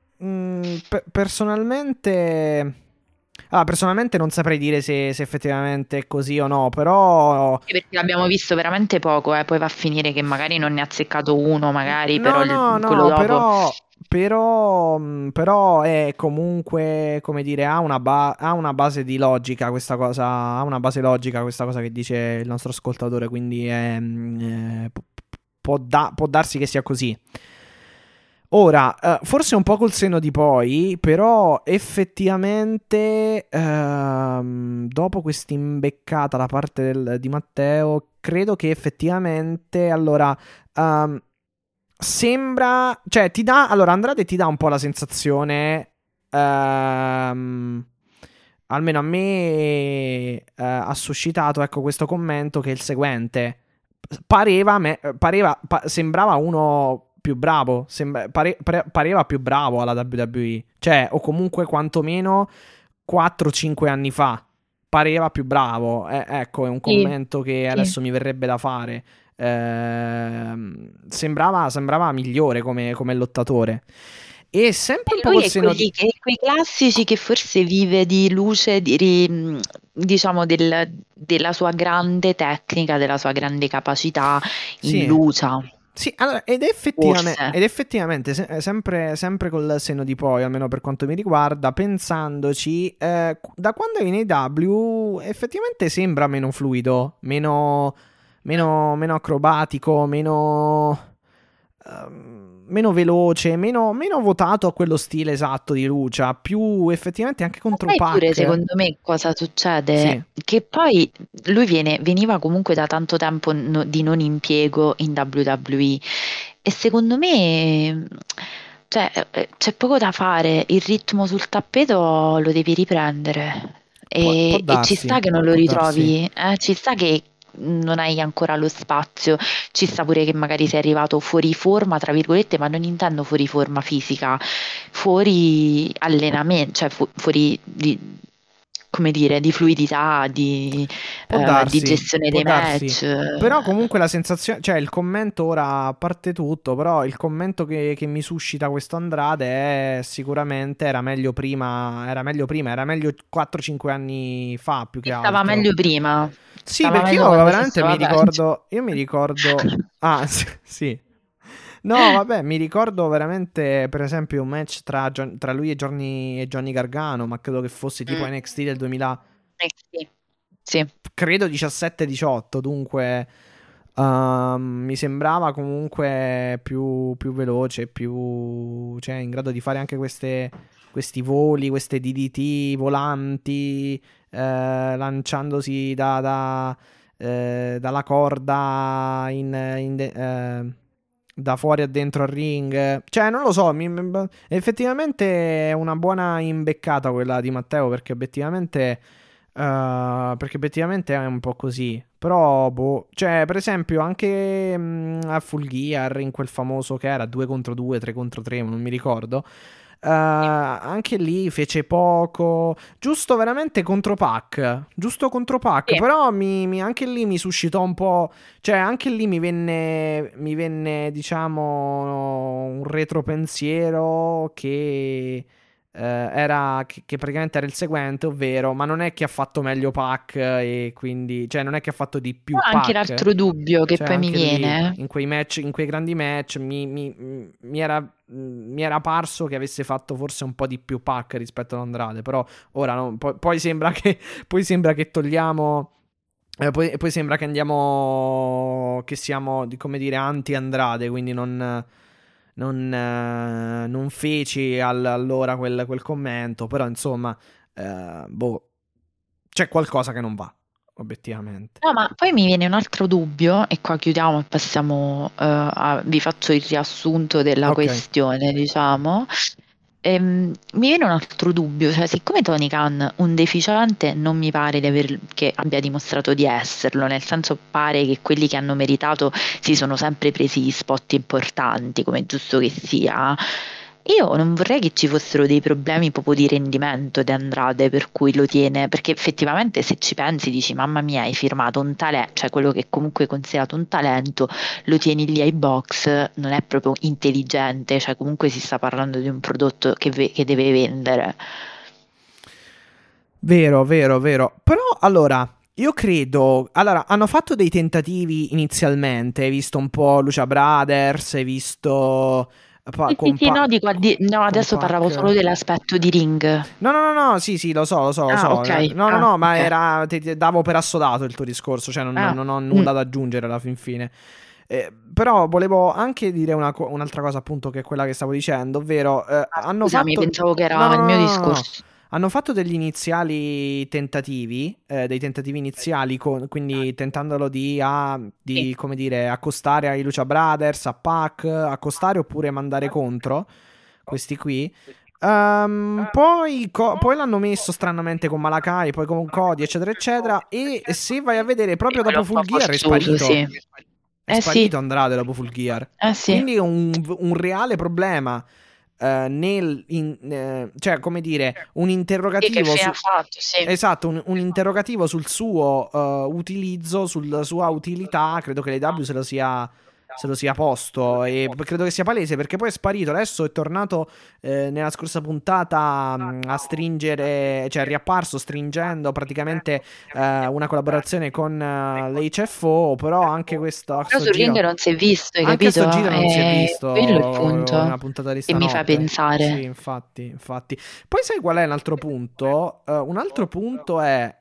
Personalmente. Allora, personalmente non saprei dire se effettivamente è così o no, però. Anche perché l'abbiamo visto veramente poco, poi va a finire che magari non ne ha azzeccato uno, magari, però No, no, quello no, dopo. però è comunque, come dire, ha una base di logica questa cosa, ha una base logica questa cosa che dice il nostro ascoltatore, quindi può darsi che sia così. Ora, forse un po' col senno di poi, però effettivamente dopo questa imbeccata da parte di Matteo, credo che effettivamente, allora, sembra, cioè allora Andrade ti dà un po' la sensazione, almeno a me ha suscitato, ecco, questo commento che è il seguente. Sembrava uno più bravo, pareva più bravo alla WWE, cioè, o comunque quantomeno 4-5 anni fa pareva più bravo. Ecco, è un Sì, commento che sì. adesso mi verrebbe da fare. Sembrava migliore come lottatore. E sempre un E po' lui col è seno di. quei classici che forse vive di luce, diciamo, della sua grande tecnica, della sua grande capacità in Sì. luce, Sì, allora, forse. ed effettivamente sempre col senno di poi, almeno per quanto mi riguarda, pensandoci, da quando è in AEW effettivamente sembra meno fluido, meno acrobatico, meno veloce, meno votato a quello stile esatto di Lucia, più effettivamente anche Ma contro sai pure Pac. secondo me cosa Sì, succede? Che poi lui veniva comunque da tanto tempo di non impiego in WWE e secondo me cioè, c'è poco da fare, il ritmo sul tappeto lo devi riprendere può e ci sta darsi, che non lo può darsi. ritrovi, ci sta che non hai ancora lo spazio, ci sta pure che magari sei arrivato fuori forma, tra virgolette, ma non intendo fuori forma fisica, fuori allenamento, cioè fuori di, come dire, di fluidità, di gestione Può dei darsi. match. Però comunque la sensazione, cioè il commento ora, a parte tutto, però il commento che mi suscita questo Andrade è sicuramente era meglio 4-5 anni fa più che Stava altro. meglio prima, Sì, stava perché meglio io quando si veramente stava peggio. io mi ricordo, ah sì, No, vabbè, mi ricordo veramente, per esempio, un match tra lui e Johnny Gargano, ma credo che fosse tipo NXT del 2000, Sì. Sì. credo 17-18, dunque mi sembrava comunque più veloce, cioè in grado di fare anche questi voli, queste DDT volanti, lanciandosi dalla corda da fuori a dentro al ring. Cioè, non lo so, effettivamente è una buona imbeccata quella di Matteo, perché effettivamente è un po' così. Però, boh, cioè, per esempio, anche a Full Gear, in quel famoso che era 2 contro 2, 3 contro 3, non mi ricordo. Anche lì fece poco, giusto veramente contro Pac, Sì. però anche lì mi suscitò un po', cioè anche lì mi venne diciamo un retropensiero che praticamente era il seguente, ovvero, ma non è che ha fatto meglio Pac e quindi, cioè non è che ha fatto di più Anche Pac, l'altro dubbio che cioè poi mi anche lì viene. in quei match, in quei grandi match mi era parso che avesse fatto forse un po' di più Pac rispetto ad Andrade, però ora no, poi sembra che togliamo. Poi sembra che andiamo. Che siamo, come dire, anti-Andrade. Quindi non feci allora quel commento. Però insomma, boh, c'è qualcosa che non va, obiettivamente. No, ma poi mi viene un altro dubbio, e qua chiudiamo e passiamo, vi faccio il riassunto della Ok. questione, diciamo. Mi viene un altro dubbio, cioè siccome Tony Khan un deficiente non mi pare che abbia dimostrato di esserlo, nel senso pare che quelli che hanno meritato si sono sempre presi gli spot importanti, come è giusto che sia. Io non vorrei che ci fossero dei problemi proprio di rendimento di Andrade per cui lo tiene, perché effettivamente se ci pensi dici mamma mia hai firmato un talento, cioè quello che comunque è considerato un talento, lo tieni lì ai box, non è proprio intelligente, cioè comunque si sta parlando di un prodotto che deve vendere. Vero, vero, vero. Però allora, io credo. Allora, hanno fatto dei tentativi inizialmente. Hai visto un po' Lucha Brothers, hai visto. Sì, sì, sì, no, dico, no, Con adesso parlavo solo Pac. dell'aspetto di ring. No, no, no, no, sì, sì, lo so, lo so, lo Ah, so. ok. No, no, Ah, no, ma ok. era. Davo per assodato il tuo discorso, cioè Ah, non ho mm. nulla da aggiungere alla fin fine. Però volevo anche dire un'altra cosa, appunto, che è quella che stavo dicendo, ovvero hanno Scusami, fatto. pensavo che No, era no, il no, mio no, no, no. discorso. Hanno fatto degli iniziali tentativi, dei tentativi iniziali, quindi tentandolo Sì. come dire, accostare ai Lucha Brothers, a Pac, accostare oppure mandare contro questi qui. Poi l'hanno messo stranamente con Malakai, poi con Cody, eccetera, eccetera. E se vai a vedere Sì, proprio quello è dopo un po' Full Gear è forzoso, sì. sparito. È Sì, sparito Andrade dopo Full Gear. sì. Quindi è un reale problema. Cioè, come dire, un Sì, che interrogativo fine su. ha fatto, sì. Esatto, un interrogativo sul suo utilizzo, sulla sua utilità. Credo che l'AEW se lo sia posto. E credo che sia palese perché poi è sparito. Adesso è tornato nella scorsa puntata a stringere, cioè è riapparso stringendo praticamente una collaborazione con l'HFO. Però anche Però questo sul ring giro. non si è visto, hai Anche a sto capito? giro non si è visto Quello è il punto una puntata di che mi fa stanotte. Sì, pensare. infatti. Poi sai qual è un altro punto? Un altro punto è,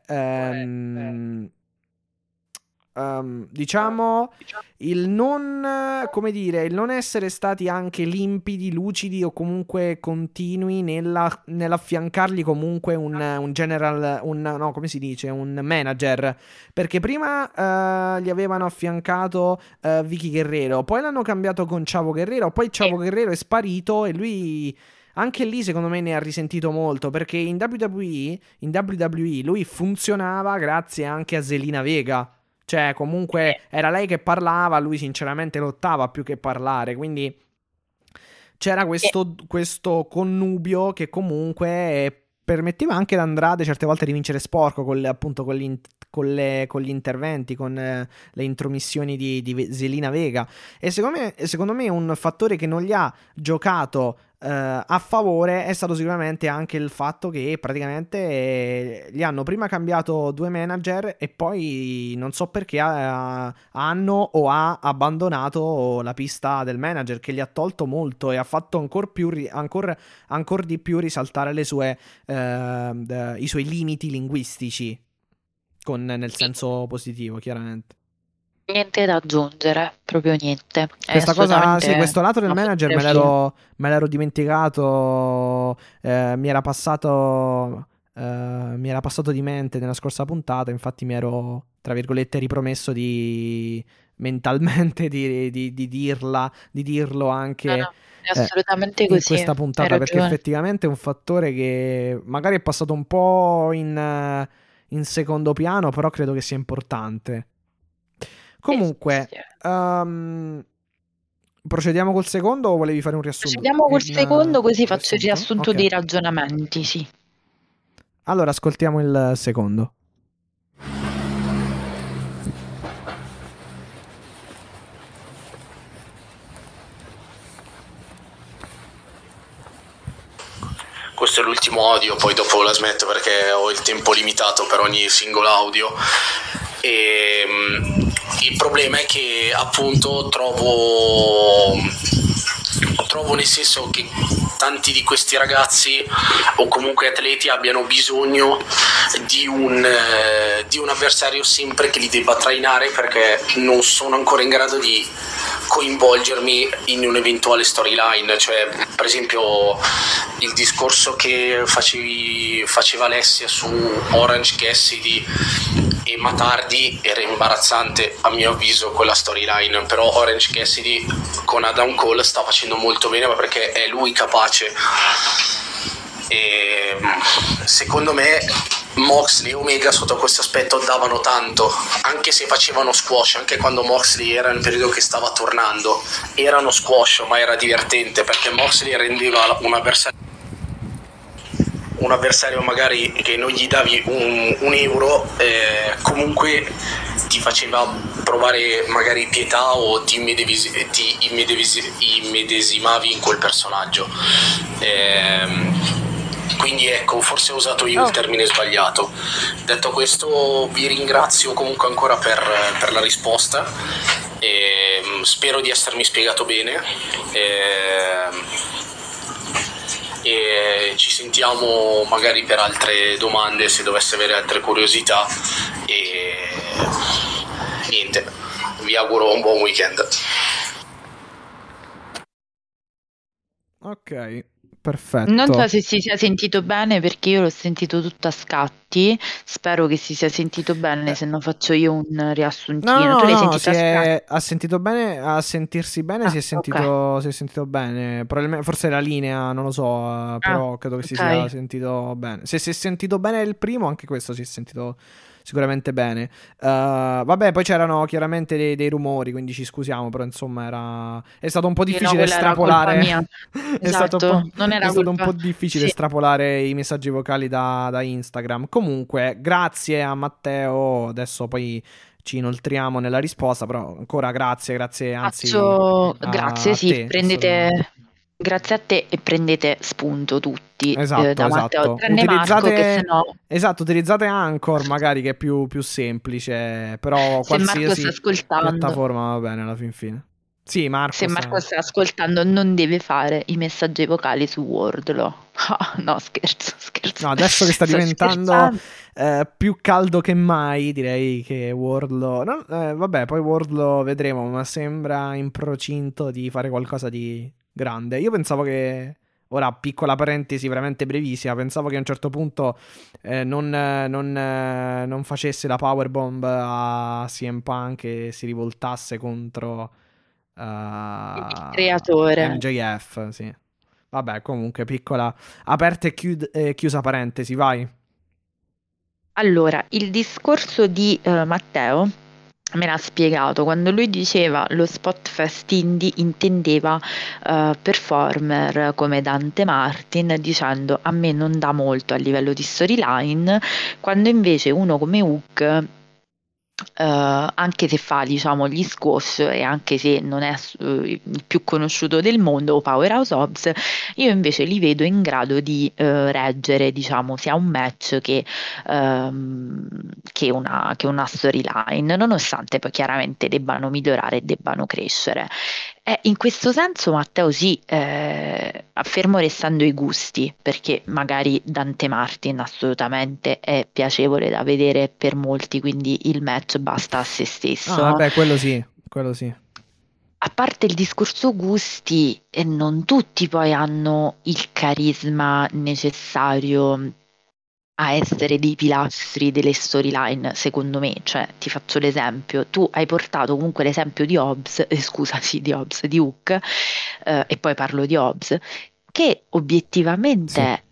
diciamo, come dire, il non essere stati anche limpidi, lucidi o comunque continui nell'affiancargli comunque un general, no, come si dice, un manager. Perché prima gli avevano affiancato Vicky Guerrero, poi l'hanno cambiato con Chavo Guerrero, poi Chavo Guerrero è sparito e lui. Anche lì secondo me ne ha risentito molto perché in WWE lui funzionava grazie anche a Zelina Vega. Cioè comunque era lei che parlava, lui sinceramente lottava più che parlare, quindi c'era questo connubio che comunque permetteva anche ad Andrade certe volte di vincere sporco appunto con gli interventi, con le intromissioni di Zelina Vega. E secondo me un fattore che non gli ha giocato a favore è stato sicuramente anche il fatto che praticamente gli hanno prima cambiato 2 manager e poi non so perché hanno o ha abbandonato la pista del manager, che gli ha tolto molto e ha fatto ancora di più risaltare i suoi limiti linguistici, nel senso positivo, chiaramente. Niente da aggiungere, proprio niente. Questa cosa, sì, questo lato del una manager fotografia. me l'ero dimenticato, mi era passato di mente nella scorsa puntata, infatti mi ero, tra virgolette, ripromesso mentalmente di dirlo anche No, no, è assolutamente in così, questa hai puntata, perché ragione. effettivamente è un fattore che magari è passato un po' in secondo piano, però credo che sia importante. Comunque, Sì. procediamo col secondo o volevi fare un riassunto? Procediamo col secondo, così faccio il riassunto Ok. dei ragionamenti, sì. Allora, ascoltiamo il secondo. Questo è l'ultimo audio, poi dopo la smetto perché ho il tempo limitato per ogni singolo audio. E il problema è che appunto trovo nel senso che tanti di questi ragazzi o comunque atleti abbiano bisogno di un avversario sempre che li debba trainare, perché non sono ancora in grado di coinvolgermi in un'eventuale storyline. Cioè, per esempio, il discorso che faceva Alessia su Orange Cassidy e Matardi era imbarazzante a mio avviso, quella storyline, però Orange Cassidy con Adam Cole sta facendo molto bene, ma perché è lui capace. E secondo me Moxley e Omega sotto questo aspetto davano tanto, anche se facevano squash, anche quando Moxley era nel periodo che stava tornando, erano squash, ma era divertente perché Moxley rendeva un avversario magari che non gli davi un euro, comunque ti faceva provare magari pietà o ti immedesimavi in quel personaggio. Quindi ecco, forse ho usato io il termine sbagliato. Detto questo, vi ringrazio comunque ancora per la risposta e spero di essermi spiegato bene. E ci sentiamo magari per altre domande se dovesse avere altre curiosità, e niente, vi auguro un buon weekend. Ok, perfetto. Non so se si sia sentito bene perché io l'ho sentito tutto a scatti. Spero che si sia sentito bene, se no faccio io un riassuntino. Tu l'hai sentito a scatti? ha sentito bene, a sentirsi bene, Ah, si è sentito bene. Probabilmente, forse la linea, non lo so, però credo che si sia sentito bene. Se si è sentito bene il primo, anche questo si è sentito sicuramente bene. Vabbè, poi c'erano chiaramente dei rumori, quindi ci scusiamo, però insomma è stato un po' difficile estrapolare. Esatto, non era è stato un colpa. po' difficile Sì. estrapolare i messaggi vocali da Instagram. Comunque, grazie a Matteo. Adesso poi ci inoltriamo nella risposta, però ancora grazie, anzi Grazie, a sì, te, assolutamente. grazie a te e prendete spunto tutti Esatto, da Matteo, esatto. tranne Marco che se no, Esatto, utilizzate Anchor magari, che è più semplice, però se Marco qualsiasi sta ascoltando, piattaforma va bene alla fin fine. Sì, Marco se Marco sta ascoltando non deve fare i messaggi vocali su Wordlo. No, scherzo. No, adesso che sta Sto diventando scherzando. più caldo che mai, direi che Wordlo... vabbè, poi Wordlo vedremo, ma sembra in procinto di fare qualcosa di grande. Io pensavo che... Ora, piccola parentesi veramente brevissima, pensavo che a un certo punto non facesse la powerbomb a CM Punk e si rivoltasse contro Il creatore. MJF, sì. Vabbè, comunque, piccola aperta e chiusa parentesi, vai. Allora, il discorso di Matteo me l'ha spiegato. Quando lui diceva lo spot fest indie intendeva performer come Dante Martin, dicendo a me non dà molto a livello di storyline, quando invece uno come Hook anche se fa, diciamo, gli squash e anche se non è il più conosciuto del mondo, Powerhouse Hobbs, io invece li vedo in grado di reggere, diciamo, sia un match che una storyline, nonostante poi chiaramente debbano migliorare e debbano crescere. In questo senso, Matteo, sì, fermo restando i gusti, perché magari Dante Martin assolutamente è piacevole da vedere per molti, quindi il match basta a se stesso. Ah, vabbè, quello sì, quello sì. A parte il discorso gusti, non tutti poi hanno il carisma necessario a essere dei pilastri delle storyline, secondo me. Cioè, ti faccio l'esempio, tu hai portato comunque l'esempio di Hobbs, scusa, sì, di Hobbs, di Hook, e poi parlo di Hobbs, che obiettivamente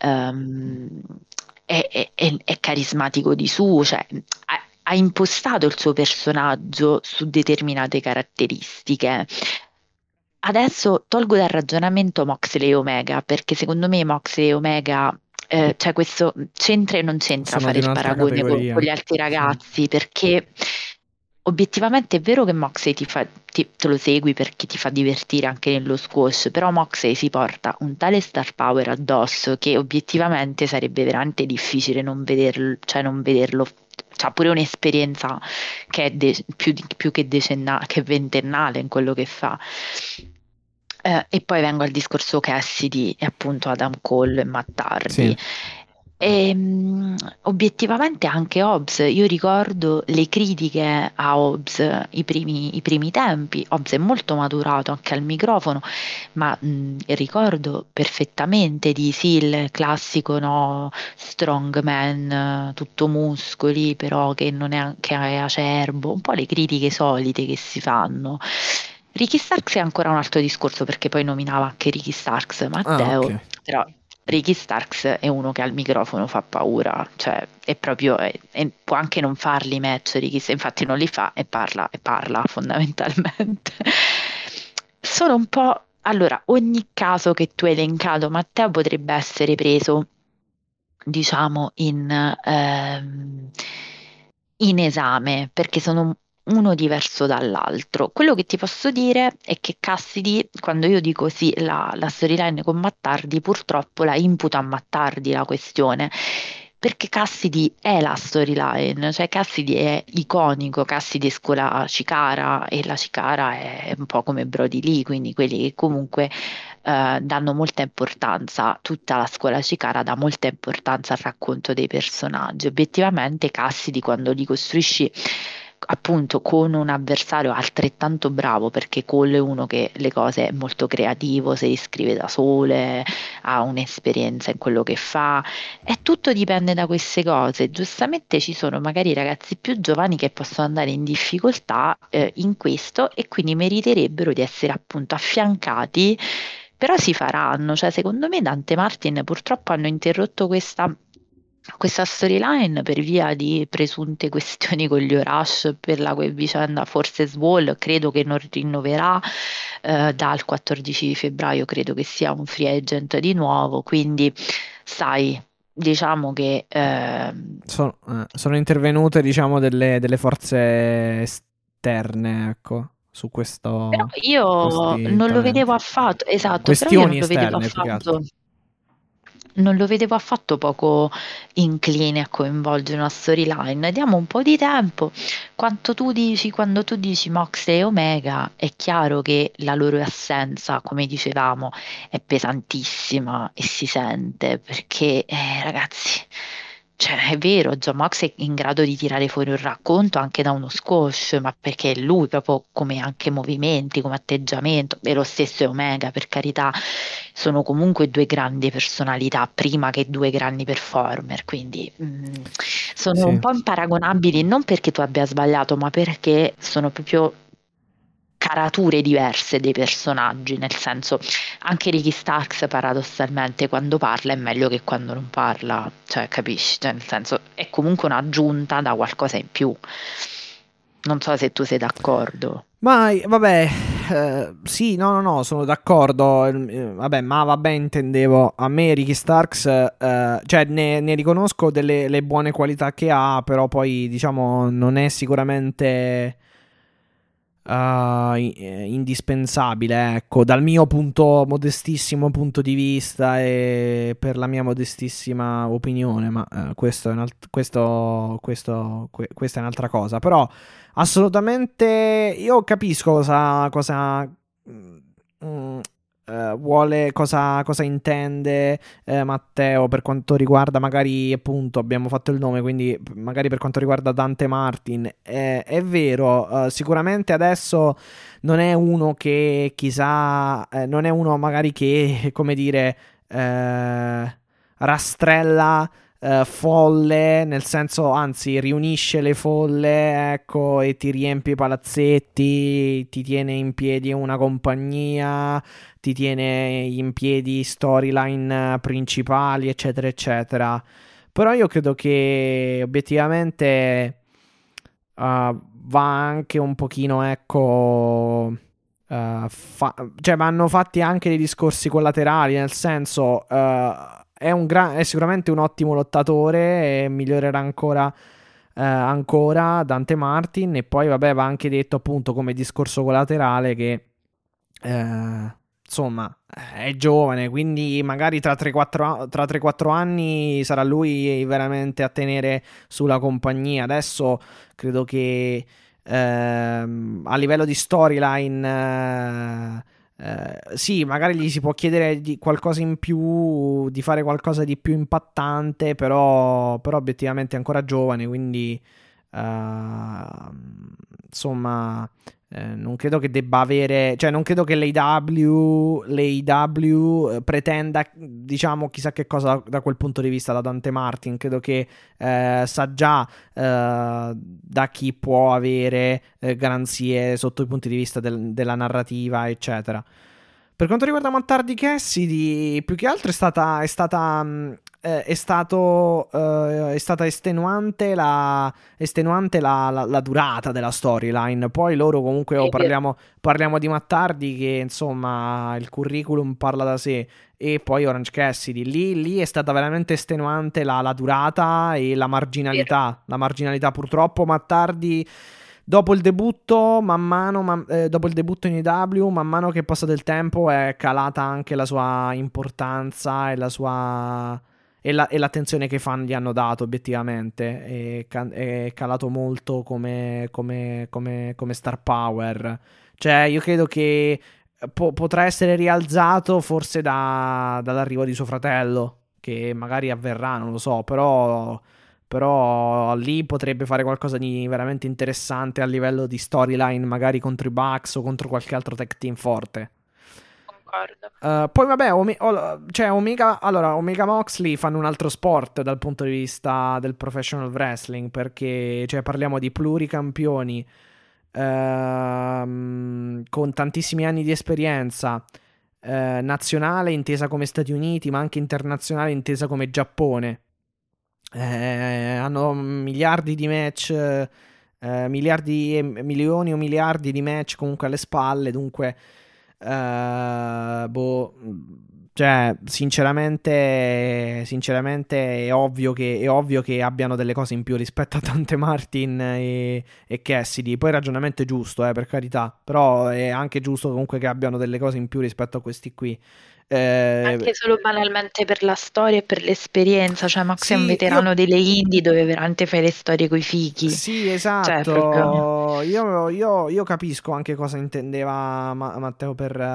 è carismatico di suo, cioè ha impostato il suo personaggio su determinate caratteristiche. Adesso tolgo dal ragionamento Moxley e Omega, perché secondo me Moxley e Omega, cioè questo c'entra e non c'entra Sono fare di il un'altra paragone categoria. con gli altri Sì. ragazzi, perché obiettivamente è vero che Moxley te lo segui perché ti fa divertire anche nello squash, però Moxley si porta un tale star power addosso che obiettivamente sarebbe veramente difficile non vederlo, cioè non vederlo. C'ha pure un'esperienza che è più che che ventennale in quello che fa. E poi vengo al discorso Cassidy e appunto Adam Cole e Matt Hardy. Sì. Obiettivamente anche Hobbs, io ricordo le critiche a Hobbs i primi tempi. Hobbs è molto maturato anche al microfono, ma ricordo perfettamente di sì, il classico no, strongman, tutto muscoli, però che non è che è acerbo, un po' le critiche solite che si fanno. Ricky Starks è ancora un altro discorso perché poi nominava anche Ricky Starks, Ah, Matteo, ok. però Ricky Starks è uno che al microfono fa paura, cioè è proprio, può anche non farli i match, infatti non li fa e parla fondamentalmente. Sono un po', allora, ogni caso che tu hai elencato, Matteo, potrebbe essere preso, diciamo, in esame, perché sono uno diverso dall'altro. Quello che ti posso dire è che Cassidy, quando io dico sì, la storyline con Mattardi, purtroppo la imputo a Mattardi la questione. Perché Cassidy è la storyline, cioè Cassidy è iconico, Cassidy è scuola Cicara e la Cicara è un po' come Brody Lee, quindi quelli che comunque danno molta importanza, tutta la scuola Cicara dà molta importanza al racconto dei personaggi. Obiettivamente Cassidy quando li costruisci appunto con un avversario altrettanto bravo, perché Cole è uno che le cose è molto creativo, se li scrive da sole, ha un'esperienza in quello che fa, e tutto dipende da queste cose. Giustamente ci sono magari ragazzi più giovani che possono andare in difficoltà in questo e quindi meriterebbero di essere appunto affiancati, però si faranno. Cioè, secondo me Dante Martin purtroppo hanno interrotto questa storyline per via di presunte questioni con gli Orash per la vicenda Force Swall, credo che non rinnoverà dal 14 febbraio, credo che sia un free agent di nuovo, quindi sai, diciamo che Sono intervenute, diciamo, delle forze esterne, ecco, su però questo, io questi non lo talenti. vedevo affatto, esatto, però io non Questioni lo vedevo esterne, più che altro. affatto. Non lo vedevo affatto poco incline a coinvolgere una storyline. Diamo un po' di tempo. Quando tu dici Moxley e Omega, è chiaro che la loro assenza, come dicevamo, è pesantissima e si sente perché, ragazzi, cioè, è vero, John Mox è in grado di tirare fuori un racconto anche da uno squash, ma perché è lui proprio come anche movimenti, come atteggiamento, e lo stesso è Omega, per carità, sono comunque due grandi personalità prima che due grandi performer, quindi sono Sì. un po' imparagonabili, non perché tu abbia sbagliato, ma perché sono proprio carature diverse dei personaggi, nel senso anche Ricky Starks paradossalmente quando parla è meglio che quando non parla, cioè capisci? Cioè, nel senso è comunque un'aggiunta da qualcosa in più. Non so se tu sei d'accordo. Ma vabbè, sì, no, sono d'accordo. Vabbè, intendevo, a me Ricky Starks, cioè ne riconosco le buone qualità che ha, però poi, diciamo, non è sicuramente indispensabile, ecco, dal mio modestissimo punto di vista e per la mia modestissima opinione, ma questa è un'altra cosa, però assolutamente io capisco cosa intende Matteo per quanto riguarda, magari appunto abbiamo fatto il nome, quindi magari per quanto riguarda Dante Martin, è vero, sicuramente adesso non è uno che chissà, non è uno magari che, come dire, rastrella folle, nel senso, anzi, riunisce le folle, ecco, e ti riempie i palazzetti, ti tiene in piedi una compagnia, ti tiene in piedi storyline principali, eccetera, eccetera. Però io credo che obiettivamente va anche un pochino, ecco, cioè vanno fatti anche dei discorsi collaterali, nel senso, è sicuramente un ottimo lottatore e migliorerà ancora Dante Martin, e poi vabbè va anche detto appunto come discorso collaterale che insomma è giovane, quindi magari tra 3-4 anni sarà lui veramente a tenere sulla compagnia. Adesso credo che a livello di storyline sì, magari gli si può chiedere di qualcosa in più, di fare qualcosa di più impattante, però obiettivamente è ancora giovane, quindi insomma, non credo che debba avere, cioè non credo che l'AEW pretenda, diciamo, chissà che cosa da quel punto di vista da Dante Martin. Credo che sa già da chi può avere garanzie sotto i punti di vista della narrativa, eccetera. Per quanto riguarda Matt Hardy Cassidy, più che altro è stata estenuante la durata della storyline. Poi loro comunque parliamo di Matt Hardy, che insomma il curriculum parla da sé, e poi Orange Cassidy. Lì è stata veramente estenuante la durata e la marginalità. La marginalità, purtroppo Matt Hardy, dopo il debutto, dopo il debutto in AEW, man mano che è passato il tempo, è calata anche la sua importanza e l'attenzione che i fan gli hanno dato, obiettivamente. È calato molto come star power. Cioè, io credo che potrà essere rialzato forse dall'arrivo di suo fratello, che magari avverrà, non lo so, però lì potrebbe fare qualcosa di veramente interessante a livello di storyline, magari contro i Bucks o contro qualche altro tag team forte. Poi vabbè, Omega Moxley fanno un altro sport dal punto di vista del professional wrestling, perché cioè, parliamo di pluricampioni con tantissimi anni di esperienza, nazionale intesa come Stati Uniti, ma anche internazionale intesa come Giappone. Hanno miliardi di match, milioni o miliardi di match comunque alle spalle, dunque cioè sinceramente è ovvio che abbiano delle cose in più rispetto a Dante Martin e Cassidy. Poi il ragionamento è giusto, per carità, però è anche giusto comunque che abbiano delle cose in più rispetto a questi qui. Anche solo banalmente per la storia e per l'esperienza, cioè Max è un veterano delle indie dove veramente fai le storie coi fichi. Sì, esatto. Cioè, proprio... io capisco anche cosa intendeva Matteo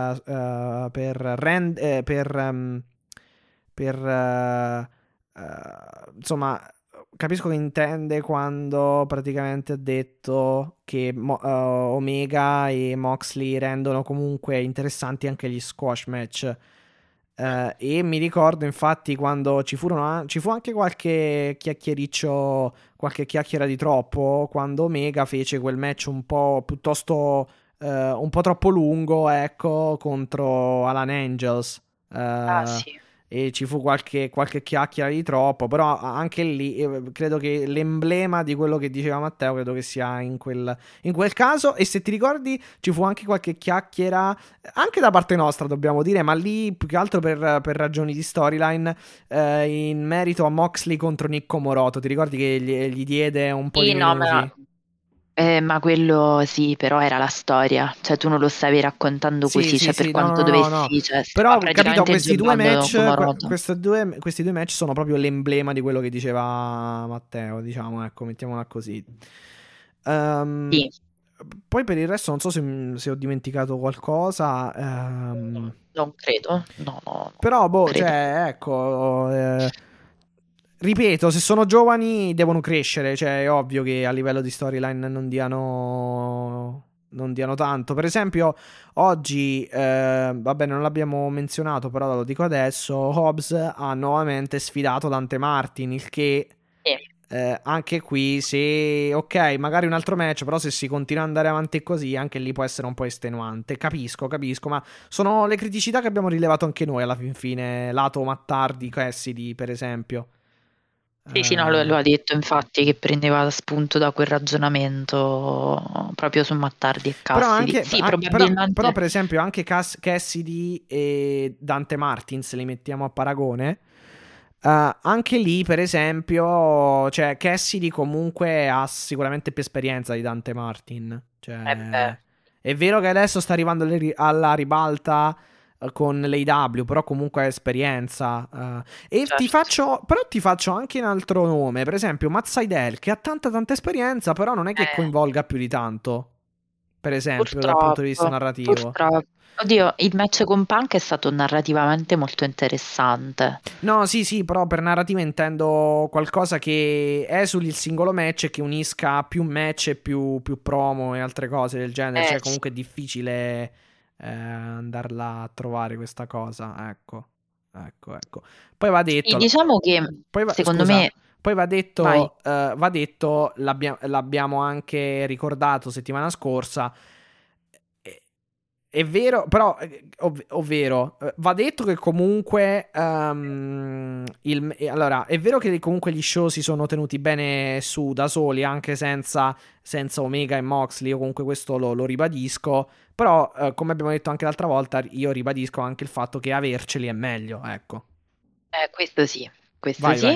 insomma, capisco che intende quando praticamente ha detto che Omega e Moxley rendono comunque interessanti anche gli squash match. E mi ricordo infatti quando ci fu anche qualche chiacchiericcio, qualche chiacchiera di troppo, quando Omega fece quel match un po' piuttosto un po' troppo lungo, ecco, contro Alan Angels. Sì. e ci fu qualche chiacchiera di troppo, però anche lì credo che l'emblema di quello che diceva Matteo credo che sia in quel caso. E se ti ricordi ci fu anche qualche chiacchiera anche da parte nostra, dobbiamo dire, ma lì più che altro per ragioni di storyline, in merito a Moxley contro Nick Comoroto. Ti ricordi che gli diede un po' di minuti? Ma quello sì, però era la storia, cioè tu non lo stavi raccontando così, cioè per quanto dovessi, cioè, però stava capito, praticamente questi due match sono proprio l'emblema di quello che diceva Matteo, diciamo, ecco, mettiamola così. Sì. Poi per il resto non so se ho dimenticato qualcosa. Non credo, no, Però credo. cioè, ecco, ripeto, se sono giovani devono crescere, cioè è ovvio che a livello di storyline non diano tanto. Per esempio, oggi, va bene, non l'abbiamo menzionato, però lo dico adesso, Hobbs ha nuovamente sfidato Dante Martin, il che anche qui, se ok, magari un altro match, però se si continua ad andare avanti così, anche lì può essere un po' estenuante. Capisco, ma sono le criticità che abbiamo rilevato anche noi alla fine, lato Mattardi, Cassidy, per esempio. Sì, no, lo ha detto infatti che prendeva spunto da quel ragionamento proprio su Mattardi e Cassidy. Sì, probabilmente. Però per esempio anche Cassidy e Dante Martin, se li mettiamo a paragone, anche lì per esempio, cioè Cassidy comunque ha sicuramente più esperienza di Dante Martin. Cioè, è vero che adesso sta arrivando alla ribalta con l'AEW, però comunque ha esperienza. E certo. ti faccio anche un altro nome, per esempio Matt Sydal, che ha tanta esperienza, però non è che coinvolga più di tanto, per esempio, dal punto di vista narrativo. Purtroppo. Oddio, il match con Punk è stato narrativamente molto interessante. No, sì, però per narrativa intendo qualcosa che esuli il singolo match e che unisca più match e più promo e altre cose del genere. Cioè, comunque è difficile andarla a trovare questa cosa. Ecco. Poi va detto. Sì, diciamo che secondo me. Poi va detto, l'abbiamo anche ricordato settimana scorsa. È vero, però, ovvero, va detto che comunque, allora, è vero che comunque gli show si sono tenuti bene su da soli, anche senza Omega e Moxley, io comunque questo lo ribadisco, però, come abbiamo detto anche l'altra volta, io ribadisco anche il fatto che averceli è meglio, ecco. Questo sì, Vai.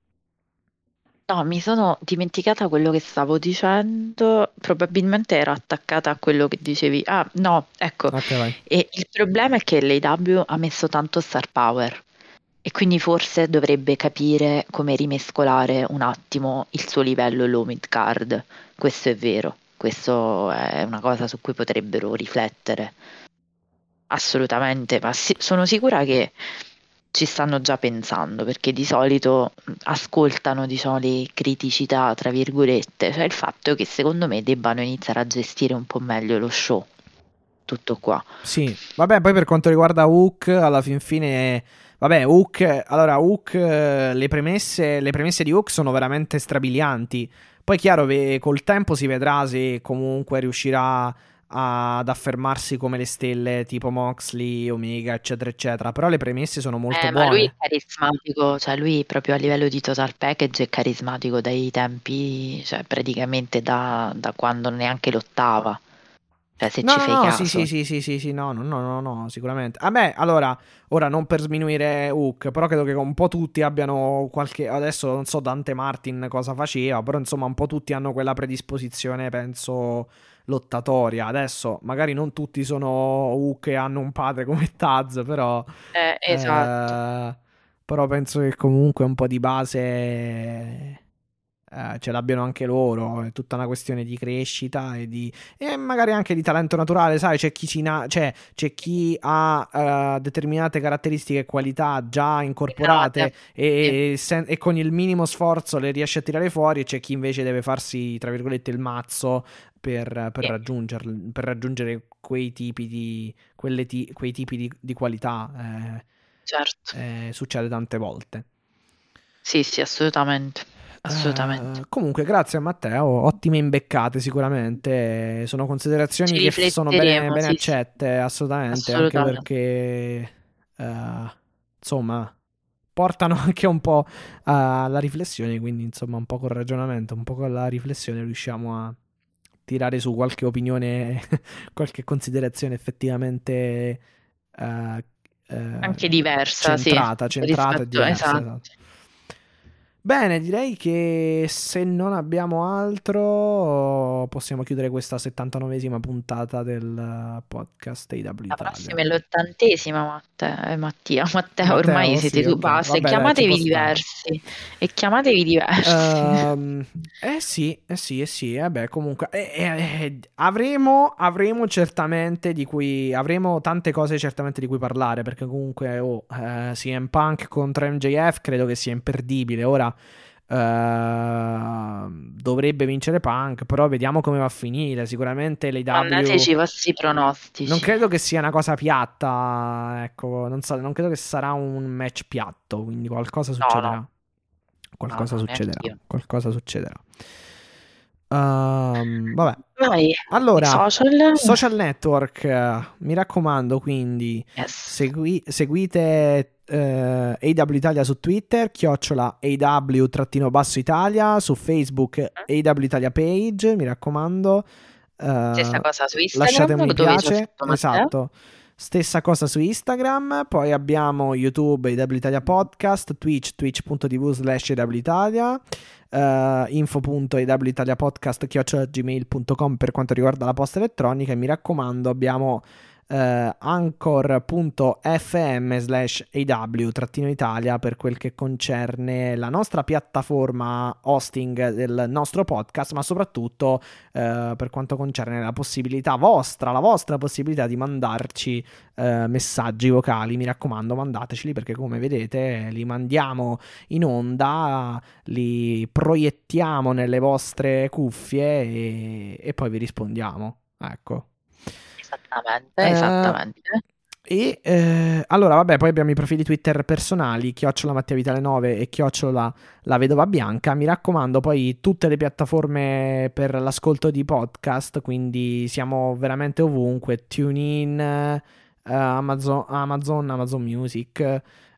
No, mi sono dimenticata quello che stavo dicendo, probabilmente era attaccata a quello che dicevi. Ah, no, ecco. Ok, vai. E il problema è che l'AEW ha messo tanto star power e quindi forse dovrebbe capire come rimescolare un attimo il suo livello low mid card. Questo è vero, questo è una cosa su cui potrebbero riflettere. Assolutamente, ma sono sicura che ci stanno già pensando, perché di solito ascoltano, diciamo, le criticità, tra virgolette, cioè il fatto che secondo me debbano iniziare a gestire un po' meglio lo show. Tutto qua. Sì, vabbè, poi per quanto riguarda Hook, alla fin fine, vabbè, Hook, le premesse di Hook sono veramente strabilianti. Poi chiaro, col tempo si vedrà se comunque riuscirà ad affermarsi come le stelle tipo Moxley, Omega, eccetera, eccetera. Però le premesse sono molto buone. Ma lui è carismatico, cioè lui proprio a livello di total package è carismatico dai tempi, cioè praticamente da quando neanche lottava. Cioè, se ci fai caso. Sì, no, sicuramente. A me, allora, ora non per sminuire Hook, però credo che un po' tutti abbiano qualche, adesso non so Dante Martin cosa faceva, però insomma un po' tutti hanno quella predisposizione, penso, lottatoria. Adesso magari non tutti sono Hook e hanno un padre come Taz, però esatto. però penso che comunque un po' di base ce l'abbiano anche loro. È tutta una questione di crescita e magari anche di talento naturale, sai, c'è chi ha determinate caratteristiche e qualità già incorporate e con il minimo sforzo le riesce a tirare fuori, e c'è chi invece deve farsi, tra virgolette, il mazzo per raggiungere quei tipi di qualità. Certo. Succede tante volte. Sì, assolutamente. Comunque, grazie a Matteo, ottime imbeccate sicuramente. Sono considerazioni che sono bene accette, assolutamente. Anche perché insomma, portano anche un po' alla riflessione, quindi insomma un po' col ragionamento, un po' con la riflessione riusciamo a tirare su qualche opinione, qualche considerazione effettivamente Anche diversa, centrata sì, e rispetto, diversa. esatto. Esatto. Bene, direi che se non abbiamo altro possiamo chiudere questa 79esima puntata del podcast AW La Italia. prossima è l'80esima, Mattia, Matteo, ormai Matteo, siete sì, tu, ok. basta, Vabbè, dai, ci chiamatevi può stare. diversi, e chiamatevi diversi. Sì, vabbè, comunque avremo certamente avremo tante cose certamente di cui parlare, perché comunque CM Punk contro MJF credo che sia imperdibile. Ora dovrebbe vincere Punk, però vediamo come va a finire. Sicuramente l'AEW Mandateci i vostri pronostici. non credo che sia una cosa piatta, ecco, non credo che sarà un match piatto, quindi qualcosa succederà. No. Qualcosa No, succederà. neanch'io. Qualcosa succederà. Vabbè. Vai, Allora, social network, mi raccomando, quindi yes. seguite AW Italia su Twitter, @AW_Italia, su Facebook AW Italia Page, mi raccomando. Stessa cosa su Instagram, Lasciate un mi dove ci ho piace, scritto Matteo. esatto. Stessa cosa su Instagram, poi abbiamo YouTube AW Italia Podcast, twitch.tv/AW Italia, info.awitaliapodcast@gmail.com per quanto riguarda la posta elettronica, e mi raccomando abbiamo anchor.fm/AW_Italia per quel che concerne la nostra piattaforma hosting del nostro podcast, ma soprattutto per quanto concerne la vostra possibilità di mandarci messaggi vocali. Mi raccomando, mandateceli, perché come vedete li mandiamo in onda, li proiettiamo nelle vostre cuffie e poi vi rispondiamo, ecco. Esattamente. E allora, vabbè, poi abbiamo i profili Twitter personali, @MattiaVitale9 e @La Vedova Bianca. Mi raccomando, poi tutte le piattaforme per l'ascolto di podcast, quindi siamo veramente ovunque: TuneIn, Amazon Music,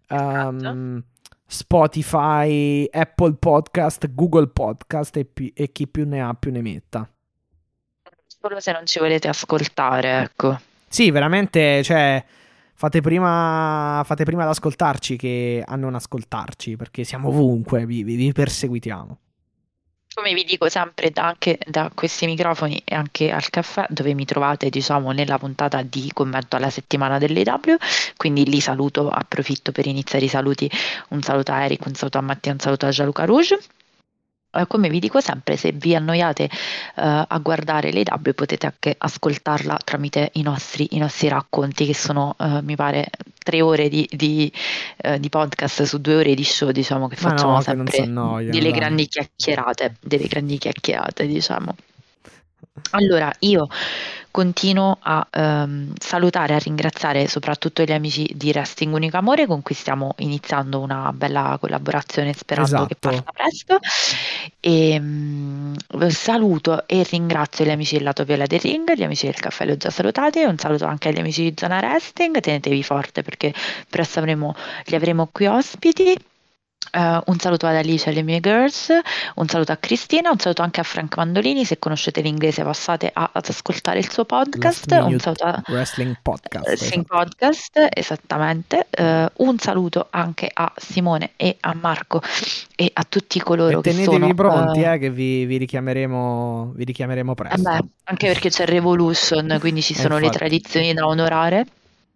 Spotify, Apple Podcast, Google Podcast e chi più ne ha più ne metta. Solo se non ci volete ascoltare, ecco. Sì, veramente, cioè, fate prima ad ascoltarci che a non ascoltarci, perché siamo ovunque, vi perseguitiamo. Come vi dico sempre anche da questi microfoni e anche al caffè, dove mi trovate, diciamo, nella puntata di commento alla settimana dell'AEW, quindi li saluto, approfitto per iniziare i saluti. Un saluto a Eric, un saluto a Mattia, un saluto a Gianluca Rouge. Come vi dico sempre, se vi annoiate a guardare l'AEW, potete anche ascoltarla tramite i nostri racconti, che sono, mi pare, 3 ore di podcast su 2 ore di show, diciamo, che facciamo sempre delle grandi chiacchierate, diciamo. Allora, io continuo a salutare, a ringraziare soprattutto gli amici di Wrestling Unico Amore, con cui stiamo iniziando una bella collaborazione, sperando che parta presto. E saluto e ringrazio gli amici del Lato Viola del Ring, gli amici del Caffè li ho già salutati. Un saluto anche agli amici di Zona Wrestling, tenetevi forte perché presto li avremo qui ospiti. Un saluto ad Alice e alle mie girls, un saluto a Cristina, un saluto anche a Frank Mandolini. Se conoscete l'inglese passate ad ascoltare il suo podcast. Un saluto a Wrestling Podcast, Podcast, esattamente. Un saluto anche a Simone e a Marco e a tutti coloro che sono tenetevi pronti, che vi richiameremo presto. Anche perché c'è Revolution, quindi ci sono le tradizioni da onorare.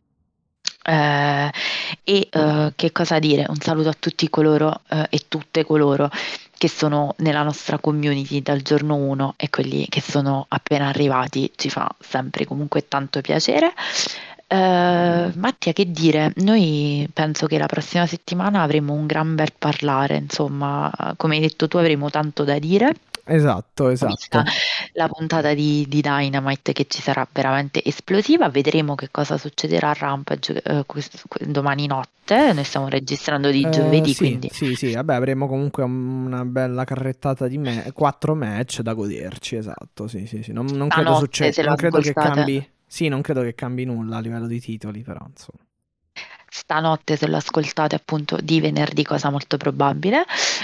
Che cosa dire? Un saluto a tutti coloro e tutte coloro che sono nella nostra community dal giorno 1 e quelli che sono appena arrivati. Ci fa sempre comunque tanto piacere. Mattia, che dire? Noi penso che la prossima settimana avremo un gran bel parlare, insomma, come hai detto tu, avremo tanto da dire. Esatto. La puntata di Dynamite, che ci sarà veramente esplosiva. Vedremo che cosa succederà a Rampage domani notte. Noi stiamo registrando di giovedì, quindi sì, vabbè, avremo comunque una bella carrettata di 4 match da goderci. Esatto, sì. Non credo succeda, non credo che cambi. Sì, non credo che cambi nulla a livello di titoli, però insomma. stanotte, se lo ascoltate appunto di venerdì, cosa molto probabile.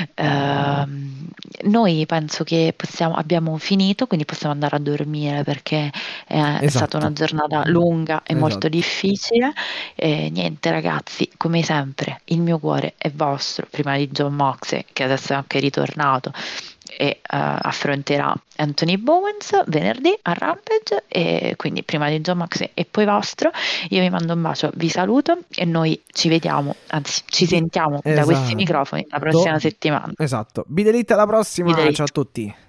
Noi penso che abbiamo finito, quindi possiamo andare a dormire perché è stata una giornata lunga e molto difficile. Niente ragazzi, come sempre il mio cuore è vostro, prima di Jon Moxley, che adesso è anche ritornato e affronterà Anthony Bowens venerdì a Rampage, e quindi prima di Jon Moxley e poi vostro. Io vi mando un bacio, vi saluto e noi ci vediamo, anzi ci sentiamo da questi microfoni la prossima settimana. Esatto, Bidelite alla prossima. Ciao a tutti.